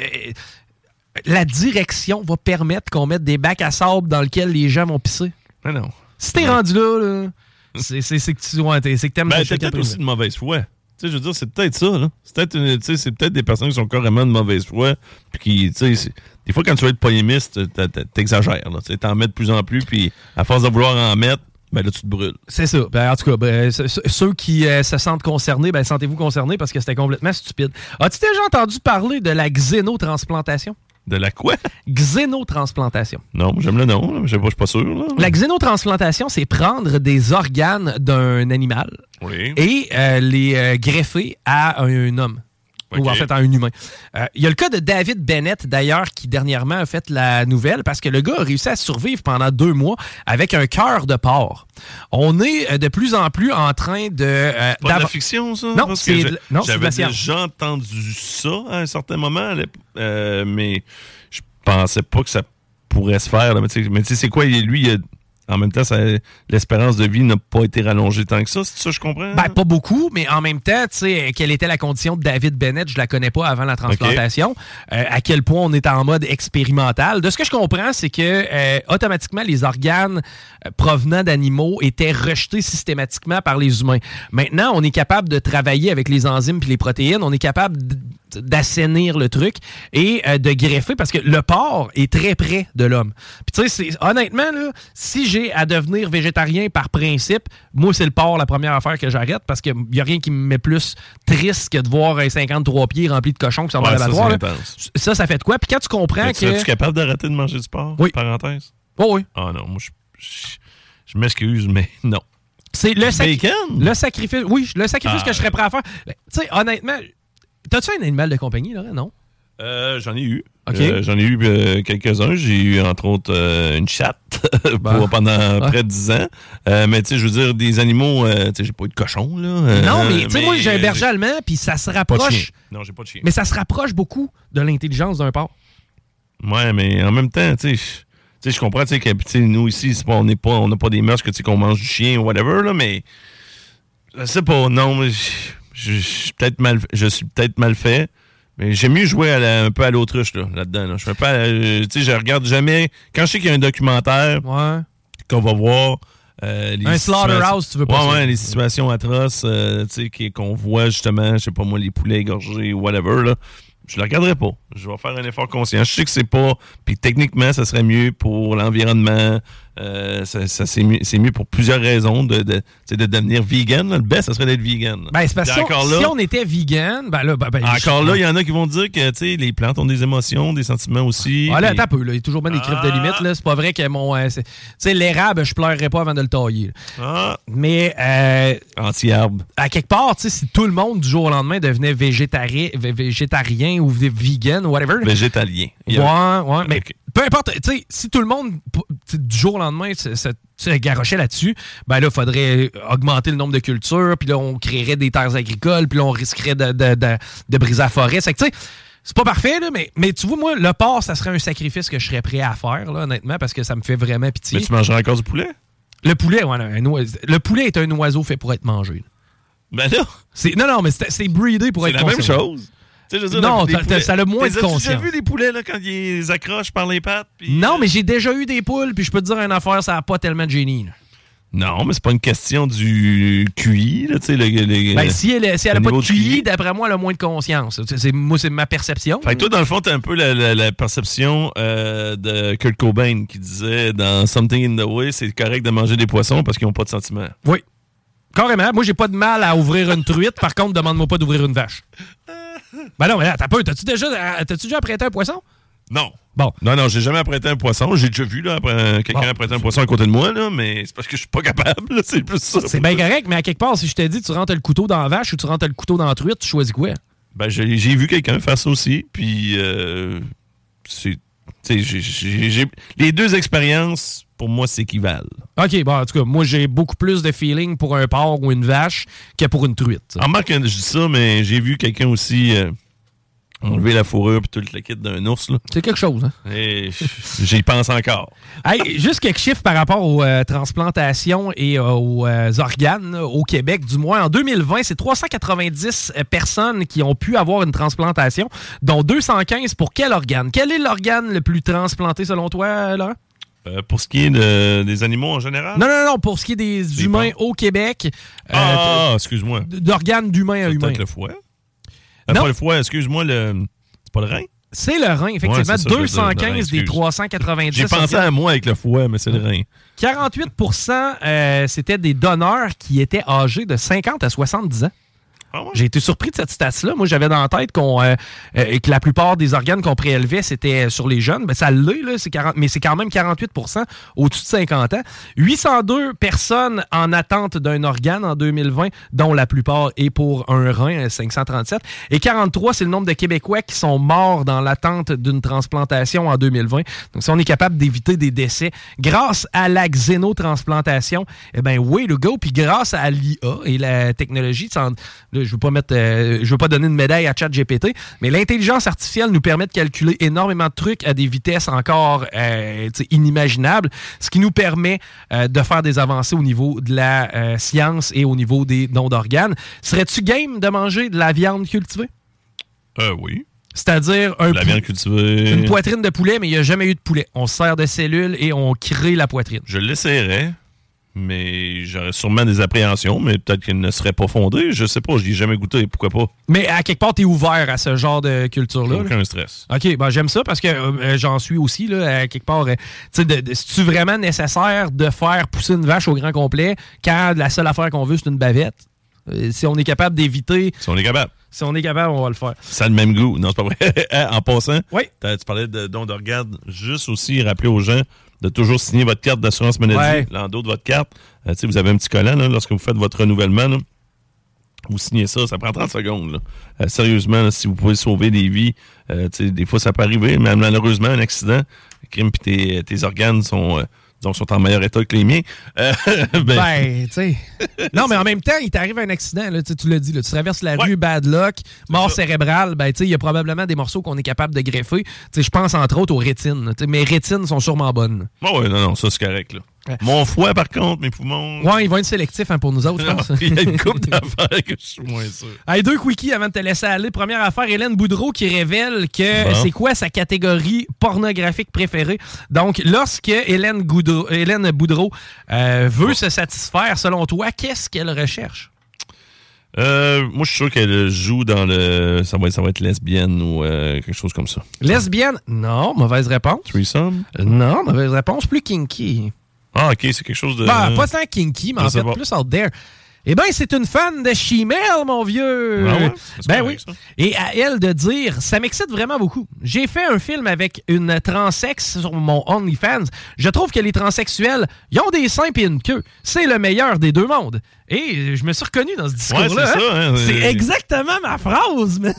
F: la direction va permettre qu'on mette des bacs à sable dans lesquels les gens vont pisser?
G: Non, non.
F: Si t'es rendu là, là c'est, c'est, c'est que tu ouais, t'es, c'est que t'aimes
G: ben,
F: le
G: t'as peut-être aussi de mauvaise foi. Tu sais, je veux dire, c'est peut-être ça, là. C'est peut-être, une, tu sais, c'est peut-être des personnes qui sont carrément de mauvaise foi. Puis qui, tu sais, c'est- des fois, quand tu veux être polémiste, t'a- t'a- t'exagères, là. Tu sais, t'en mets de plus en plus, puis à force de vouloir en mettre, ben là, tu te brûles.
F: C'est ça. Ben, en tout cas, ben, ce- ce- ceux qui euh, se sentent concernés, ben, sentez-vous concernés parce que c'était complètement stupide. As-tu déjà entendu parler de la xénotransplantation?
G: De la quoi?
F: Xénotransplantation.
G: Non, j'aime le nom, là. Je sais pas, je suis pas sûr, là.
F: La xénotransplantation, c'est prendre des organes d'un animal
G: Oui.
F: et euh, les euh, greffer à un, un homme. Ou
G: Ok.
F: en fait à un humain. Euh, Il y a le cas de David Bennett, d'ailleurs, qui dernièrement a fait la nouvelle parce que le gars a réussi à survivre pendant deux mois avec un cœur de porc. On est euh, de plus en plus en train de... euh,
G: Pas de la
F: d'av-
G: fiction, ça?
F: Non,
G: Parce
F: c'est
G: que
F: de-
G: j'ai-
F: non, c'est de
G: J'avais
F: la science.
G: déjà entendu ça à un certain moment, là, euh, mais je pensais pas que ça pourrait se faire. Là. Mais tu sais, mais tu sais, c'est quoi? Lui, il a- en même temps, ça- l'espérance de vie n'a pas été rallongée tant que ça. C'est ça, je comprends?
F: Ben, pas beaucoup, mais en même temps, tu sais, quelle était la condition de David Bennett, je la connais pas avant la transplantation. Euh, à quel point on est en mode expérimental. De ce que je comprends, c'est que euh, automatiquement, les organes euh, provenant d'animaux étaient rejetés systématiquement par les humains. Maintenant, on est capable de travailler avec les enzymes et les protéines. On est capable d- d'assainir le truc et euh, de greffer parce que le porc est très près de l'homme. Puis tu sais, c'est- honnêtement, là, si j'ai à devenir végétarien par principe, moi, c'est le porc la première affaire que j'arrête parce qu'il n'y a rien qui me met plus triste que de voir un cinquante-trois pieds rempli de cochons qui s'en va à
G: Ouais, ça,
F: l'abattoir.
G: c'est
F: là.
G: intense.
F: Ça, ça fait de quoi? Puis quand tu comprends
G: Mais
F: que...
G: Serais-tu capable d'arrêter de manger du porc?
F: Oui.
G: Parenthèse.
F: Oh oui.
G: Ah non, moi, je, je, je m'excuse, mais non.
F: C'est le, sac-
G: Bacon?
F: le sacrifice. Oui, le sacrifice
G: Ah,
F: que je serais prêt à faire. Tu sais, honnêtement, t'as-tu un animal de compagnie, là, non?
G: Euh, j'en ai eu.
F: OK.
G: Euh, j'en ai eu euh, quelques-uns. J'ai eu, entre autres, euh, une chatte pour-
F: Bah.
G: pendant
F: Ouais.
G: près de dix ans. Euh, mais tu sais, je veux dire, des animaux, euh, tu sais, j'ai pas eu de cochon, là. Euh,
F: non, mais tu sais, moi, j'ai un
G: euh,
F: berger allemand, puis ça se
G: Pas de
F: rapproche.
G: chien. Non, j'ai pas de chien.
F: Mais ça se rapproche beaucoup de l'intelligence d'un porc.
G: Ouais, mais en même temps, tu sais, je- tu sais, je comprends, tu sais, que tu sais, nous ici, c'est pas, on n'est pas, on n'a pas des mœurs que tu sais qu'on mange du chien ou whatever, là, mais je sais pas, non, mais je, je- je suis peut-être mal, je suis peut-être mal fait, Mais j'aime mieux jouer à la- un peu à l'autruche là, là-dedans. Là. Je fais pas, euh, tu sais, je regarde jamais. Quand je sais qu'il y a un documentaire
F: ouais.
G: qu'on va voir. Euh, les
F: un
G: situations-
F: slaughterhouse, tu veux pas
G: Ouais,
F: ça.
G: ouais, les situations atroces, euh, tu sais, qui- qu'on voit justement, je sais pas moi, les poulets égorgés ou whatever, là. Je le regarderai pas. Je vais faire un effort conscient. Je sais que c'est pas. Puis techniquement, ça serait mieux pour l'environnement. Euh, ça, ça, c'est, mieux, c'est mieux pour plusieurs raisons de, de, tu sais, de devenir vegan. Là. Le best, ça serait d'être vegan. Là.
F: Ben, c'est parce que
G: Puis
F: si,
G: encore
F: on-
G: là,
F: si on était vegan, ben là, ben, ben,
G: encore
F: je-
G: là, il y en a qui vont dire que tu sais, les plantes ont des émotions, des sentiments aussi.
F: Ah, là,
G: puis-
F: attends un peu, là. Il y a toujours bien des griffes de limite, là. C'est pas vrai que mon. euh, c'est- tu sais, l'érable, je pleurerais pas avant de le tailler.
G: Ah.
F: Mais. Euh,
G: Anti-arbre.
F: À quelque part, tu sais, si tout le monde du jour au lendemain devenait végétari- vé- végétarien ou vé- vegan ou whatever.
G: Végétalien.
F: Ouais, ouais. Mais peu importe, tu sais, si tout le monde, tu sais, du jour au lendemain, se, se, se garochait là-dessus, ben là, il faudrait augmenter le nombre de cultures, puis là, on créerait des terres agricoles, puis là, on risquerait de, de, de, de briser la forêt. C'est que, tu sais, c'est pas parfait, là, mais, mais tu vois, moi, le porc, ça serait un sacrifice que je serais prêt à faire, là, honnêtement, parce que ça me fait vraiment pitié.
G: Mais tu mangerais encore du poulet?
F: Le poulet, ouais, un oise- le poulet est un oiseau fait pour être mangé.
G: Ben là.
F: C'est, non, non, mais c'est, c'est breedé pour
G: C'est
F: être
G: la même
F: conservé.
G: chose. Tu sais, je veux dire,
F: Non,
G: les
F: t'as-
G: poulets-
F: ça a moins de
G: T'as-tu
F: conscience.
G: déjà vu les poulets là, quand ils les accrochent par les pattes? Puis...
F: Non, mais j'ai déjà eu des poules, puis je peux te dire une affaire, ça n'a pas tellement de génie. là.
G: Non, mais c'est pas une question du Q I, là, tu sais, le, le-
F: Ben, si elle, si elle
G: le
F: a pas de
G: niveau
F: Q I, d'après moi, elle a moins de conscience. C'est, c'est- moi, c'est ma perception.
G: Fait que toi, dans le fond, t'as un peu la, la- la perception euh, de Kurt Cobain qui disait dans Something in the Way, c'est correct de manger des poissons parce qu'ils n'ont pas de sentiments.
F: Oui. Carrément. Moi, j'ai pas de mal à ouvrir une truite. Par contre, demande-moi pas d'ouvrir une vache. Ben non, mais là, t'as peu. T'as-tu déjà, t'as-tu déjà apprêté un poisson?
G: Non.
F: Bon.
G: Non, non, j'ai jamais apprêté un poisson. J'ai déjà vu là, après, quelqu'un
F: Bon.
G: apprêter un poisson à côté de moi, là, mais c'est parce que je suis pas capable. là, C'est plus ça.
F: C'est bien correct, mais à quelque part, si je te dis tu rentres le couteau dans la vache ou tu rentres le couteau dans la truite, tu choisis quoi?
G: Ben, j'ai, j'ai vu quelqu'un faire ça aussi, puis euh, c'est... tu sais, j'ai- j'ai- j'ai- les deux expériences, pour moi, s'équivalent.
F: OK, bon, en tout cas, moi, j'ai beaucoup plus de feeling pour un porc ou une vache que pour une truite. ça.
G: En remarque, je dis ça, mais j'ai vu quelqu'un aussi euh, enlever la fourrure puis tout le kit d'un ours. Là.
F: C'est quelque chose, hein?
G: Et j'y pense encore.
F: Hey, juste quelques chiffres par rapport aux euh, transplantations et euh, aux euh, organes là, au Québec, du moins. En deux mille vingt, c'est trois cent quatre-vingt-dix personnes qui ont pu avoir une transplantation, dont deux cent quinze pour quel organe? Quel est l'organe le plus transplanté selon toi, Laurent?
G: Euh, pour ce qui est de- des animaux en général?
F: Non, non, non, pour ce qui est des humains au Québec, euh,
G: Ah, excuse-moi.
F: d'organes d'humain à humain.
G: Peut-être le foie? Euh,
F: Non.
G: Pas le foie, excuse-moi, le... c'est pas le rein?
F: C'est le rein, effectivement.
G: Ouais, c'est ça, je veux
F: deux cent
G: dire, le rein,
F: quinze des
G: excuse.
F: trois cent quatre-vingt-dix.
G: J'ai pensé à moi avec le foie, mais c'est le rein.
F: quarante-huit pour cent, euh, c'était des donneurs qui étaient âgés de cinquante à soixante-dix ans. J'ai été surpris de cette stat-là. Moi, j'avais dans la tête qu'on, euh, euh, que la plupart des organes qu'on prélevait, c'était sur les jeunes. Ben, ça l'est, là, c'est quarante, mais c'est quand même quarante-huit pour cent au-dessus de cinquante ans. huit cent deux personnes en attente d'un organe en deux mille vingt, dont la plupart est pour un rein, cinq cent trente-sept. Et quarante-trois, c'est le nombre de Québécois qui sont morts dans l'attente d'une transplantation en deux mille vingt. Donc, si on est capable d'éviter des décès grâce à la xénotransplantation, eh bien, way to go. Puis grâce à l'I A et la technologie, sans- là, je veux pas mettre, euh, je veux pas donner une médaille à ChatGPT, mais l'intelligence artificielle nous permet de calculer énormément de trucs à des vitesses encore euh, tu sais, inimaginables, ce qui nous permet euh, de faire des avancées au niveau de la euh, science et au niveau des dons d'organes. Serais-tu game de manger de la viande cultivée?
G: Euh, oui.
F: C'est-à-dire un
G: La
F: pou-
G: viande cultivée.
F: une poitrine de poulet, mais il n'y a jamais eu de poulet. On se sert de cellules et on crée la poitrine.
G: Je l'essayerais, mais j'aurais sûrement des appréhensions, mais peut-être qu'elles ne seraient pas fondées. Je sais pas, je n'y ai jamais goûté, pourquoi pas?
F: Mais à quelque part, tu es ouvert à ce genre de culture-là.
G: Aucun
F: là?
G: stress.
F: OK, ben j'aime ça parce que euh, j'en suis aussi, là, à quelque part. Euh, tu sais, de- de- c'est-tu vraiment nécessaire de faire pousser une vache au grand complet quand la seule affaire qu'on veut, c'est une bavette? Euh, si on est capable d'éviter...
G: Si on est capable.
F: Si on est capable, on va le faire.
G: Ça a le même goût. Non, c'est pas vrai. En passant,
F: oui.
G: tu parlais de don d'organes. Juste aussi rappeler aux gens de toujours signer votre carte d'assurance maladie,
F: Ouais.
G: l'endos de votre carte. Euh, tu sais, vous avez un petit collant là, lorsque vous faites votre renouvellement. Là, vous signez ça, ça prend trente secondes. Là. Euh, sérieusement, là, si vous pouvez sauver des vies, euh, tu sais, des fois ça peut arriver, mais malheureusement, un accident, crime puis tes, tes organes sont... euh, donc, sont en meilleur état que les miens. Euh, ben,
F: Ben, tu sais. Non, mais en même temps, il t'arrive un accident, là, tu sais, tu l'as dit, là, tu traverses la rue, bad luck, mort cérébrale, ben, tu sais, il y a probablement des morceaux qu'on est capable de greffer. Tu sais, je pense entre autres aux rétines. Tu sais, mes rétines sont sûrement bonnes.
G: Bon, ouais, non, non, ça c'est correct. Là. Mon foie, par contre, mes poumons...
F: Ouais, ils vont être sélectifs hein, pour nous autres, je pense.
G: Il y a une couple d'affaires que je suis moins sûr.
F: Allez, deux quickies avant de te laisser aller. Première affaire, Hélène Boudreau qui révèle que
G: Bon.
F: c'est quoi sa catégorie pornographique préférée. Donc, lorsque Hélène, Goudreau, Hélène Boudreau euh, veut
G: Bon.
F: se satisfaire, selon toi, qu'est-ce qu'elle recherche?
G: Euh, moi, je suis sûr qu'elle joue dans le... Ça va être, ça va être lesbienne ou euh, quelque chose comme ça.
F: Lesbienne? Non, mauvaise réponse.
G: Threesome?
F: Non, mauvaise réponse. Plus kinky.
G: Ah, OK, c'est quelque chose de...
F: Bah, pas tant kinky, mais
G: Je
F: en
G: sais
F: fait,
G: pas.
F: plus out there. Eh bien, c'est une fan de She-Mail, mon vieux.
G: Ah ouais? C'est
F: Ben
G: correct,
F: oui.
G: ça.
F: Et à elle de dire, ça m'excite vraiment beaucoup. J'ai fait un film avec une transex sur mon OnlyFans. Je trouve que les transsexuels, ils ont des seins et une queue. C'est le meilleur des deux mondes. Et je me suis reconnu dans ce discours-là.
G: Ouais, c'est
F: hein.
G: ça, hein.
F: C'est exactement ma phrase, man.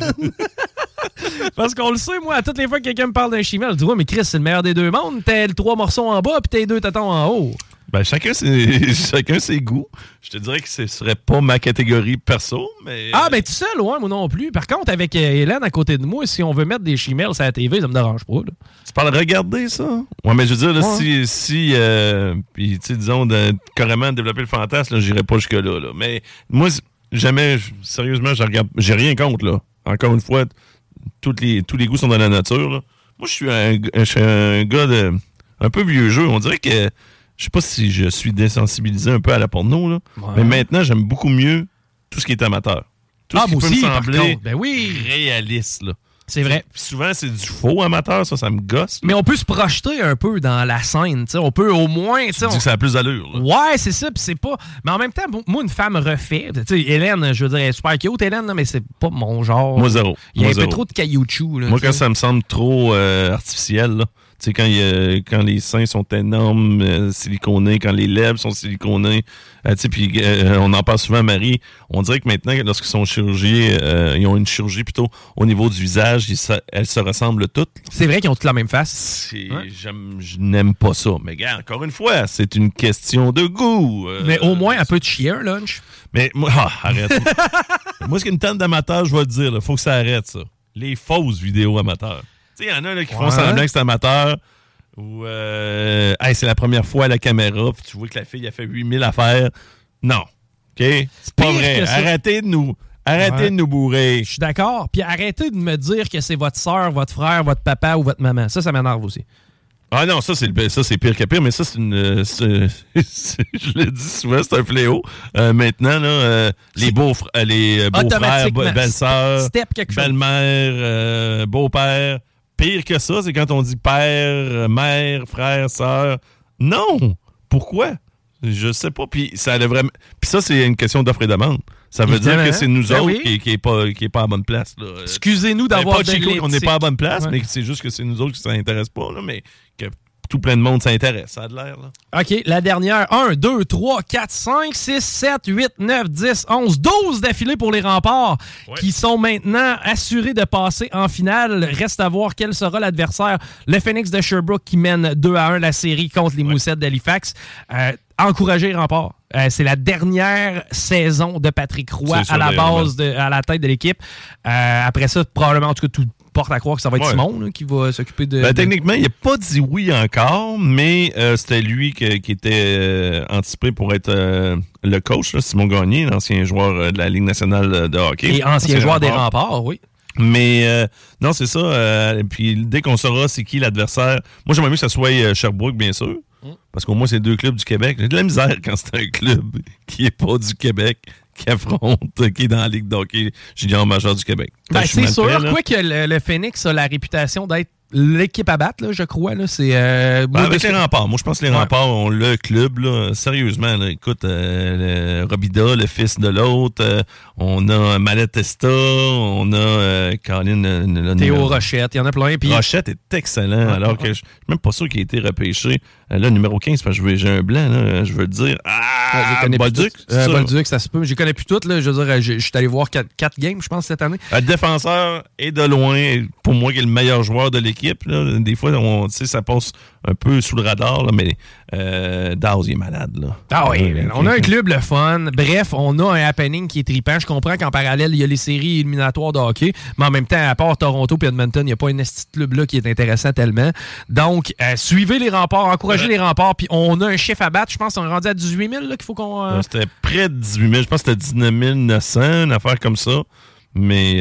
F: Parce qu'on le sait, moi, à toutes les fois que quelqu'un me parle d'un She-Mail, je dis, ouais, mais Chris, c'est le meilleur des deux mondes. T'as le trois morceaux en bas, puis t'as les deux tatons en haut.
G: Ben, chacun ses, chacun ses goûts. Je te dirais que ce serait pas ma catégorie perso, mais...
F: Ah, ben, tu sais, loin, moi non plus. Par contre, avec euh, Hélène à côté de moi, si on veut mettre des She-Mail sur la T V, ça me dérange pas. Là.
G: Tu parles de regarder ça? Ouais, mais je veux dire, là,
F: Ouais.
G: si, si euh, puis, tu sais, disons, de, carrément développer le fantasme, là, j'irais pas jusque-là, là. Mais moi, c- jamais, je- sérieusement, je regarde, j'ai rien contre, là. Encore une fois, toutes les, tous les goûts sont dans la nature, là. Moi, je suis un, je suis un gars de, un peu vieux jeu. On dirait que, je sais pas si je suis désensibilisé un peu à la porno, là.
F: Ouais.
G: Mais maintenant, j'aime beaucoup mieux tout ce qui est amateur. Tout
F: Ah,
G: ce qui
F: moi
G: peut
F: aussi,
G: me
F: par
G: sembler
F: contre. Ben oui.
G: réaliste, là.
F: C'est vrai.
G: Puis souvent, c'est du faux amateur, ça, ça me gosse.
F: Mais on peut se projeter un peu dans la scène, tu sais. On peut au moins, tu sais.
G: Tu dis
F: on-
G: que ça a plus d'allure, là.
F: Ouais, c'est ça, puis c'est pas. Mais en même temps, moi, une femme refait. Tu sais, Hélène, je veux dire, elle est super cute, Hélène, là, mais c'est pas mon genre.
G: Moi, zéro.
F: Il y a
G: Moi,
F: un peu
G: zéro.
F: trop de caillouchou, là.
G: Moi,
F: tu
G: quand
F: sais.
G: ça me semble trop euh, artificiel, là, tu sais, quand, il y a- quand les seins sont énormes, euh, siliconés, quand les lèvres sont siliconées, euh, tu sais, puis euh, on en parle souvent à Marie, on dirait que maintenant, lorsqu'ils sont chirurgiens, euh, ils ont une chirurgie plutôt au niveau du visage, ils se- elles se ressemblent toutes.
F: C'est vrai qu'ils ont toutes la même face.
G: C'est- j'aime- Je n'aime pas ça. Mais gars, encore une fois, c'est une question de goût. euh,
F: Mais au moins, un peu de chier, un lunch.
G: Mais moi, ah, arrête. Moi, ce qui me tente d'amateur, je vais le dire, il faut que ça arrête, ça. Les fausses vidéos amateurs. Tu sais, il y en a là, qui font
F: Ouais.
G: semblant que c'est amateur. Ou, euh, hey, c'est la première fois à la caméra, puis tu vois que la fille a fait huit mille affaires. Non. OK? C'est pas
F: Pire
G: vrai.
F: que ça.
G: Arrêtez de nous. Arrêtez
F: Ouais.
G: de nous bourrer.
F: Je suis d'accord. Puis arrêtez de me dire que c'est votre soeur, votre frère, votre papa ou votre maman. Ça, ça m'énerve aussi.
G: Ah non, ça c'est le- ça c'est pire que pire, mais ça c'est une, euh, c'est- c'est- je le dis souvent, c'est un fléau. Euh, maintenant là, euh, les beaux fr- euh, les euh, beaux-frères,
F: Automatiquement.
G: be- belles-sœurs,
F: Step quelque chose.
G: belle-mère, euh, beau-père. Pire que ça, c'est quand on dit père, euh, mère, frère, sœur. Non, pourquoi? Je sais pas. Puis ça a vraiment. Puis ça c'est une question d'offre et demande. Ça veut
F: Évidemment.
G: dire que c'est nous
F: Ben
G: autres
F: oui.
G: qui, qui est pas qui est pas à bonne place là.
F: Excusez-nous
G: Ben,
F: d'avoir
G: pas
F: de
G: Chico qu'on n'est
F: l'éthique.
G: pas à bonne place,
F: Ouais.
G: mais que c'est juste que c'est nous autres qui s'intéressent pas, là, mais que tout plein de monde s'intéresse. Ça a de l'air, là.
F: OK, la dernière. un, deux, trois, quatre, cinq, six, sept, huit, neuf, dix, onze, douze d'affilée pour les remparts qui sont maintenant assurés de passer en finale. Reste à voir quel sera l'adversaire. Le Phoenix de Sherbrooke qui mène deux à un la série contre les Moussettes d'Halifax. Euh, encourager les remparts. Euh, c'est la dernière saison de Patrick Roy
G: C'est sûr,
F: à la
G: d'ailleurs,
F: base, de, à la tête de l'équipe. Euh, après ça, probablement, en tout cas, tout porte à croire que ça va être
G: Ouais.
F: Simon là, qui va s'occuper de...
G: Ben,
F: de-
G: techniquement, il n'a pas dit oui encore, mais euh, c'était lui que- qui était euh, anticipé pour être euh, le coach, là, Simon Gagné, l'ancien joueur euh, de la Ligue nationale de hockey.
F: Et ancien
G: C'est
F: joueur des
G: Remparts.
F: remparts, oui.
G: Mais euh, non, c'est ça. euh, puis dès qu'on saura c'est qui l'adversaire, moi j'aimerais mieux que ça soit euh, Sherbrooke, bien sûr. Parce qu'au moins, c'est deux clubs du Québec. J'ai de la misère quand c'est un club qui n'est pas du Québec, qui affronte, qui est dans la Ligue d'hockey junior majeur du Québec.
F: Ben,
G: Je suis
F: c'est
G: mal
F: sûr,
G: fait, là.
F: quoi que le, le Phoenix a la réputation d'être l'équipe à battre, là, je crois. Là. C'est, euh,
G: Ben,
F: moi,
G: avec
F: de-
G: les remparts. Moi, je pense que les
F: Ouais.
G: remparts ont le club, là. Sérieusement, là. Écoute, euh, le Robida, le fils de l'autre, euh, on a Malatesta, on a euh, Colin, le- le-
F: Théo
G: le-
F: Rochette, il y en a plein. Puis
G: Rochette est excellent,
F: Ouais,
G: alors
F: ouais,
G: que je je suis même pas sûr qu'il ait été repêché. Euh, là, numéro quinze, parce que je veux- j'ai un blanc, là, je veux le dire.
F: Ouais,
G: Ah,
F: je connais plus
G: Bolduc,
F: toutes.
G: c'est
F: Euh,
G: ça?
F: Bolduc, ça se peut. Je les connais plus toutes. Là. Je veux dire, je, je suis allé voir quatre, quatre games, je pense, cette année.
G: Le défenseur est de loin, pour moi, qui est le meilleur joueur de l'équipe. équipes, là, des fois, on, ça passe un peu sous le radar, là, mais euh, Dawes, il est malade. Là.
F: Ah oui,
G: euh,
F: on a un club le fun. Bref, on a un happening qui est trippant. Je comprends qu'en parallèle, il y a les séries éliminatoires de hockey, mais en même temps, à part Toronto et Edmonton, il n'y a pas un petit club là qui est intéressant tellement. Donc, euh, suivez les remparts, encouragez ouais. les remparts, puis on a un chiffre à battre. Je pense qu'on est rendu à dix-huit mille là, qu'il faut qu'on... Euh...
G: C'était près de dix-huit mille. Je pense que c'était dix-neuf mille neuf cents, une affaire comme ça. Mais...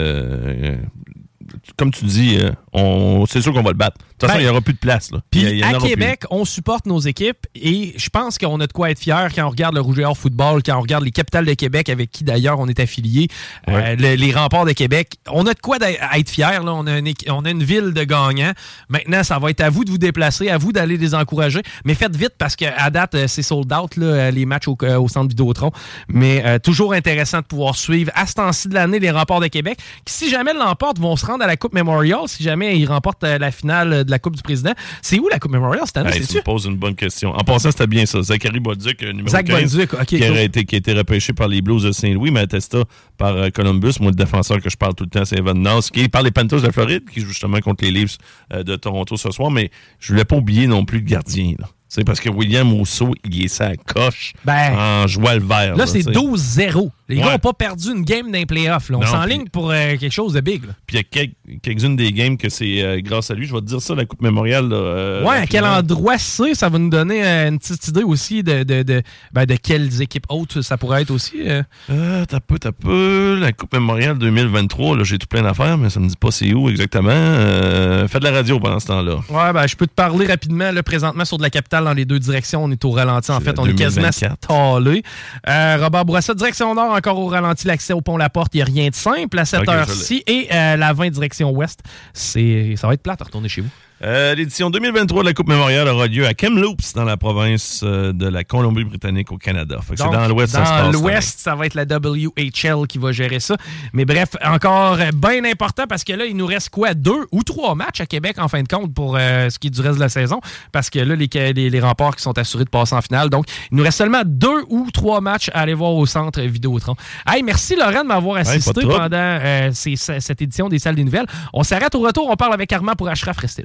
G: Euh, comme tu dis, on, c'est sûr qu'on va le battre. De toute façon, ben, il n'y aura plus de place. Là.
F: Puis
G: il y, il y
F: à Québec, plus. On supporte nos équipes et je pense qu'on a de quoi être fiers quand on regarde le Rouge et Or football, quand on regarde les Capitales de Québec, avec qui d'ailleurs on est affilié, ouais. euh, le, les Remparts de Québec. On a de quoi être fiers. Là. On, a une, on a une ville de gagnants. Maintenant, ça va être à vous de vous déplacer, à vous d'aller les encourager. Mais faites vite parce qu'à date, c'est sold out, là, les matchs au, au centre Vidéotron. Mais euh, toujours intéressant de pouvoir suivre à ce temps-ci de l'année les Remparts de Québec qui, si jamais l'emportent, vont se rendre à la Coupe Memorial si jamais ils remportent euh, la finale de la Coupe du Président. C'est où la Coupe Memorial cette année?
G: Hey, tu me poses une bonne question. En passant, c'était bien ça. Zachary Bolduc, numéro
F: Zach
G: quinze,
F: Bolduc, okay,
G: qui,
F: cool.
G: a été, qui a été repêché par les Blues de Saint-Louis, mais attesta par euh, Columbus. Moi, le défenseur que je parle tout le temps, c'est Evan Nance, qui est par les Panthers de Floride, qui joue justement contre les Leafs euh, de Toronto ce soir. Mais je ne voulais pas oublier non plus le gardien, là. C'est parce que William Rousseau, il est sa coche ben, en jouant le vert.
F: Là, là c'est douze zéro. Les ouais. gars n'ont pas perdu une game d'un playoff. Là. On non, s'enligne puis, pour euh, quelque chose de big. Là.
G: Puis il y a quelques, quelques-unes des games que c'est euh, grâce à lui. Je vais te dire ça, la Coupe Memorial. Là, euh,
F: ouais, à quel endroit c'est? Ça va nous donner euh, une petite idée aussi de, de, de, ben, de quelles équipes hautes ça pourrait être aussi. Euh.
G: Euh, t'as peu, t'as peu. La Coupe Memorial deux mille vingt-trois, là, j'ai tout plein d'affaires, mais ça me dit pas c'est où exactement. Euh, fais de la radio pendant ce temps-là.
F: Ouais, ben je peux te parler rapidement. Là, présentement, sur de la capitale dans les deux directions. On est au ralenti. En c'est fait, on est quasiment stallé. Euh, Robert Bourassa, direction nord, encore au ralenti. L'accès au pont-la-porte, il n'y a rien de simple à cette okay, heure-ci. Et euh, la vingt direction ouest, c'est, ça va être plate à retourner chez vous.
G: Euh, l'édition deux mille vingt-trois de la Coupe Memorial aura lieu à Kamloops, dans la province euh, de la Colombie-Britannique au Canada. Fait que Donc, c'est dans l'ouest, ça se passe. Dans l'ouest,
F: ça va être la W H L qui va gérer ça. Mais bref, encore bien important parce que là, il nous reste quoi? Deux ou trois matchs à Québec en fin de compte pour euh, ce qui est du reste de la saison. Parce que là, les, les, les remparts qui sont assurés de passer en finale. Donc, il nous reste seulement deux ou trois matchs à aller voir au centre Vidéotron. Hey, merci Laurent de m'avoir assisté hey, pendant euh, ces, cette édition des Salles des Nouvelles. On s'arrête au retour, on parle avec Armand pour Ashraf. Restez là.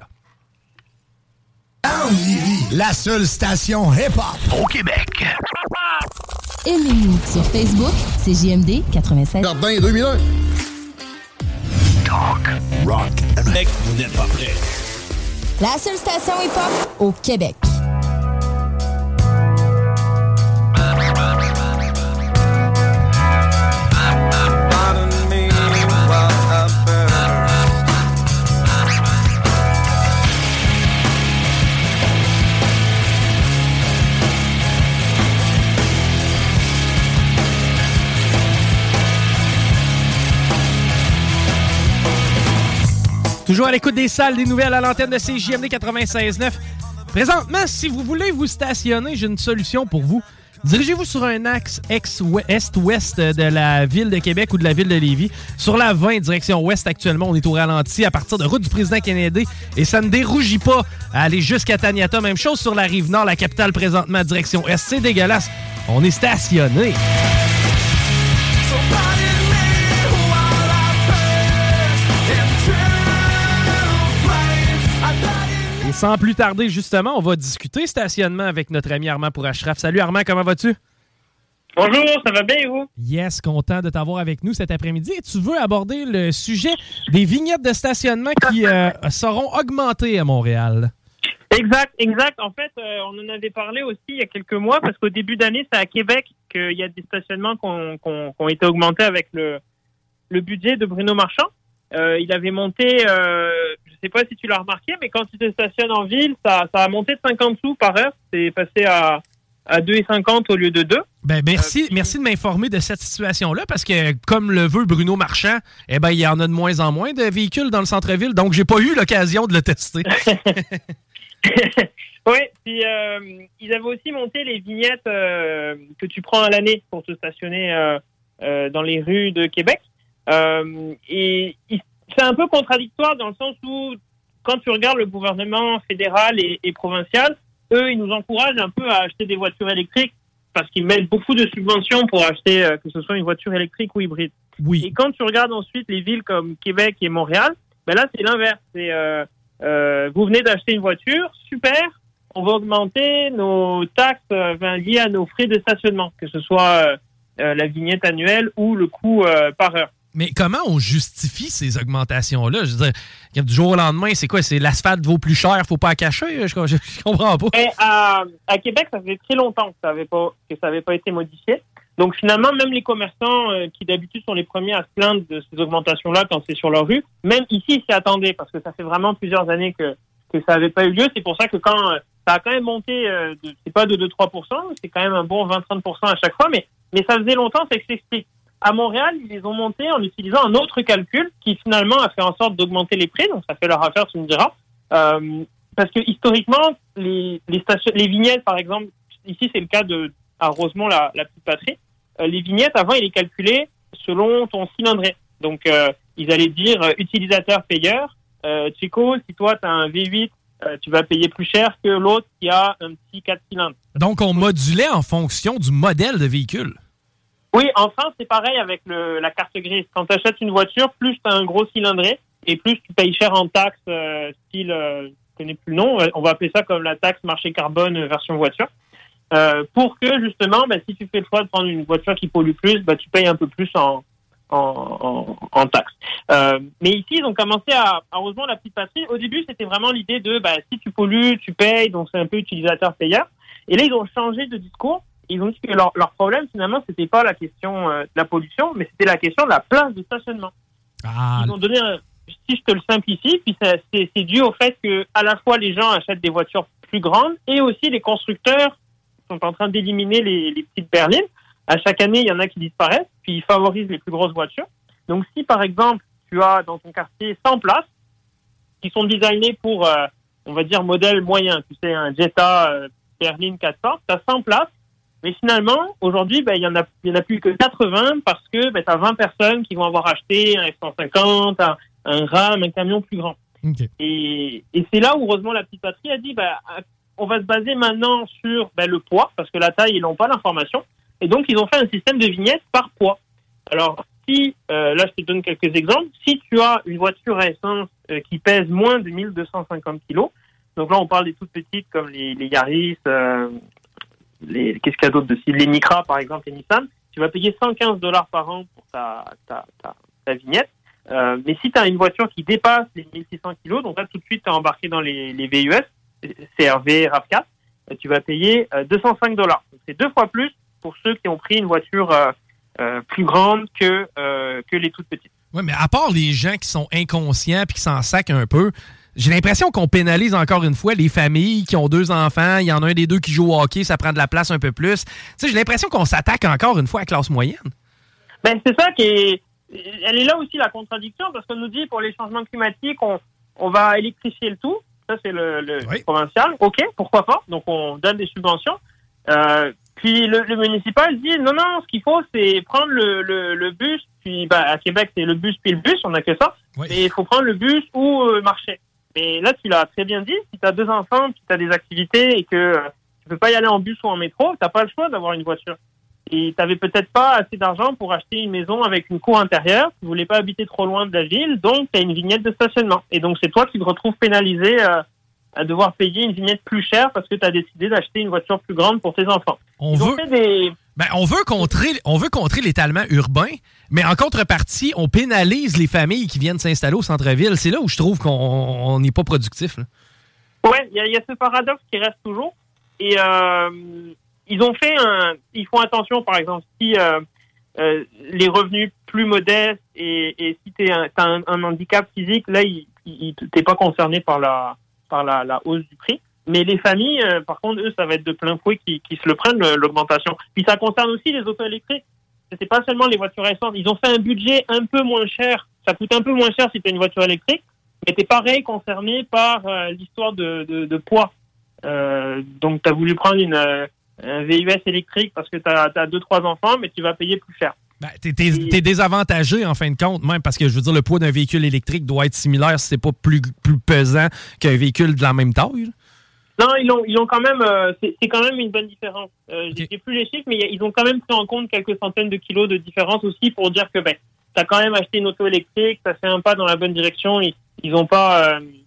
C: La seule station hip-hop au Québec.
N: Aimez-nous sur Facebook, c'est J M D quatre-vingt-seize.
I: Jardin deux mille un.
C: Talk, rock, and mec, vous n'êtes pas prêts.
N: La seule station hip-hop au Québec.
F: Toujours à l'écoute des salles des nouvelles à l'antenne de C J M D quatre-vingt-seize neuf. Présentement, si vous voulez vous stationner, j'ai une solution pour vous. Dirigez-vous sur un axe est-ouest de la ville de Québec ou de la ville de Lévis. Sur la vingt, direction ouest, actuellement, on est au ralenti à partir de route du président Kennedy. Et ça ne dérougit pas à aller jusqu'à Taniata. Même chose sur la rive nord, la capitale présentement, direction est. C'est dégueulasse. On est stationné. Et sans plus tarder, justement, on va discuter stationnement avec notre ami Armand pour Ashraf. Salut Armand, comment vas-tu?
R: Bonjour, ça va bien et vous?
F: Yes, content de t'avoir avec nous cet après-midi. Et tu veux aborder le sujet des vignettes de stationnement qui euh, seront augmentées à Montréal.
R: Exact, exact. En fait, euh, on en avait parlé aussi il y a quelques mois parce qu'au début d'année, c'est à Québec qu'il y a des stationnements qui ont, qui ont, qui ont été augmentés avec le, le budget de Bruno Marchand. Euh, il avait monté, euh, je sais pas si tu l'as remarqué, mais quand il se stationne en ville, ça, ça a monté de cinquante sous par heure. C'est passé à, à deux virgule cinquante au lieu de deux.
F: Ben merci, euh, merci de m'informer de cette situation-là parce que, comme le veut Bruno Marchand, eh ben il y en a de moins en moins de véhicules dans le centre-ville, donc j'ai pas eu l'occasion de le tester.
R: Oui, puis euh, ils avaient aussi monté les vignettes euh, que tu prends à l'année pour te stationner euh, euh, dans les rues de Québec. Euh, et c'est un peu contradictoire dans le sens où quand tu regardes le gouvernement fédéral et, et provincial, eux, ils nous encouragent un peu à acheter des voitures électriques parce qu'ils mettent beaucoup de subventions pour acheter euh, que ce soit une voiture électrique ou hybride.
F: Oui.
R: Et quand tu regardes ensuite les villes comme Québec et Montréal, ben là, c'est l'inverse. C'est, euh, euh, vous venez d'acheter une voiture, super, on va augmenter nos taxes euh, liées à nos frais de stationnement, que ce soit euh, euh, la vignette annuelle ou le coût euh, par heure.
F: Mais comment on justifie ces augmentations-là? Je veux dire, du jour au lendemain, c'est quoi? C'est l'asphalte vaut plus cher, faut pas cacher? Je, je, je comprends pas.
R: Et à, à Québec, ça faisait très longtemps que ça avait pas, que ça avait pas été modifié. Donc finalement, même les commerçants euh, qui d'habitude sont les premiers à se plaindre de ces augmentations-là quand c'est sur leur rue, même ici, ils s'y attendaient parce que ça fait vraiment plusieurs années que, que ça avait pas eu lieu. C'est pour ça que quand euh, ça a quand même monté, euh, de, c'est pas de deux à trois pour cent, c'est quand même un bon vingt à trente pour cent à chaque fois, mais, mais ça faisait longtemps, c'est que c'est explique. À Montréal, ils les ont montés en utilisant un autre calcul qui finalement a fait en sorte d'augmenter les prix, donc ça fait leur affaire, tu me diras. Euh, parce que historiquement, les, les, stations, les vignettes, par exemple, ici c'est le cas de à Rosemont, la, la petite patrie, euh, les vignettes avant, ils les calculaient selon ton cylindrée. Donc euh, ils allaient dire euh, utilisateur-payeur. Euh, Chico, si toi tu as un V huit, euh, tu vas payer plus cher que l'autre qui a un petit quatre cylindres.
F: Donc on modulait en fonction du modèle de véhicule.
R: Oui, en France, c'est pareil avec le, la carte grise. Quand tu achètes une voiture, plus tu as un gros cylindré et plus tu payes cher en taxes, euh, style, euh, je connais plus le nom, on va appeler ça comme la taxe marché carbone version voiture, euh, pour que justement, bah, si tu fais le choix de prendre une voiture qui pollue plus, bah, tu payes un peu plus en, en, en, en taxes. Euh, mais ici, ils ont commencé à, heureusement, la petite patrie. Au début, c'était vraiment l'idée de, bah, si tu pollues, tu payes, donc c'est un peu utilisateur-payeur. Et là, ils ont changé de discours. Ils ont dit que leur, leur problème, finalement, c'était pas la question euh, de la pollution, mais c'était la question de la place de stationnement.
F: Ah,
R: Ils ont donné un, si je te le simplifie, puis ça, c'est, c'est dû au fait que à la fois les gens achètent des voitures plus grandes et aussi les constructeurs sont en train d'éliminer les, les petites berlines. À chaque année, il y en a qui disparaissent, puis ils favorisent les plus grosses voitures. Donc, si par exemple, tu as dans ton quartier cent places qui sont designées pour, euh, on va dire, modèle moyen, tu sais, un Jetta euh, berline quatre cents, tu as cent places. Mais finalement, aujourd'hui, ben, il y en a, il y en a plus que quatre-vingts parce que ben, tu as vingt personnes qui vont avoir acheté un F cent cinquante, un, un RAM, un camion plus grand.
F: Okay.
R: Et, et c'est là où, heureusement, la petite patrie a dit, ben, on va se baser maintenant sur ben, le poids, parce que la taille, ils n'ont pas l'information. Et donc, ils ont fait un système de vignettes par poids. Alors, si, euh, là, je te donne quelques exemples. Si tu as une voiture à essence euh, qui pèse moins de mille deux cent cinquante kilos, donc là, on parle des toutes petites comme les, les Yaris, euh, les, qu'est-ce qu'il y a d'autre de cibles, les Micra, par exemple, les Nissan, tu vas payer cent quinze dollars par an pour ta, ta, ta, ta vignette. Euh, mais si tu as une voiture qui dépasse les mille six cents kilos, donc là, tout de suite, tu es embarqué dans les, les V U S, C R V, RAV quatre, tu vas payer euh, deux cent cinq dollars. Donc, c'est deux fois plus pour ceux qui ont pris une voiture euh, euh, plus grande que, euh, que les toutes petites.
F: Oui, mais à part les gens qui sont inconscients et qui s'en sacent un peu, j'ai l'impression qu'on pénalise encore une fois les familles qui ont deux enfants, il y en a un des deux qui joue au hockey, ça prend de la place un peu plus. Tu sais, j'ai l'impression qu'on s'attaque encore une fois à la classe moyenne.
R: Ben, c'est ça qui est... Elle est là aussi la contradiction, parce qu'on nous dit pour les changements climatiques, on, on va électrifier le tout. Ça, c'est le, le oui. provincial. OK, pourquoi pas? Donc, on donne des subventions. Euh, puis, le, le municipal dit, non, non, ce qu'il faut, c'est prendre le, le, le bus. Puis, bah, à Québec, c'est le bus puis le bus, on n'a que ça. Oui. Mais il faut prendre le bus ou euh, marcher. Mais là, tu l'as très bien dit, si tu as deux enfants, si tu as des activités et que euh, tu peux pas y aller en bus ou en métro, tu n'as pas le choix d'avoir une voiture. Et tu n'avais peut-être pas assez d'argent pour acheter une maison avec une cour intérieure, tu voulais pas habiter trop loin de la ville, donc tu as une vignette de stationnement. Et donc, c'est toi qui te retrouves pénalisé euh, à devoir payer une vignette plus chère parce que tu as décidé d'acheter une voiture plus grande pour tes enfants.
F: On
R: Ils
F: veut...
R: ont fait des...
F: Ben, on veut contrer, on veut contrer l'étalement urbain, mais en contrepartie, on pénalise les familles qui viennent s'installer au centre-ville. C'est là où je trouve qu'on n'est pas productif.
R: Oui, il y, y a ce paradoxe qui reste toujours. Et euh, ils ont fait un... Ils font attention, par exemple, si euh, euh, les revenus plus modestes et, et si tu as un, un handicap physique, là, tu n'es pas concerné par la, par la, la hausse du prix. Mais les familles, euh, par contre, eux, ça va être de plein fouet qui, qui se le prennent, le, l'augmentation. Puis ça concerne aussi les autos électriques. C'est pas seulement les voitures à essence. Ils ont fait un budget un peu moins cher. Ça coûte un peu moins cher si tu as une voiture électrique, mais tu es pareil concerné par euh, l'histoire de, de, de poids. Euh, donc, tu as voulu prendre une, euh, un V U S électrique parce que tu as deux, trois enfants, mais tu vas payer plus cher.
F: Ben, t'es, t'es, t'es désavantagé en fin de compte, même parce que je veux dire, le poids d'un véhicule électrique doit être similaire si c'est pas plus, plus pesant qu'un véhicule de la même taille. Là.
R: Non, ils ont, ils ont quand même, euh, c'est, c'est quand même une bonne différence. Euh, okay. J'ai plus les chiffres, mais y a, ils ont quand même pris en compte quelques centaines de kilos de différence aussi pour dire que ben, t'as quand même acheté une auto électrique, ça fait un pas dans la bonne direction. Ils, ils ont pas, euh,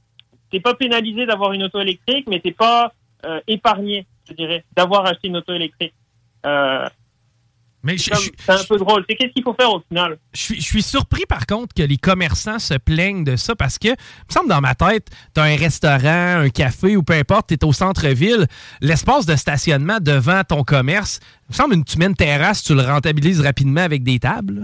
R: t'es pas pénalisé d'avoir une auto électrique, mais t'es pas euh, épargné, je dirais, d'avoir acheté une auto électrique. Euh,
F: Mais je,
R: c'est, c'est un peu drôle. C'est qu'est-ce qu'il faut faire au final?
F: Je suis, je suis surpris, par contre, que les commerçants se plaignent de ça parce que, il me semble, dans ma tête, tu as un restaurant, un café ou peu importe, tu es au centre-ville, l'espace de stationnement devant ton commerce, il me semble, une, tu mets une terrasse, tu le rentabilises rapidement avec des tables.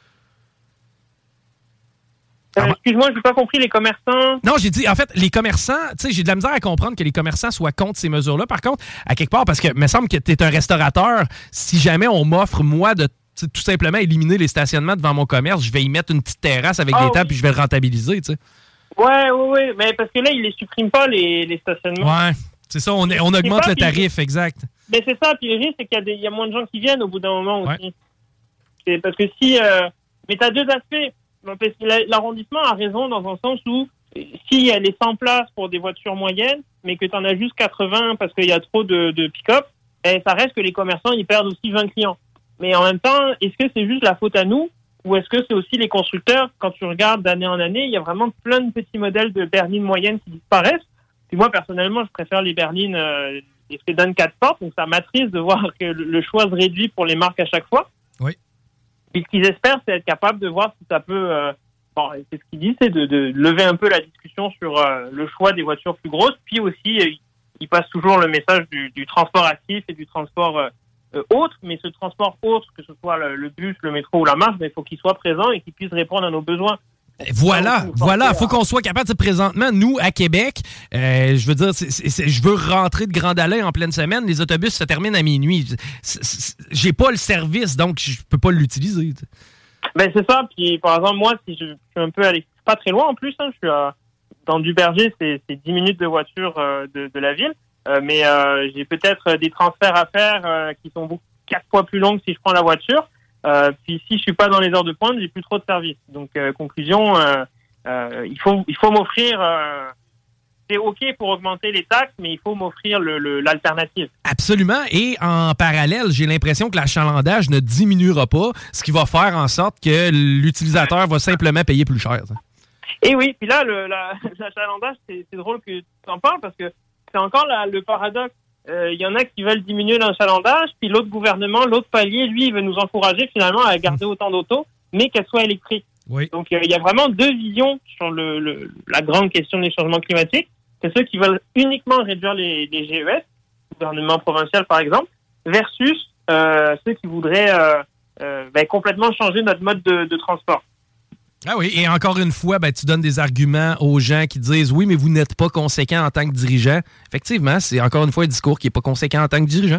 R: Euh, excuse-moi, j'ai pas compris, les commerçants...
F: Non, j'ai dit, en fait, les commerçants, tu sais, j'ai de la misère à comprendre que les commerçants soient contre ces mesures-là. Par contre, à quelque part, parce que il me semble que tu es un restaurateur, si jamais on m'offre, moi, de tout simplement éliminer les stationnements devant mon commerce, je vais y mettre une petite terrasse avec
R: Ah,
F: des
R: oui.
F: tables puis je vais le rentabiliser, tu sais.
R: Ouais, ouais, ouais, mais parce que là, ils les suppriment pas, les, les stationnements.
F: Ouais, c'est ça, on, est- on augmente
R: pas,
F: le
R: puis-
F: tarif, exact.
R: Mais c'est ça, puis le risque, c'est qu'il y a, des, il y a moins de gens qui viennent au bout d'un moment aussi. C'est parce que si... Euh, mais t'as deux aspects. Parce que la- l'arrondissement a raison dans un sens où euh, si elle est cent places pour des voitures moyennes, mais que tu en as juste quatre-vingts parce qu'il y a trop de, de pick-up, eh, ça reste que les commerçants, ils perdent aussi vingt clients. Mais en même temps, est-ce que c'est juste la faute à nous ou est-ce que c'est aussi les constructeurs? Quand tu regardes d'année en année, il y a vraiment plein de petits modèles de berlines moyennes qui disparaissent. Puis moi, personnellement, je préfère les berlines, euh, les Sedan quatre portes, donc ça m'attriste de voir que le, le choix se réduit pour les marques à chaque fois.
F: Oui.
R: Puis ce qu'ils espèrent, c'est être capable de voir si ça peut... Euh, bon, c'est ce qu'ils disent, c'est de, de lever un peu la discussion sur euh, le choix des voitures plus grosses. Puis aussi, euh, ils passent toujours le message du, du transport actif et du transport euh, euh, autre. Mais ce transport autre, que ce soit le, le bus, le métro ou la marche, il faut qu'il soit présent et qu'il puisse répondre à nos besoins.
F: Voilà, voilà, faut qu'on soit capable. de présentement, nous, à Québec, euh, je veux dire, c'est, c'est, c'est, je veux rentrer de Grand Allée en pleine semaine, les autobus se terminent à minuit. C'est, c'est, j'ai pas le service, donc je peux pas l'utiliser.
R: Ben c'est ça. Puis par exemple, moi, si je, je suis un peu allé pas très loin en plus, hein, je suis à, dans Duberger, c'est, c'est dix minutes de voiture euh, de, de la ville, euh, mais euh, j'ai peut-être des transferts à faire euh, qui sont beaucoup, quatre fois plus longs que si je prends la voiture. Euh, puis si je suis pas dans les heures de pointe, j'ai plus trop de services. Donc euh, conclusion, euh, euh, il faut il faut m'offrir. Euh, c'est ok pour augmenter les taxes, mais il faut m'offrir le, le, l'alternative.
F: Absolument. Et en parallèle, j'ai l'impression que l'achalandage ne diminuera pas, ce qui va faire en sorte que l'utilisateur va simplement payer plus cher. Ça.
R: Et oui, puis là, le, la, l'achalandage, c'est, c'est drôle que tu en parles parce que c'est encore la, le paradoxe. Il euh, y en a qui veulent diminuer l'achalandage, puis l'autre gouvernement, l'autre palier, lui, il veut nous encourager finalement à garder autant d'autos, mais qu'elles soient électriques.
F: Oui.
R: Donc il euh, y a vraiment deux visions sur le, le, la grande question des changements climatiques. C'est ceux qui veulent uniquement réduire les, les G E S, le gouvernement provincial par exemple, versus euh, ceux qui voudraient euh, euh, ben, complètement changer notre mode de, de transport.
F: Ah oui, et encore une fois, ben, tu donnes des arguments aux gens qui disent « Oui, mais vous n'êtes pas conséquent en tant que dirigeant. » Effectivement, c'est encore une fois un discours qui n'est pas conséquent en tant que dirigeant.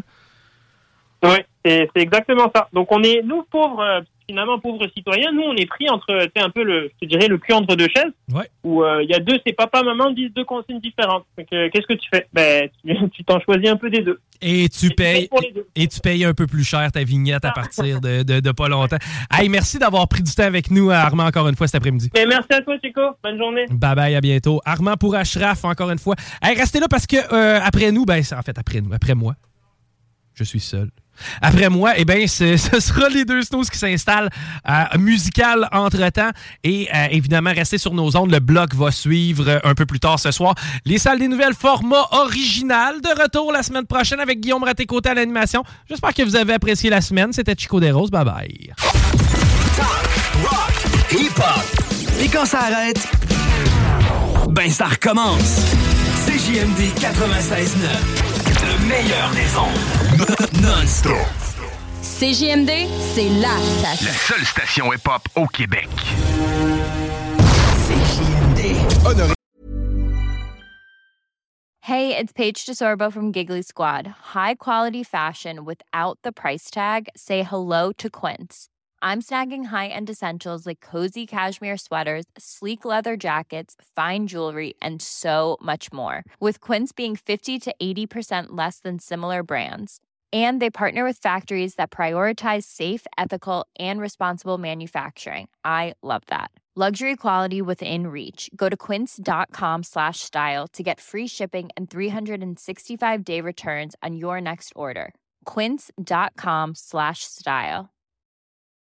R: Oui, c'est, c'est exactement ça. Donc on est, nous, pauvres, euh, finalement pauvres citoyens, nous, on est pris entre, tu sais, un peu, le, je te dirais, le cul entre deux chaises,
F: ouais.
R: où il euh, y a deux, c'est papa, maman, disent deux consignes différentes. Donc euh, qu'est-ce que tu fais? Ben, tu, tu t'en choisis un peu des deux.
F: Et tu,
R: et
F: payes,
R: tu payes
F: et tu payes un peu plus cher ta vignette à partir de, de, de pas longtemps. Hey, merci d'avoir pris du temps avec nous, Armand, encore une fois, cet après-midi.
R: Mais merci à toi, Chico. Bonne journée.
F: Bye bye, à bientôt. Armand pour Ashraf, encore une fois. Hey, restez là parce que euh, après nous, ben, en fait, après nous, après moi, je suis seul. Après moi, eh bien, ce sera les deux snooze qui s'installent euh, musical entre-temps. Et euh, évidemment, restez sur nos ondes. Le bloc va suivre euh, un peu plus tard ce soir. Les salles des nouvelles, format original. De retour la semaine prochaine avec Guillaume Raté-Côté à l'animation. J'espère que vous avez apprécié la semaine. C'était Chico Desroses. Bye bye.
C: Rock, hip-hop. Et quand ça arrête, ben ça recommence. C J M D quatre-vingt-seize neuf. Le meilleur des ondes. Non-stop.
N: C J M D, c'est la station.
D: La seule station hip-hop au Québec.
C: C J M D. Honoré.
S: Hey, it's Paige DeSorbo from Giggly Squad. High quality fashion without the price tag. Say hello to Quince. I'm snagging high-end essentials like cozy cashmere sweaters, sleek leather jackets, fine jewelry, and so much more. With Quince being fifty to eighty percent less than similar brands. And they partner with factories that prioritize safe, ethical, and responsible manufacturing. I love that. Luxury quality within reach. Go to quince.com slash style to get free shipping and three sixty-five day returns on your next order. Quince.com slash style.